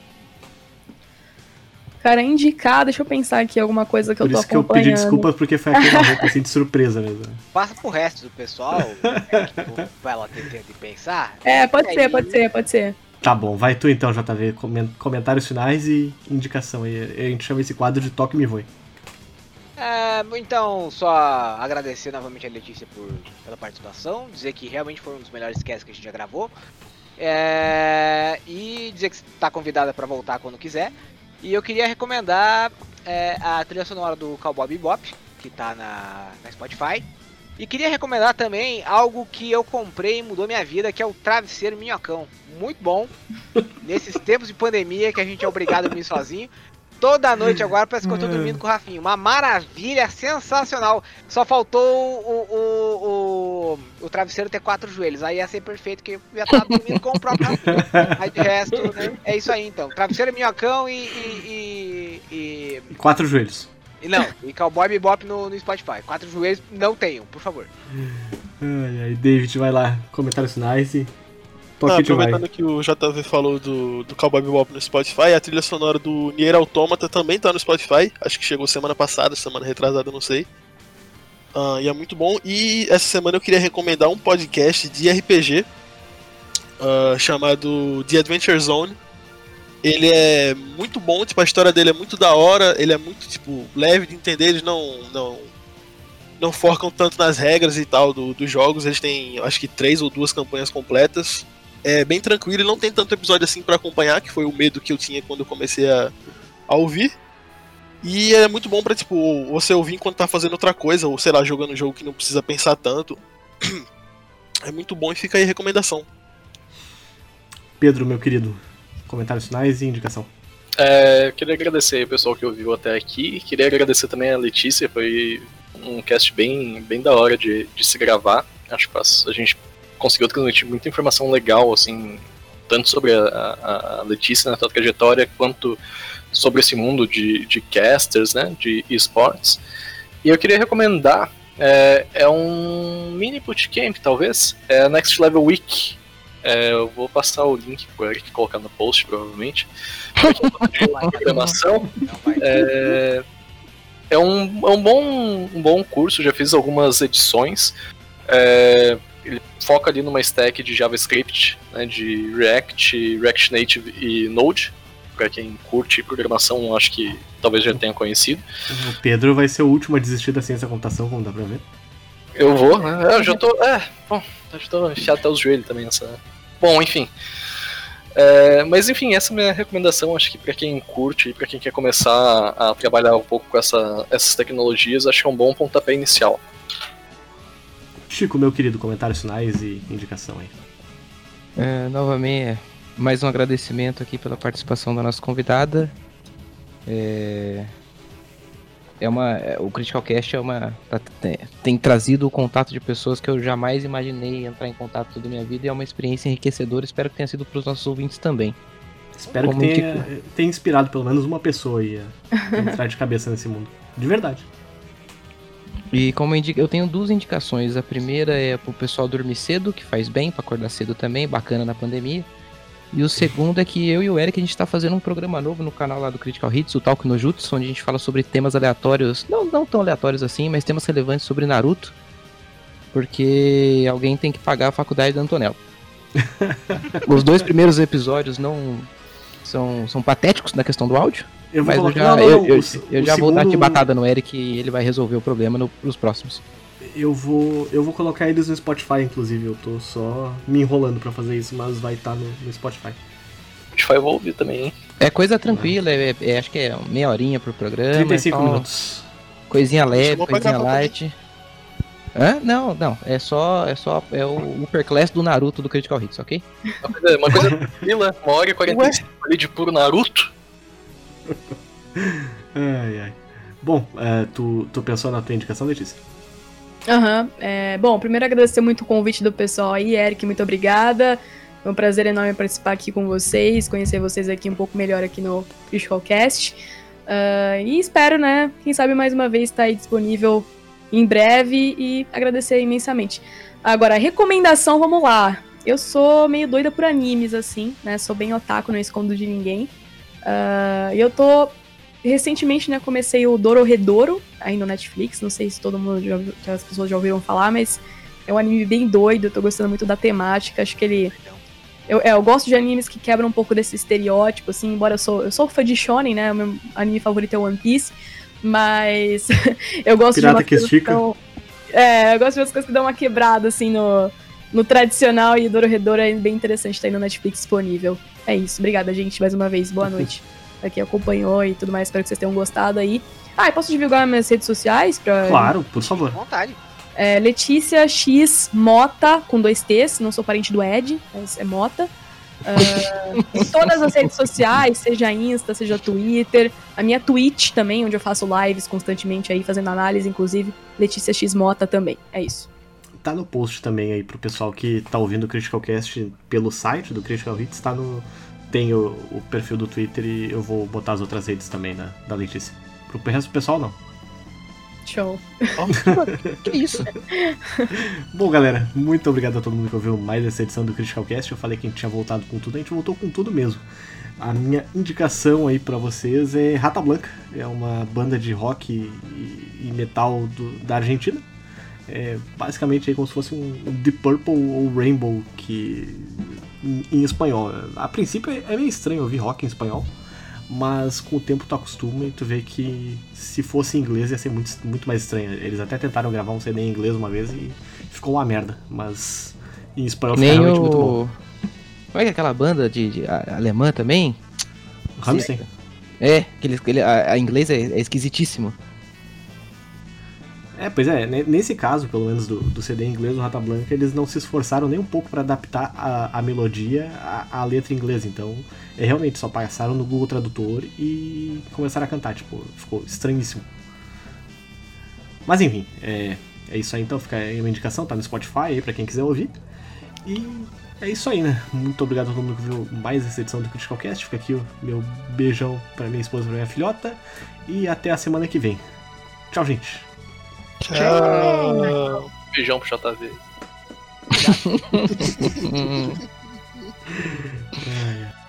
Cara, indicar, deixa eu pensar aqui alguma coisa que Por eu tô acompanhando. Por isso que eu pedi desculpas, porque foi aqui uma roupa assim de surpresa mesmo. Passa pro resto do pessoal, né, que vai lá ter tempo de pensar. É, pode e ser, aí... pode ser, pode ser. Tá bom, vai tu então, J V, comentários finais e indicação aí. A gente chama esse quadro de Toque Me Voe. É, então, só agradecer novamente a Letícia por, pela participação, dizer que realmente foi um dos melhores casts que a gente já gravou. É, e dizer que está convidada para voltar quando quiser. E eu queria recomendar é, a trilha sonora do Cowboy Bebop, que tá na, na Spotify. E queria recomendar também algo que eu comprei e mudou minha vida, que é o travesseiro minhocão. Muito bom. Nesses tempos de pandemia que a gente é obrigado a dormir sozinho. Toda noite agora parece que eu tô dormindo com o Rafinho. Uma maravilha, sensacional. Só faltou o, o, o, o travesseiro ter quatro joelhos. Aí ia ser perfeito, que eu ia estar dormindo com o próprio Rafinho. Aí de resto, né, é isso aí então. Travesseiro, minhocão e... e, e, e... Quatro joelhos. E não, e Cowboy Bebop no, no Spotify. Quatro joelhos não tenham, por favor. Ai, ai, David, vai lá. Comentários finais e... Ah, aproveitando que o J V falou do, do Cowboy Bebop no Spotify, a trilha sonora do Nier Automata também tá no Spotify. Acho que chegou semana passada, semana retrasada, não sei. Ah, e é muito bom. E essa semana eu queria recomendar um podcast de R P G uh, chamado The Adventure Zone. Ele é muito bom, tipo, a história dele é muito da hora, ele é muito, tipo, leve de entender, eles não, não, não forcam tanto nas regras e tal do, dos jogos, eles têm, acho que, três ou duas campanhas completas. É bem tranquilo, e não tem tanto episódio assim pra acompanhar, que foi o medo que eu tinha quando eu comecei a, a ouvir. E é muito bom pra, tipo, você ouvir enquanto tá fazendo outra coisa, ou sei lá, jogando um jogo que não precisa pensar tanto. É muito bom e fica aí a recomendação. Pedro, meu querido, comentários finais e indicação. É, eu queria agradecer o pessoal que ouviu até aqui. Queria agradecer também a Letícia, foi um cast bem, bem da hora de, de se gravar. Acho que a gente conseguiu transmitir muita informação legal, assim, tanto sobre a, a, a Letícia na sua trajetória, quanto sobre esse mundo de, de casters, né, de esportes. E eu queria recomendar, é, é um mini bootcamp, talvez, é a Next Level Week. É, eu vou passar o link pro Eric colocar no post, provavelmente. De programação. É, é, um, é um, bom, um bom curso, já fiz algumas edições. É, ele foca ali numa stack de JavaScript, né, de React, React Native e Node. Pra quem curte programação, acho que talvez já tenha conhecido. O Pedro vai ser o último a desistir da ciência da computação, como dá pra ver. Eu vou, né? Eu já tô. É, bom, já tô enfiado até os joelhos também nessa. Bom, enfim. É, mas enfim, essa é a minha recomendação. Acho que pra quem curte e pra quem quer começar a trabalhar um pouco com essa, essas tecnologias, acho que é um bom pontapé inicial. Chico, meu querido, comentários finais e indicação aí. É, novamente, mais um agradecimento aqui pela participação da nossa convidada. É, é uma, o Critical Cast é uma, tem, tem trazido o contato de pessoas que eu jamais imaginei entrar em contato toda a minha vida e é uma experiência enriquecedora. Espero que tenha sido para os nossos ouvintes também. Espero Como que tenha, indico... tenha inspirado pelo menos uma pessoa aí a entrar de cabeça nesse mundo. De verdade. E como eu indico, eu tenho duas indicações. A primeira é pro pessoal dormir cedo, que faz bem, para acordar cedo também, bacana na pandemia. E o segundo é que eu e o Eric, a gente tá fazendo um programa novo no canal lá do Critical Hits, o Talk no Jutsu, onde a gente fala sobre temas aleatórios, não, não tão aleatórios assim, mas temas relevantes sobre Naruto, porque alguém tem que pagar a faculdade da Antonella. Os dois primeiros episódios não são, são patéticos na questão do áudio, eu mas eu já, não, não, eu, eu, o, eu já o vou segundo... dar chibatada no Eric e ele vai resolver o problema no, nos próximos. Eu vou, eu vou colocar eles no Spotify, inclusive. Eu tô só me enrolando pra fazer isso, mas vai estar tá no, no Spotify. Spotify eu vou ouvir também, hein? É coisa tranquila, é, é, acho que é meia horinha pro programa. trinta e cinco então, minutos. Coisinha leve, coisinha light. Hã? Não, não. É só, é só é o Upperclass do Naruto do Critical Hits, ok? Uma coisa, uma coisa tranquila, uma hora e quarenta e cinco ali de puro Naruto. Ai, ai. Bom, é, tu, tu pensou na tua indicação, Letícia? Aham. Uhum. É, bom, primeiro agradecer muito o convite do pessoal aí, Eric, muito obrigada. Foi um prazer enorme participar aqui com vocês, conhecer vocês aqui um pouco melhor aqui no Critical Cast. Uh, e espero, né, quem sabe mais uma vez estar aí disponível em breve e agradecer imensamente. Agora, recomendação, vamos lá. Eu sou meio doida por animes, assim, né, sou bem otaku, não escondo de ninguém. E uh, eu tô... Recentemente, né, comecei o Dorohedoro, aí no Netflix, não sei se todo mundo, já, se as pessoas já ouviram falar, mas é um anime bem doido, eu tô gostando muito da temática, acho que ele... Eu, é, eu gosto de animes que quebram um pouco desse estereótipo, assim, embora eu sou, eu sou fã de shonen, né, o meu anime favorito é One Piece, mas eu gosto Pirata de umas coisas que dão, é, eu gosto de umas coisas que dão uma quebrada, assim, no, no tradicional, e o Dorohedoro é bem interessante, tá aí no Netflix disponível. É isso, obrigada, gente, mais uma vez, boa noite. Pra quem acompanhou e tudo mais, espero que vocês tenham gostado aí. Ah, e posso divulgar minhas redes sociais? Pra... Claro, por favor. À vontade. É, Letícia X Mota, com dois T's, não sou parente do Ed, mas é Mota. Uh, em todas as redes sociais, seja Insta, seja Twitter, a minha Twitch também, onde eu faço lives constantemente aí, fazendo análise, inclusive, Letícia X Mota também, é isso. Tá no post também aí pro pessoal que tá ouvindo o Critical Cast pelo site do Critical Hits, tá no... Tem o, o perfil do Twitter e eu vou botar as outras redes também da, da Letícia. Pro resto do pessoal, não. Show. Oh, que isso? Bom, galera, muito obrigado a todo mundo que ouviu mais essa edição do Critical Cast. Eu falei que a gente tinha voltado com tudo, a gente voltou com tudo mesmo. A minha indicação aí pra vocês é Rata Blanca. É uma banda de rock e, e metal do, da Argentina. É basicamente aí como se fosse um, um Deep Purple ou Rainbow que... Em, em espanhol. A princípio é meio estranho ouvir rock em espanhol, mas com o tempo tu acostuma e tu vê que se fosse em inglês ia ser muito, muito mais estranho. Eles até tentaram gravar um C D em inglês uma vez e ficou uma merda, mas em espanhol ficou realmente o... muito bom. Como é que é aquela banda de, de a, alemã também? Rammstein. É, aquele, aquele, a, a inglês é, é esquisitíssimo. É, pois é, nesse caso, pelo menos do, do C D em inglês, o Rata Blanca, eles não se esforçaram nem um pouco pra adaptar a, a melodia à, à letra inglesa, então é, realmente só passaram no Google Tradutor e começaram a cantar, tipo, ficou estranhíssimo. Mas enfim, é, é isso aí então, fica aí uma indicação, tá no Spotify aí pra quem quiser ouvir. E é isso aí, né? Muito obrigado a todo mundo que viu mais essa edição do Critical Cast, fica aqui o meu beijão pra minha esposa e pra minha filhota, e até a semana que vem. Tchau, gente! Tchau. Beijão pro J V. Ai,